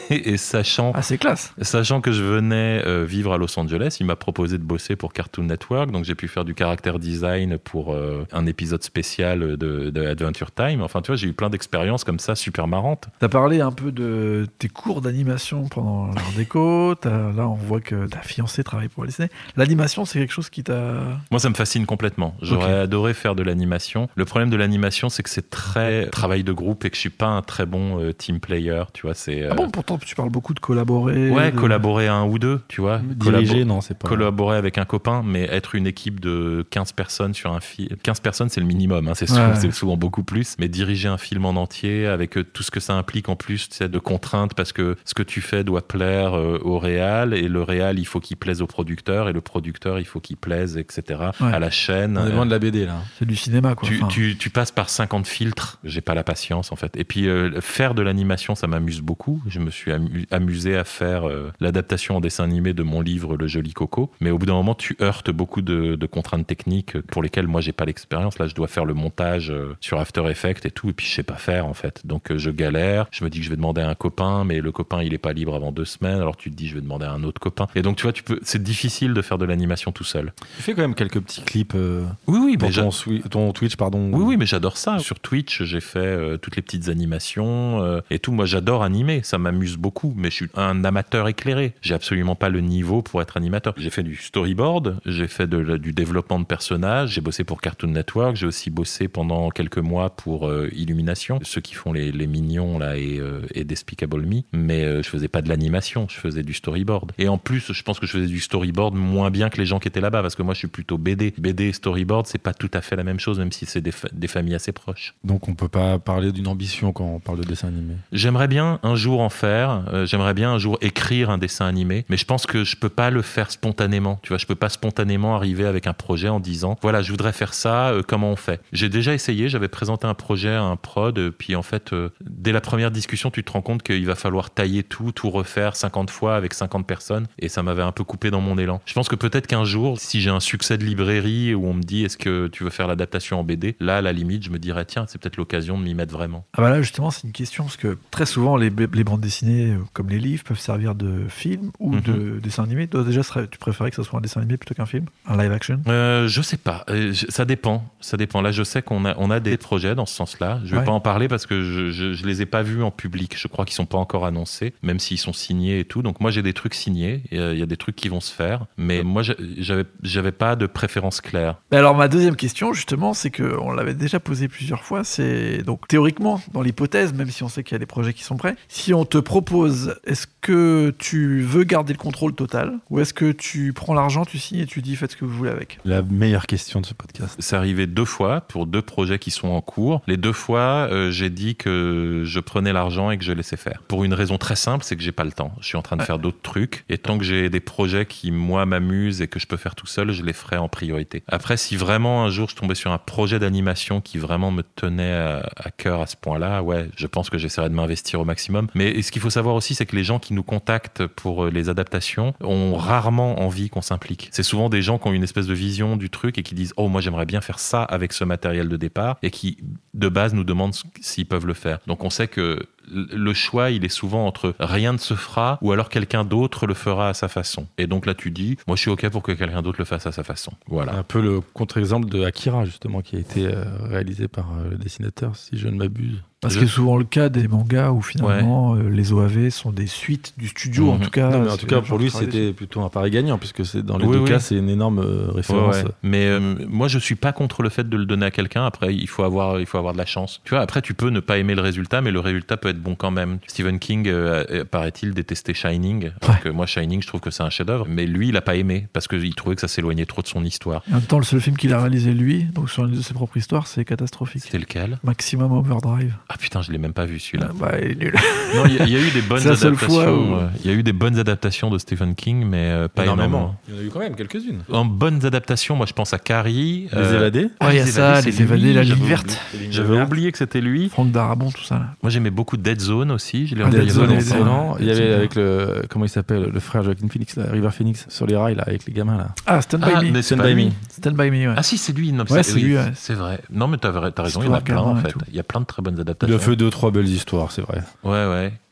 Et sachant c'est classe. Sachant que je venais vivre à Los Angeles, il m'a proposé de bosser pour Cartoon Network, donc j'ai pu faire du character design pour un épisode spécial de Adventure Time. Enfin, tu vois, j'ai eu plein d'expériences comme ça, super marrantes. T'as parlé un peu de tes cours d'animation pendant l'art déco. Là, on voit que ta fiancée travaille pour Disney. L'animation, c'est quelque chose qui t'a... Moi, ça me fascine complètement. J'aurais adoré faire de l'animation. Le problème de l'animation, c'est que c'est très travail de groupe et que je suis pas un très bon team player, tu vois. C'est, Ah bon, pourtant, tu parles beaucoup de collaborer. Ouais, collaborer à un ou deux, tu vois. Diriger, non, c'est pas... Collaborer avec un copain, mais être une équipe de 15 personnes sur un film... 15 personnes, c'est le minimum, hein, c'est souvent beaucoup plus. Mais diriger un film en entier, avec tout ce que ça implique en plus, tu sais, de contraintes, parce que ce que tu fais doit plaire au réal, et le réal, il faut qu'il plaise au producteur, et le producteur, il faut qu'il plaise, etc., à la chaîne. On est loin de la BD, là. C'est du cinéma, quoi. Tu passes par 50 filtres, j'ai pas la patience, en fait. Et puis, faire de l'animation, ça m'amuse beaucoup. Je me suis amusé à faire l'adaptation en dessin animé de mon livre Le Joli Coco, mais au bout d'un moment, tu heurtes beaucoup de contraintes techniques pour lesquelles moi, j'ai pas l'expérience. Là, je dois faire le montage sur After Effects et tout, et puis je sais pas faire, en fait. Donc, je galère. Je me dis que je vais demander à un copain, mais le copain, il est pas libre avant 2 semaines, alors tu te dis, je vais demander à un autre copain. Et donc, tu vois, c'est difficile de faire de l'animation tout seul. Tu fais quand même quelques petits clips oui, pour ton Twitch, pardon. Oui, mais j'adore ça. Sur Twitch, j'ai fait toutes les petites animations et tout. Moi, j'adore animer, ça m'amuse beaucoup, mais je suis un amateur éclairé. J'ai absolument pas le niveau pour être animateur. J'ai fait du storyboard, j'ai fait du développement de personnages, j'ai bossé pour Cartoon Network, j'ai aussi bossé pendant quelques mois pour Illumination, ceux qui font les Mignons là et Despicable Me, mais je faisais pas de l'animation, je faisais du storyboard. Et en plus, je pense que je faisais du storyboard moins bien que les gens qui étaient là-bas, parce que moi, je suis plutôt BD. BD et storyboard, c'est pas tout à fait la même chose, même si c'est des familles assez proches. Donc, on peut pas parler d'une ambition quand on parle de dessin animé. J'aimerais bien un jour en faire, j'aimerais bien un jour écrire un dessin animé, mais je pense que je peux pas le faire spontanément. Tu vois, je peux pas spontanément arriver avec un projet en disant, voilà, je voudrais faire ça, comment on fait? J'ai déjà essayé, j'avais présenté un projet à un prod, puis en fait, dès la première discussion, tu te rends compte qu'il va falloir tailler tout refaire 50 fois avec 50 personnes, et ça m'avait un peu coupé dans mon élan. Je pense que peut-être qu'un jour, si j'ai un succès de librairie où on me dit, est-ce que tu veux faire l'adaptation en BD? Là, à la limite, je me dirais, tiens, c'est peut-être l'occasion de m'y mettre vraiment. Ah bah là, justement, c'est une question, parce que très souvent, les bandes dessinées, comme les livres, peuvent servir de film ou de dessin animé. Toi, déjà, tu préférais que ce soit un dessin animé plutôt qu'un film? Un live action? Je sais pas. Ça dépend. Là, je sais qu'on a des projets dans ce sens-là. Je vais pas en parler parce que je les ai pas vus en public. Je crois qu'ils sont pas encore annoncés, même s'ils sont signés et tout. Donc moi, j'ai des trucs signés. Il y a des trucs qui vont se faire. Mais moi, j'avais pas de préférence claire. Mais alors, ma deuxième question, justement, c'est qu'on l'avait déjà posée plusieurs fois. C'est donc théoriquement, dans l'hypothèse, même si on sait qu'il y a des projets qui sont prêts, si on te propose, est-ce que tu veux garder le contrôle total ou est-ce que tu prends l'argent, tu signes et tu dis faites ce que vous voulez avec? La meilleure question de ce podcast. C'est arrivé 2 fois pour 2 projets qui sont en cours. Les 2 fois, j'ai dit que je prenais l'argent et que je laissais faire. Pour une raison très simple, c'est que j'ai pas le temps. Je suis en train de faire d'autres trucs et tant que j'ai des projets qui, moi, m'amusent et que je peux faire tout seul, je les ferai en priorité. Après, si vraiment un jour je tombais sur un projet d'animation qui vraiment me tenait à cœur à ce point-là, ouais, je pense que j'essaierai de m'investir au maximum. Mais ce qu'il faut savoir aussi, c'est que les gens qui nous contactent pour les adaptations ont rarement envie qu'on s'implique. C'est souvent des gens qui ont une espèce de vision du truc et qui disent « Oh, moi, j'aimerais bien faire ça avec ce matériel de départ » et qui, de base, nous demandent s'ils peuvent le faire. Donc, on sait que le choix, il est souvent entre rien ne se fera ou alors quelqu'un d'autre le fera à sa façon. Et donc là, tu dis, moi, je suis OK pour que quelqu'un d'autre le fasse à sa façon. Voilà. Un peu le contre-exemple de Akira, justement, qui a été réalisé par le dessinateur, si je ne m'abuse. Parce que c'est souvent le cas des mangas où finalement les OAV sont des suites du studio, en tout cas. Non, mais en tout cas, pour lui, c'était plutôt un pari gagnant, puisque c'est, dans les deux cas, c'est une énorme référence. Mais moi, je suis pas contre le fait de le donner à quelqu'un. Après, il faut avoir de la chance. Tu vois, après, tu peux ne pas aimer le résultat, mais le résultat peut être bon quand même. Stephen King, paraît-il, détestait Shining. Alors que moi, Shining, je trouve que c'est un chef-d'œuvre. Mais lui, il a pas aimé, parce qu'il trouvait que ça s'éloignait trop de son histoire. Et en même temps, le seul film qu'il a réalisé, lui, donc sur une de ses propres histoires, c'est catastrophique. C'était lequel? Maximum Overdrive. Ah putain, je l'ai même pas vu celui-là. Il est nul. Non, il y a eu des bonnes adaptations. Il y a eu des bonnes adaptations de Stephen King, mais pas énormément. Il y en a eu quand même quelques-unes. En bonnes adaptations, moi je pense à Carrie. Les Évadés. Il y a ça, Les Évadés, La Ligne Verte. J'avais oublié que c'était lui. Franck Darabont, tout ça. Là. Moi j'aimais beaucoup Dead Zone aussi. Je l'ai Dead Zone, excellent. Il y avait avec le, comment il s'appelle, le frère Joaquin Phoenix, River Phoenix, sur les rails là, avec les gamins là. Ah, Stand By Me. Stand By Me. Stand By Me, ouais. Ah si, c'est lui. Non, c'est lui. C'est vrai. Non, mais t'as raison, il y en a plein en fait. Il y a plein de très bonnes adaptations. Il a fait 2-3 belles histoires, c'est vrai. Ouais.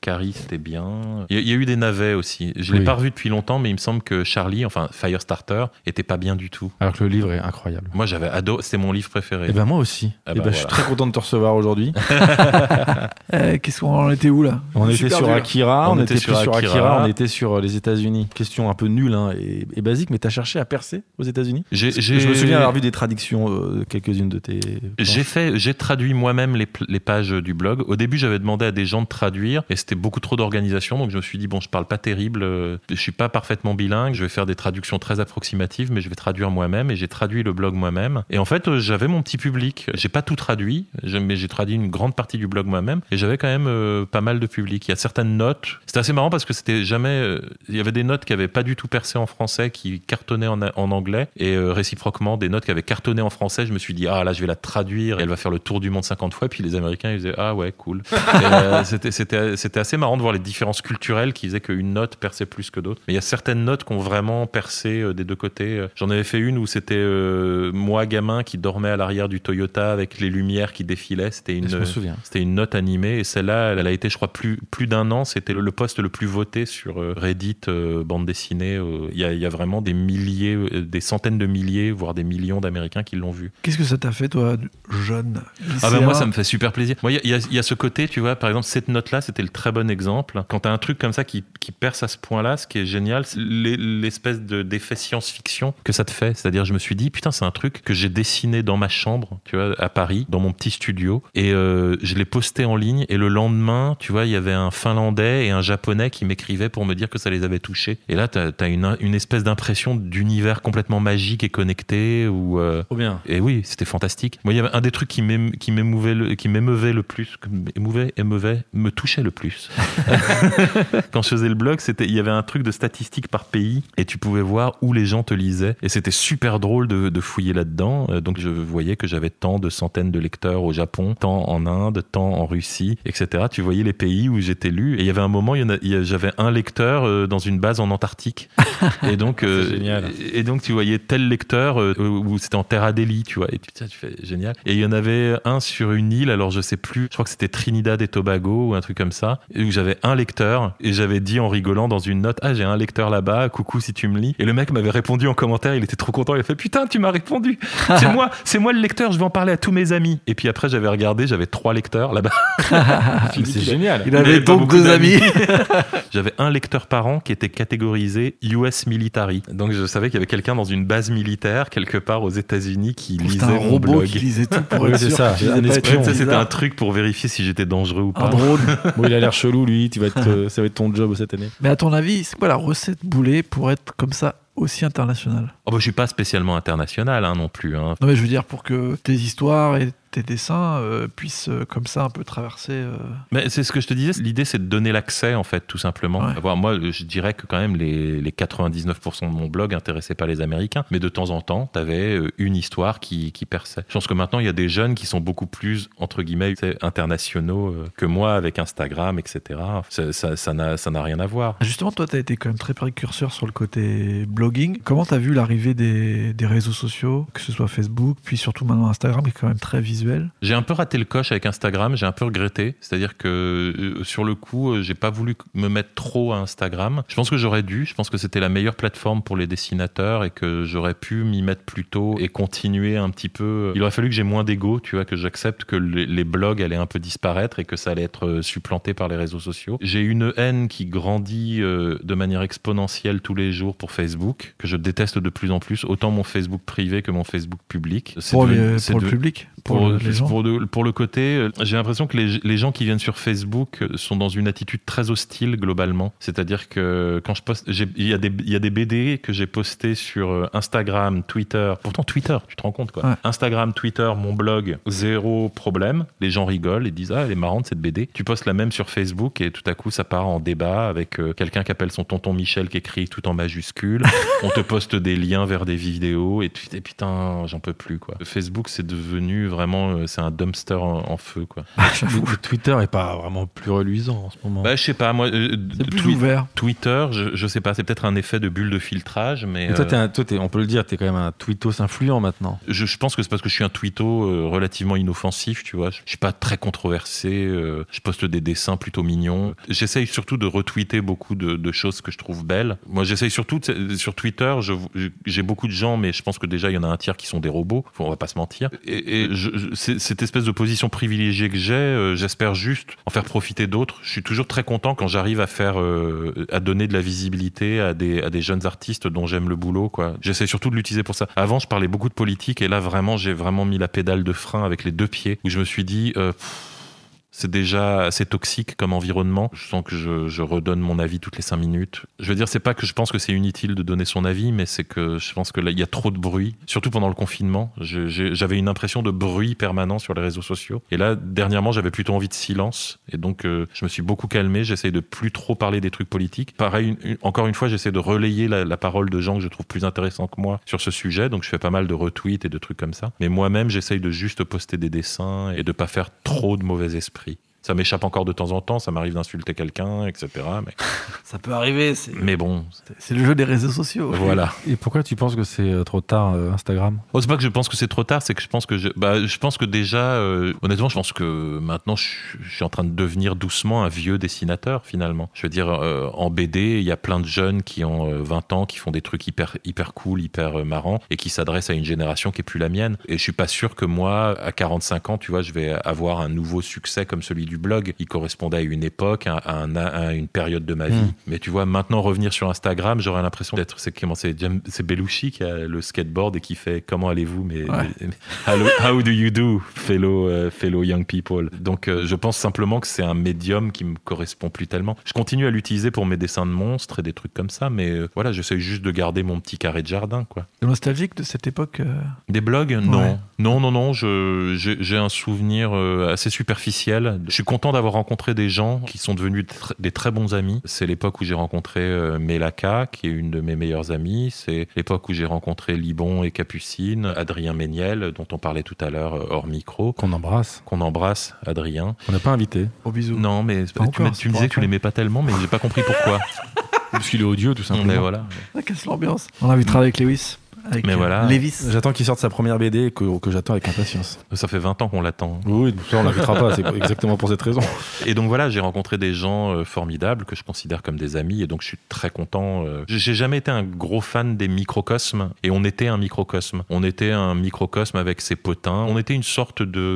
Carrie, c'était bien. Il y a eu des navets aussi. Je l'ai pas revu depuis longtemps, mais il me semble que Charlie, enfin Firestarter, était pas bien du tout. Alors que le livre est incroyable. Moi, j'avais adoré. C'était mon livre préféré. Et ben moi aussi. Je suis très content de te recevoir aujourd'hui. Qu'est-ce qu'on en était où là? On était sur Akira. On était plus sur Akira. On était sur les États-Unis. Question un peu nulle et basique, mais t'as cherché à percer aux États-Unis? Je me souviens avoir vu des traductions, quelques-unes de tes. J'ai traduit moi-même les pages du blog. Au début, j'avais demandé à des gens de traduire et c'était beaucoup trop d'organisation. Donc je me suis dit, bon, je parle pas terrible, je suis pas parfaitement bilingue, je vais faire des traductions très approximatives, mais je vais traduire moi-même et j'ai traduit le blog moi-même. Et en fait, j'avais mon petit public. J'ai pas tout traduit, mais j'ai traduit une grande partie du blog moi-même et j'avais quand même pas mal de public. Il y a certaines notes. C'était assez marrant parce que c'était jamais. Il y avait des notes qui avaient pas du tout percé en français, qui cartonnaient en anglais et réciproquement des notes qui avaient cartonné en français. Je me suis dit, ah là, je vais la traduire et elle va faire le tour du monde 50 fois. Et puis les Américains, ils disaient, ah ouais, cool. C'était assez marrant de voir les différences culturelles qui faisaient qu'une note perçait plus que d'autres. Mais il y a certaines notes qui ont vraiment percé des deux côtés. J'en avais fait une où c'était moi, gamin, qui dormait à l'arrière du Toyota avec les lumières qui défilaient. C'était une note animée. Et celle-là, elle a été, je crois, plus d'un an. C'était le post le plus voté sur Reddit, bande dessinée. Il y a vraiment des milliers, des centaines de milliers, voire des millions d'Américains qui l'ont vu. Qu'est-ce que ça t'a fait, toi, jeune lycéen? Ah ben moi, ça me fait super plaisir. Moi, il y a ce côté, tu vois, par exemple, cette note-là, c'était le très bon exemple. Quand t'as un truc comme ça qui perce à ce point-là, ce qui est génial, c'est l'espèce d'effet science-fiction que ça te fait. C'est-à-dire, je me suis dit, putain, c'est un truc que j'ai dessiné dans ma chambre, tu vois, à Paris, dans mon petit studio, et je l'ai posté en ligne, et le lendemain, tu vois, il y avait un Finlandais et un Japonais qui m'écrivaient pour me dire que ça les avait touchés. Et là, t'as une espèce d'impression d'univers complètement magique et connecté. Trop bien. Et oui, c'était fantastique. Moi, il y avait un des trucs qui m'émeuvait le plus, me touchait le plus. Quand je faisais le blog, il y avait un truc de statistiques par pays et tu pouvais voir où les gens te lisaient. Et c'était super drôle de fouiller là-dedans. Donc, je voyais que j'avais tant de centaines de lecteurs au Japon, tant en Inde, tant en Russie, etc. Tu voyais les pays où j'étais lu. Et il y avait un moment, j'avais un lecteur dans une base en Antarctique. Et donc, c'est génial. Et donc, tu voyais tel lecteur où c'était en Terre Adélie, tu vois. Et tu fais génial. Et il y en avait un sur une île, alors je sais plus, je crois que c'était Trinidad et Tobago ou un truc comme ça, où j'avais un lecteur et j'avais dit en rigolant dans une note, ah, j'ai un lecteur là-bas, coucou si tu me lis. Et le mec m'avait répondu en commentaire, il était trop content, il a fait, putain, tu m'as répondu. C'est moi le lecteur, je vais en parler à tous mes amis. Et puis après, j'avais regardé, j'avais 3 lecteurs là-bas. C'est génial. Il avait donc 2 amis. J'avais un lecteur par an qui était catégorisé US Military. Donc je savais qu'il y avait quelqu'un dans une base militaire quelque part aux États-Unis qui lisait mon robot blog. Qui lisait tout pour être sûr. C'est ça. Ça, c'était un truc pour vérifier si j'étais dangereux ou pas. Un drone. Bon, il a l'air chelou, lui. Ça va être ton job cette année. Mais à ton avis, c'est quoi la recette Boulet pour être comme ça aussi international? Je suis pas spécialement international non plus. Non, mais je veux dire pour que tes histoires et tes dessins puissent comme ça un peu traverser. Mais c'est ce que je te disais, l'idée c'est de donner l'accès en fait tout simplement. Ouais. Moi je dirais que quand même les 99% de mon blog intéressaient pas les Américains, mais de temps en temps t'avais une histoire qui perçait. Je pense que maintenant il y a des jeunes qui sont beaucoup plus entre guillemets internationaux que moi avec Instagram, etc. Ça n'a rien à voir. Justement, toi t'as été quand même très précurseur sur le côté blogging. Comment t'as vu l'arrivée des réseaux sociaux, que ce soit Facebook, puis surtout maintenant Instagram qui est quand même très visuel? J'ai un peu raté le coche avec Instagram, j'ai un peu regretté. C'est-à-dire que sur le coup, j'ai pas voulu me mettre trop à Instagram. Je pense que j'aurais dû. Je pense que c'était la meilleure plateforme pour les dessinateurs et que j'aurais pu m'y mettre plus tôt et continuer un petit peu. Il aurait fallu que j'ai moins d'ego, tu vois, que j'accepte que les blogs allaient un peu disparaître et que ça allait être supplanté par les réseaux sociaux. J'ai une haine qui grandit de manière exponentielle tous les jours pour Facebook, que je déteste de plus en plus, autant mon Facebook privé que mon Facebook public. Pour le public? Pour le côté, j'ai l'impression que les gens qui viennent sur Facebook sont dans une attitude très hostile globalement. C'est-à-dire que quand je poste, il y a des BD que j'ai postés sur Instagram, Twitter. Pourtant Twitter, tu te rends compte quoi. Ouais. Instagram, Twitter, mon blog, zéro problème. Les gens rigolent et disent ah elle est marrante cette BD. Tu postes la même sur Facebook et tout à coup ça part en débat avec quelqu'un qui appelle son tonton Michel qui écrit tout en majuscule. On te poste des liens vers des vidéos et tu te dis putain j'en peux plus quoi. Facebook c'est devenu vraiment vraiment, c'est un dumpster en feu, quoi. Le Twitter est pas vraiment plus reluisant en ce moment. Bah, je sais pas, moi, C'est plus ouvert. Twitter, je sais pas, c'est peut-être un effet de bulle de filtrage, mais toi, on peut le dire, t'es quand même un tweetos influent maintenant. je pense que c'est parce que je suis un twitto relativement inoffensif, tu vois. Je suis pas très controversé, je poste des dessins plutôt mignons. J'essaye surtout de retweeter beaucoup de choses que je trouve belles. Moi, j'essaye surtout, sur Twitter, j'ai beaucoup de gens, mais je pense que déjà, il y en a un tiers qui sont des robots, on va pas se mentir. Et cette espèce de position privilégiée que j'ai, j'espère juste en faire profiter d'autres. Je suis toujours très content quand j'arrive à donner de la visibilité à des jeunes artistes dont j'aime le boulot, quoi. J'essaie surtout de l'utiliser pour ça. Avant, je parlais beaucoup de politique, et là, vraiment, j'ai vraiment mis la pédale de frein avec les 2 pieds, où je me suis dit... c'est déjà assez toxique comme environnement. Je sens que je redonne mon avis toutes les 5 minutes. Je veux dire, c'est pas que je pense que c'est inutile de donner son avis, mais c'est que je pense que là, il y a trop de bruit. Surtout pendant le confinement. J'avais une impression de bruit permanent sur les réseaux sociaux. Et là, dernièrement, j'avais plutôt envie de silence. Et donc, je me suis beaucoup calmé. J'essaye de plus trop parler des trucs politiques. Pareil, encore une fois, j'essaie de relayer la parole de gens que je trouve plus intéressants que moi sur ce sujet. Donc, je fais pas mal de retweets et de trucs comme ça. Mais moi-même, j'essaye de juste poster des dessins et de pas faire trop de mauvais esprit. Ça m'échappe encore de temps en temps, ça m'arrive d'insulter quelqu'un, etc. Mais... ça peut arriver. Mais bon. C'est le jeu des réseaux sociaux. Voilà. Et pourquoi tu penses que c'est trop tard, Instagram ? C'est pas que je pense que c'est trop tard, c'est que je pense que déjà, honnêtement, je pense que maintenant, je suis en train de devenir doucement un vieux dessinateur, finalement. Je veux dire, en BD, il y a plein de jeunes qui ont 20 ans, qui font des trucs hyper cool, hyper marrants, et qui s'adressent à une génération qui est plus la mienne. Et je suis pas sûr que moi, à 45 ans, tu vois, je vais avoir un nouveau succès comme celui du blog. Il correspondait à une époque, à une période de ma vie. Mais tu vois, maintenant revenir sur Instagram, j'aurais l'impression d'être, c'est Belushi qui a le skateboard et qui fait comment allez-vous, mais how do you do, fellow young people. Donc je pense simplement que c'est un médium qui me correspond plus tellement. Je continue à l'utiliser pour mes dessins de monstres et des trucs comme ça, mais voilà, j'essaie juste de garder mon petit carré de jardin, quoi. T'es nostalgique de cette époque Des blogs ? Non. Non. J'ai un souvenir assez superficiel. Je suis content d'avoir rencontré des gens qui sont devenus des très bons amis. C'est l'époque où j'ai rencontré Mélaka, qui est une de mes meilleures amies. C'est l'époque où j'ai rencontré Libon et Capucine, Adrien Méniel, dont on parlait tout à l'heure hors micro. Qu'on embrasse, Adrien. On n'a pas invité. Au bisou. Non, mais tu me disais que tu l'aimais pas tellement, mais j'ai pas compris pourquoi. Parce qu'il est odieux, tout simplement. Mais voilà. Ça casse l'ambiance. On invitera avec Lewis. Mais voilà. Lévis. J'attends qu'il sorte sa première BD que j'attends avec impatience. Ça fait 20 ans qu'on l'attend. Oui, ça on l'invitera pas, c'est exactement pour cette raison. Et donc voilà, j'ai rencontré des gens formidables que je considère comme des amis, et donc je suis très content. J'ai jamais été un gros fan des microcosmes, et on était un microcosme. On était un microcosme avec ses potins. On était une sorte de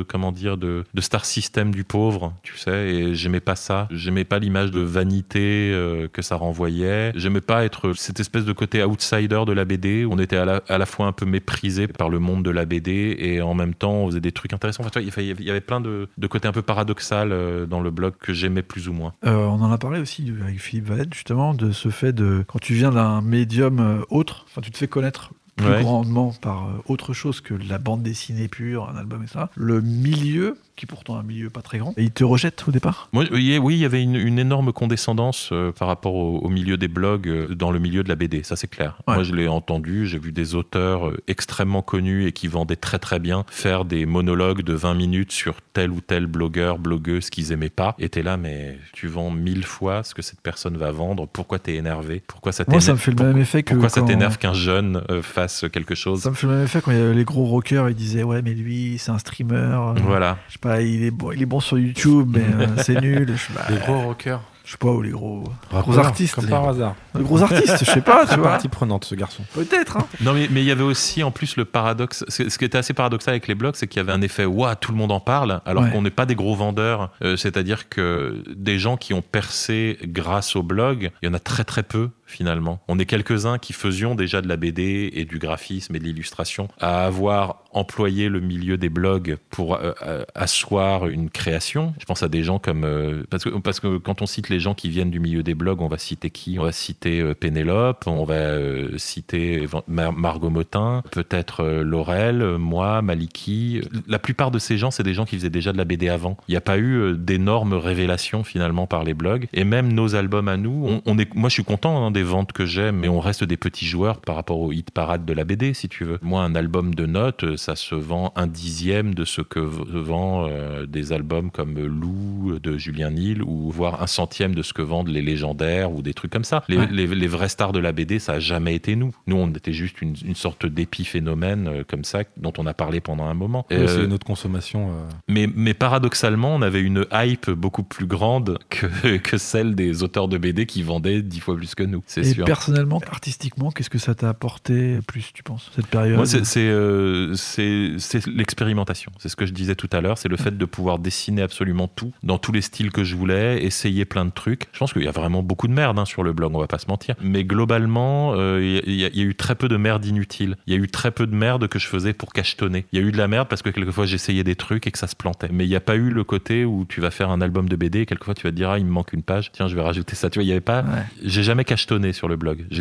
star system du pauvre, tu sais, et j'aimais pas ça. J'aimais pas l'image de vanité que ça renvoyait. J'aimais pas être cette espèce de côté outsider de la BD. On était à la fois un peu méprisé par le monde de la BD, et en même temps on faisait des trucs intéressants. Enfin, il y avait plein de côtés un peu paradoxal dans le blog que j'aimais plus ou moins. On en a parlé aussi avec Philippe Valette, justement, de ce fait de quand tu viens d'un médium autre, enfin tu te fais connaître plus grandement par autre chose que la bande dessinée pure, un album et ça. Le milieu, qui est pourtant un milieu pas très grand, et il te rejette au départ ? Oui, il y avait une énorme condescendance par rapport au milieu des blogs dans le milieu de la BD, ça c'est clair. Ouais. Moi je l'ai entendu, j'ai vu des auteurs extrêmement connus et qui vendaient très très bien faire des monologues de 20 minutes sur tel ou tel blogueur, blogueuse qu'ils aimaient pas. Et t'es là, mais tu vends 1000 fois ce que cette personne va vendre, pourquoi t'es énervé ? Pourquoi ça t'énerve ? Moi ça me fait le même effet que pourquoi ça t'énerve qu'un jeune fasse quelque chose ? Ça me fait le même effet quand il y a les gros rockers, ils disaient ouais mais lui c'est un streamer. Voilà. Je sais pas, il est bon sur YouTube, mais c'est nul. Les gros rockers. Je sais pas, ou les gros artistes. Comme par hasard. Les gros artistes, je sais pas, tu vois. Partie prenante, ce garçon. Peut-être. Hein. Non, mais il y avait aussi, en plus, le paradoxe. Ce qui était assez paradoxal avec les blogs, c'est qu'il y avait un effet, tout le monde en parle, alors qu'on n'est pas des gros vendeurs. C'est-à-dire que des gens qui ont percé grâce au blog, il y en a très très peu, finalement. On est quelques-uns qui faisions déjà de la BD et du graphisme et de l'illustration à avoir employé le milieu des blogs pour asseoir une création. Je pense à des gens comme... Parce que quand on cite les gens qui viennent du milieu des blogs, on va citer qui ? On va citer Pénélope, on va citer Margot Motin, peut-être Laurel, moi, Maliki. La plupart de ces gens, c'est des gens qui faisaient déjà de la BD avant. Il n'y a pas eu d'énormes révélations finalement par les blogs. Et même nos albums à nous, moi je suis content des ventes que j'ai, mais on reste des petits joueurs par rapport au hit parade de la BD, si tu veux. Moi, un album de notes, ça se vend 1/10 de ce que vend des albums comme Lou de Julien Nil, ou voire 1/100 de ce que vendent les légendaires ou des trucs comme ça. Les vrais stars de la BD, ça a jamais été nous. Nous, on était juste une sorte d'épiphénomène comme ça, dont on a parlé pendant un moment. C'est notre consommation. Mais paradoxalement, on avait une hype beaucoup plus grande que celle des auteurs de BD qui vendaient 10 fois plus que nous, c'est sûr. Et personnellement, artistiquement, qu'est-ce que ça t'a apporté plus, tu penses, cette période? Moi, c'est l'expérimentation. C'est ce que je disais tout à l'heure. C'est le fait de pouvoir dessiner absolument tout, dans tous les styles que je voulais, essayer plein de trucs. Je pense qu'il y a vraiment beaucoup de merde sur le blog, on va pas se mentir. Mais globalement, il y a eu très peu de merde inutile. Il y a eu très peu de merde que je faisais pour cachetonner. Il y a eu de la merde parce que quelquefois j'essayais des trucs et que ça se plantait. Mais il n'y a pas eu le côté où tu vas faire un album de BD et quelquefois tu vas te dire il me manque une page, tiens je vais rajouter ça. Tu vois, il y avait pas. Ouais. J'ai jamais cachetonné sur le blog. J'ai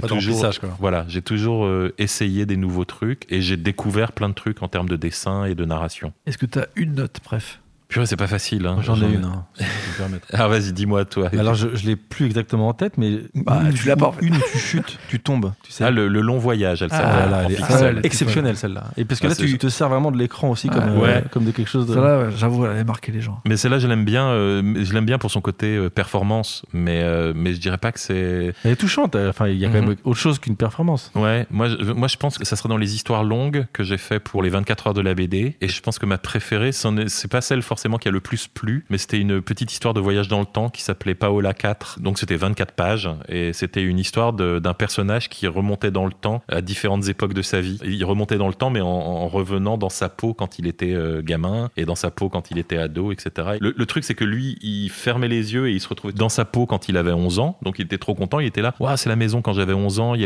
toujours essayé des nouveaux trucs et j'ai découvert plein de trucs en termes de dessin et de narration. Est-ce que tu as une note, bref? Purée, c'est pas facile. Hein. J'en ai une, hein, si je peux me permettre. Ah, vas-y, dis-moi, toi. Alors, je l'ai plus exactement en tête, mais tu l'as pas. Une où tu chutes, tu tombes. Tu sais. Ah, le long voyage, elle s'appelle. Elle est exceptionnelle, celle-là. Et parce que là, tu te sers vraiment de l'écran aussi comme de quelque chose de... Celle-là, j'avoue, elle avait marqué les gens. Mais celle-là, je l'aime bien. Je l'aime bien pour son côté performance, mais je dirais pas que c'est... Elle est touchante. Enfin, il y a quand même autre chose qu'une performance. Ouais, moi, je pense que ça serait dans les histoires longues que j'ai fait pour les 24 heures de la BD. Et je pense que ma préférée, c'est pas celle forcément qui a le plus plu, mais c'était une petite histoire de voyage dans le temps qui s'appelait Paola 4. Donc c'était 24 pages et c'était une histoire d'un personnage qui remontait dans le temps à différentes époques de sa vie. Il remontait dans le temps mais en revenant dans sa peau quand il était gamin et dans sa peau quand il était ado, etc. Le truc c'est que lui, il fermait les yeux et il se retrouvait dans sa peau quand il avait 11 ans. Donc il était trop content, il était là. Waouh, c'est la maison quand j'avais 11 ans. Il y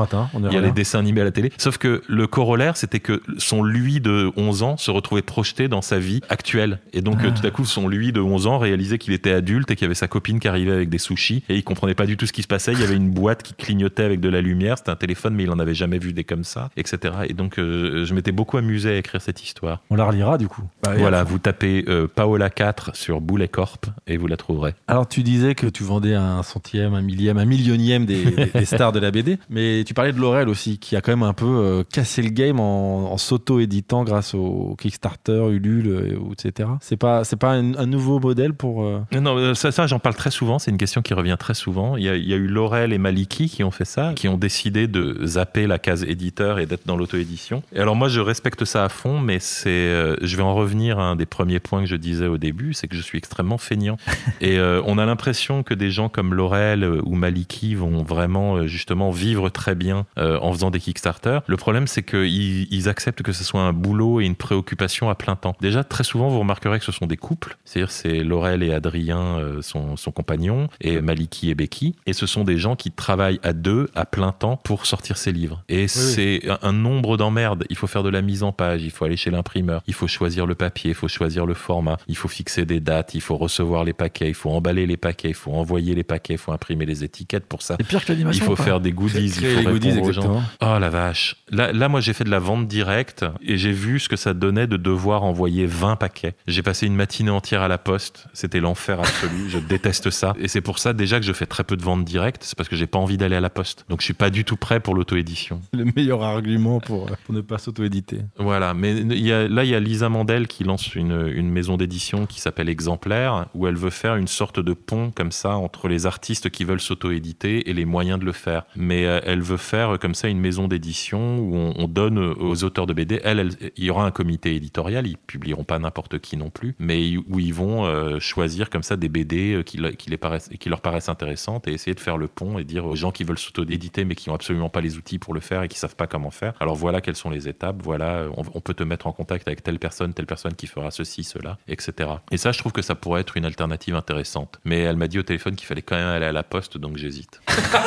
a les dessins animés à la télé. Sauf que le corollaire, c'était que son lui de 11 ans se retrouvait projeté dans sa vie actuelle. Et donc tout à coup, son lui de 11 ans réalisait qu'il était adulte et qu'il y avait sa copine qui arrivait avec des sushis et il comprenait pas du tout ce qui se passait. Il y avait une boîte qui clignotait avec de la lumière. C'était un téléphone, mais il en avait jamais vu des comme ça, etc. Et donc, je m'étais beaucoup amusé à écrire cette histoire. On la relira du coup. Voilà, vous tapez Paola 4 sur Boulet Corp et vous la trouverez. Alors, tu disais que tu vendais un centième, un millième, un millionième des stars de la BD, mais tu parlais de Laurel aussi, qui a quand même un peu cassé le game en s'auto-éditant grâce au Kickstarter, Ulule, etc. C'est pas un nouveau modèle pour... Non, ça j'en parle très souvent, c'est une question qui revient très souvent. Il y a eu Laurel et Maliki qui ont fait ça, qui ont décidé de zapper la case éditeur et d'être dans l'auto-édition. Et alors moi je respecte ça à fond, mais je vais en revenir à un des premiers points que je disais au début, c'est que je suis extrêmement feignant. Et on a l'impression que des gens comme Laurel ou Maliki vont vraiment justement vivre très bien en faisant des Kickstarter. Le problème c'est qu'ils acceptent que ce soit un boulot et une préoccupation à plein temps. Déjà très souvent vous remarquerez que ce sont des couples, c'est-à-dire c'est Laurel et Adrien, son compagnon, et Maliki et Becky, et ce sont des gens qui travaillent à deux, à plein temps, pour sortir ces livres. Et c'est un nombre d'emmerdes. Il faut faire de la mise en page, il faut aller chez l'imprimeur, il faut choisir le papier, il faut choisir le format, il faut fixer des dates, il faut recevoir les paquets, il faut emballer les paquets, il faut envoyer les paquets, il faut imprimer les étiquettes pour ça. C'est pire que l'animation. Il faut faire des goodies, il faut répondre aux gens. Oh la vache. Là, moi, j'ai fait de la vente directe et j'ai vu ce que ça donnait de devoir envoyer 20 paquets. J'ai passé une matinée entière à la poste. C'était l'enfer absolu. Je déteste ça. Et c'est pour ça, déjà, que je fais très peu de ventes directes. C'est parce que j'ai pas envie d'aller à la poste. Donc, je suis pas du tout prêt pour l'auto-édition. Le meilleur argument pour ne pas s'auto-éditer. Voilà. Mais il y a Lisa Mandel qui lance une maison d'édition qui s'appelle Exemplaire, où elle veut faire une sorte de pont comme ça entre les artistes qui veulent s'auto-éditer et les moyens de le faire. Mais elle veut faire comme ça une maison d'édition où on donne aux auteurs de BD. Il y aura un comité éditorial. Ils publieront pas n'importe qui non plus, mais où ils vont choisir comme ça des BD qui leur paraissent intéressantes et essayer de faire le pont et dire aux gens qui veulent s'auto-éditer mais qui n'ont absolument pas les outils pour le faire et qui savent pas comment faire. Alors voilà quelles sont les étapes. Voilà, on peut te mettre en contact avec telle personne qui fera ceci, cela, etc. Et ça, je trouve que ça pourrait être une alternative intéressante. Mais elle m'a dit au téléphone qu'il fallait quand même aller à la poste, donc j'hésite.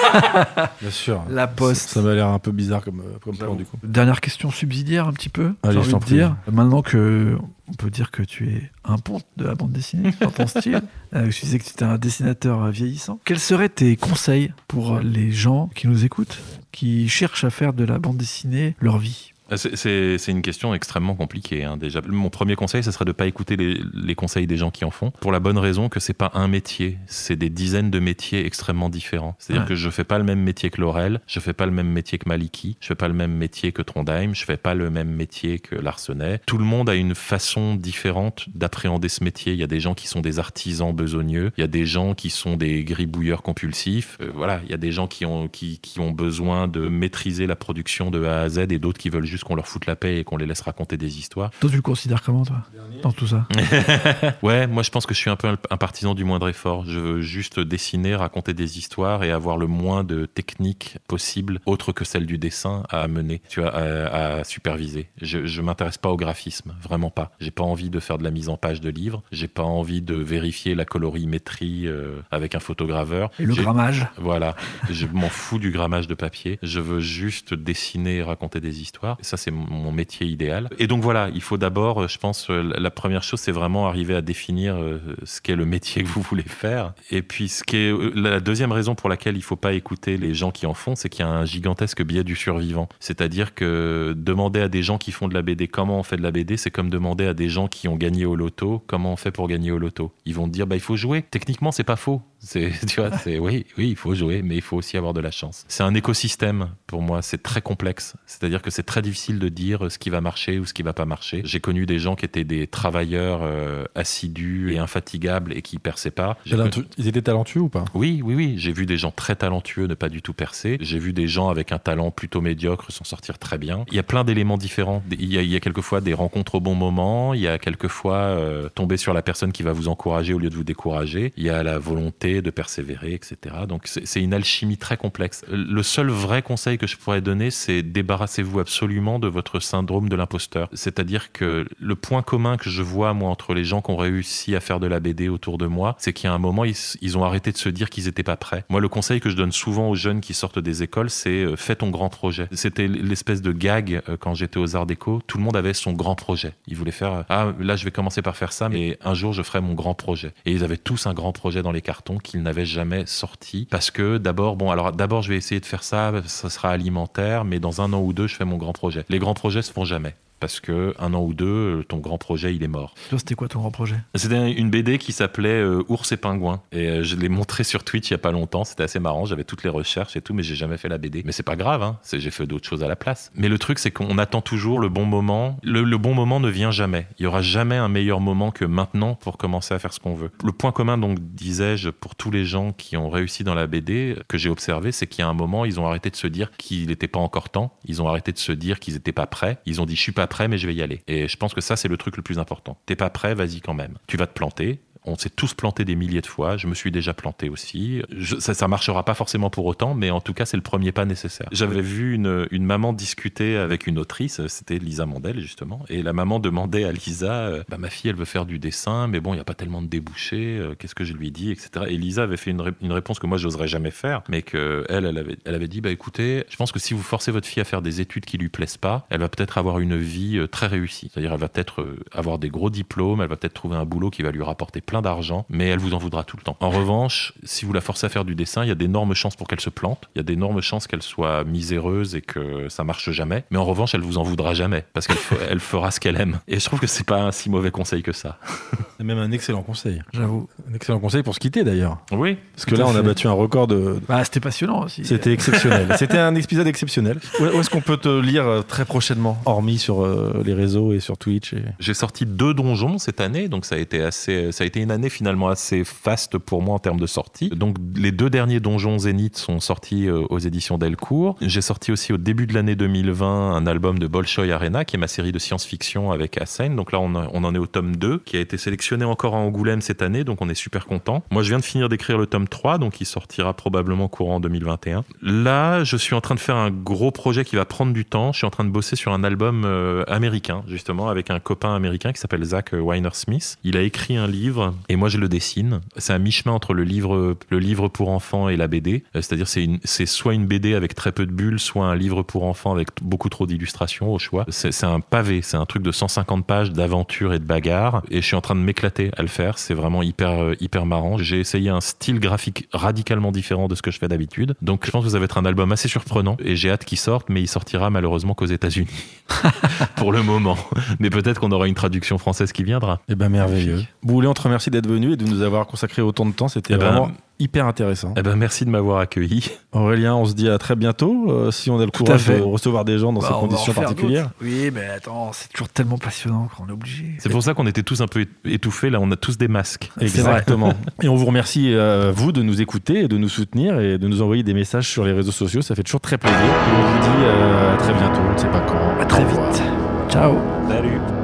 Bien sûr. La poste. Ça m'a l'air un peu bizarre comme plan du coup. Dernière question subsidiaire un petit peu. Allez, j'ai envie de dire. Maintenant que on peut dire que tu es un pont de la bande dessinée dans ton style. Je disais que tu étais un dessinateur vieillissant. Quels seraient tes conseils pour les gens qui nous écoutent, qui cherchent à faire de la bande dessinée leur vie ? C'est une question extrêmement compliquée. Déjà, mon premier conseil, ce serait de ne pas écouter les conseils des gens qui en font, pour la bonne raison que c'est pas un métier, c'est des dizaines de métiers extrêmement différents. C'est-à-dire que je fais pas le même métier que Laurel, je fais pas le même métier que Maliki, je fais pas le même métier que Trondheim, je fais pas le même métier que Larsenet. Tout le monde a une façon différente d'appréhender ce métier. Il y a des gens qui sont des artisans besogneux, il y a des gens qui sont des gribouilleurs compulsifs. Voilà, il y a des gens qui ont besoin de maîtriser la production de A à Z et d'autres qui veulent juste qu'on leur foute la paix et qu'on les laisse raconter des histoires. Toi, tu le considères comment, toi, dans tout ça? Ouais, moi je pense que je suis un peu un partisan du moindre effort. Je veux juste dessiner, raconter des histoires et avoir le moins de techniques possibles autres que celle du dessin à mener, à superviser. Je m'intéresse pas au graphisme, vraiment pas. J'ai pas envie de faire de la mise en page de livres, j'ai pas envie de vérifier la colorimétrie avec un photograveur. Et le grammage. Voilà, je m'en fous du grammage de papier. Je veux juste dessiner et raconter des histoires. Et ça, c'est mon métier idéal. Et donc voilà, il faut d'abord, je pense, la première chose, c'est vraiment arriver à définir ce qu'est le métier que vous voulez faire. Et puis, la deuxième raison pour laquelle il ne faut pas écouter les gens qui en font, c'est qu'il y a un gigantesque biais du survivant. C'est-à-dire que demander à des gens qui font de la BD comment on fait de la BD, c'est comme demander à des gens qui ont gagné au loto comment on fait pour gagner au loto. Ils vont te dire, il faut jouer. Techniquement, c'est pas faux. Oui, il faut jouer, mais il faut aussi avoir de la chance. C'est un écosystème, pour moi, c'est très complexe. C'est-à-dire que c'est très difficile de dire ce qui va marcher ou ce qui va pas marcher. J'ai connu des gens qui étaient des travailleurs assidus et infatigables et qui perçaient pas. Ils étaient talentueux ou pas? Oui. J'ai vu des gens très talentueux ne pas du tout percer. J'ai vu des gens avec un talent plutôt médiocre s'en sortir très bien. Il y a plein d'éléments différents. Il y a quelquefois des rencontres au bon moment. Il y a quelquefois tomber sur la personne qui va vous encourager au lieu de vous décourager. Il y a la volonté de persévérer, etc. Donc c'est une alchimie très complexe. Le seul vrai conseil que je pourrais donner, c'est débarrassez-vous absolument de votre syndrome de l'imposteur. C'est-à-dire que le point commun que je vois, moi, entre les gens qui ont réussi à faire de la BD autour de moi, c'est qu'il y a un moment, ils ont arrêté de se dire qu'ils n'étaient pas prêts. Moi, le conseil que je donne souvent aux jeunes qui sortent des écoles, c'est fais ton grand projet. C'était l'espèce de gag quand j'étais aux Arts Déco. Tout le monde avait son grand projet. Ils voulaient faire là, je vais commencer par faire ça, mais un jour, je ferai mon grand projet. Et ils avaient tous un grand projet dans les cartons qu'ils n'avaient jamais sorti parce que d'abord, je vais essayer de faire ça sera alimentaire, mais dans 1 an ou 2, je fais mon grand projet. Les grands projets se font jamais. Parce que 1 an ou 2, ton grand projet, il est mort. Toi, c'était quoi ton grand projet? C'était une BD qui s'appelait Ours et Pingouin. Et je l'ai montré sur Twitch il y a pas longtemps. C'était assez marrant. J'avais toutes les recherches et tout, mais j'ai jamais fait la BD. Mais c'est pas grave, j'ai fait d'autres choses à la place. Mais le truc, c'est qu'on attend toujours le bon moment. Le bon moment ne vient jamais. Il y aura jamais un meilleur moment que maintenant pour commencer à faire ce qu'on veut. Le point commun, donc, disais-je, pour tous les gens qui ont réussi dans la BD, que j'ai observé, c'est qu'il y a un moment, ils ont arrêté de se dire qu'il n'était pas encore temps. Ils ont arrêté de se dire qu'ils n'étaient pas prêts. Ils ont dit, je suis pas prêt, mais je vais y aller. Et je pense que ça, c'est le truc le plus important. T'es pas prêt, vas-y quand même. Tu vas te planter. On s'est tous plantés des milliers de fois. Je me suis déjà planté aussi. Ça marchera pas forcément pour autant, mais en tout cas, c'est le premier pas nécessaire. J'avais vu une maman discuter avec une autrice. C'était Lisa Mandel, justement. Et la maman demandait à Lisa, ma fille, elle veut faire du dessin, mais bon, il n'y a pas tellement de débouchés. Qu'est-ce que je lui dis, etc. Et Lisa avait fait une réponse que moi, j'oserais jamais faire, mais que elle avait dit, écoutez, je pense que si vous forcez votre fille à faire des études qui lui plaisent pas, elle va peut-être avoir une vie très réussie. C'est-à-dire, elle va peut-être avoir des gros diplômes, elle va peut-être trouver un boulot qui va lui rapporter plein d'argent, mais elle vous en voudra tout le temps. En revanche, si vous la forcez à faire du dessin, il y a d'énormes chances pour qu'elle se plante, il y a d'énormes chances qu'elle soit miséreuse et que ça marche jamais, mais en revanche, elle vous en voudra jamais, parce qu'elle fera ce qu'elle aime. Et je trouve que c'est pas un si mauvais conseil que ça. C'est même un excellent conseil. J'avoue. Un excellent conseil pour se quitter d'ailleurs. Oui. Parce que là, on a battu un record de... C'était passionnant aussi. C'était exceptionnel. C'était un épisode exceptionnel. Où est-ce qu'on peut te lire très prochainement, hormis sur les réseaux et sur Twitch J'ai sorti 2 donjons cette année, donc ça a été une année finalement assez faste pour moi en termes de sortie. Donc les 2 derniers donjons Zénith sont sortis aux éditions Delcourt. J'ai sorti aussi au début de l'année 2020 un album de Bolshoi Arena, qui est ma série de science-fiction avec Hassen. Donc là, on en est au tome 2, qui a été sélectionné encore à Angoulême cette année, donc on est super content. Moi, je viens de finir d'écrire le tome 3, donc il sortira probablement courant 2021. Là, je suis en train de faire un gros projet qui va prendre du temps. Je suis en train de bosser sur un album américain, justement, avec un copain américain qui s'appelle Zach Weiner-Smith. Il a écrit un livre livre et moi je le dessine. C'est un mi-chemin entre le livre pour enfants et la BD. C'est-à-dire c'est soit une BD avec très peu de bulles, soit un livre pour enfants avec beaucoup trop d'illustrations au choix. C'est un pavé, c'est un truc de 150 pages d'aventure et de bagarre et je suis en train de m'éclater à le faire. C'est vraiment hyper marrant. J'ai essayé un style graphique radicalement différent de ce que je fais d'habitude. Donc je pense que ça va être un album assez surprenant et j'ai hâte qu'il sorte, mais il sortira malheureusement qu'aux États-Unis pour le moment. Mais peut-être qu'on aura une traduction française qui viendra. Eh ben merveilleux. Boulé, on te remercie d'être venu et de nous avoir consacré autant de temps. C'était vraiment hyper intéressant. Eh ben merci de m'avoir accueilli. Aurélien, on se dit à très bientôt. Si on a le courage de recevoir des gens dans ces conditions particulières. Oui, mais attends, c'est toujours tellement passionnant qu'on est obligé. C'est pour ça qu'on était tous un peu étouffés. Là, on a tous des masques. Exactement. Et on vous remercie, vous, de nous écouter et de nous soutenir et de nous envoyer des messages sur les réseaux sociaux. Ça fait toujours très plaisir. Et on vous dit à très bientôt. On ne sait pas quand. À très vite. Ciao. Salut.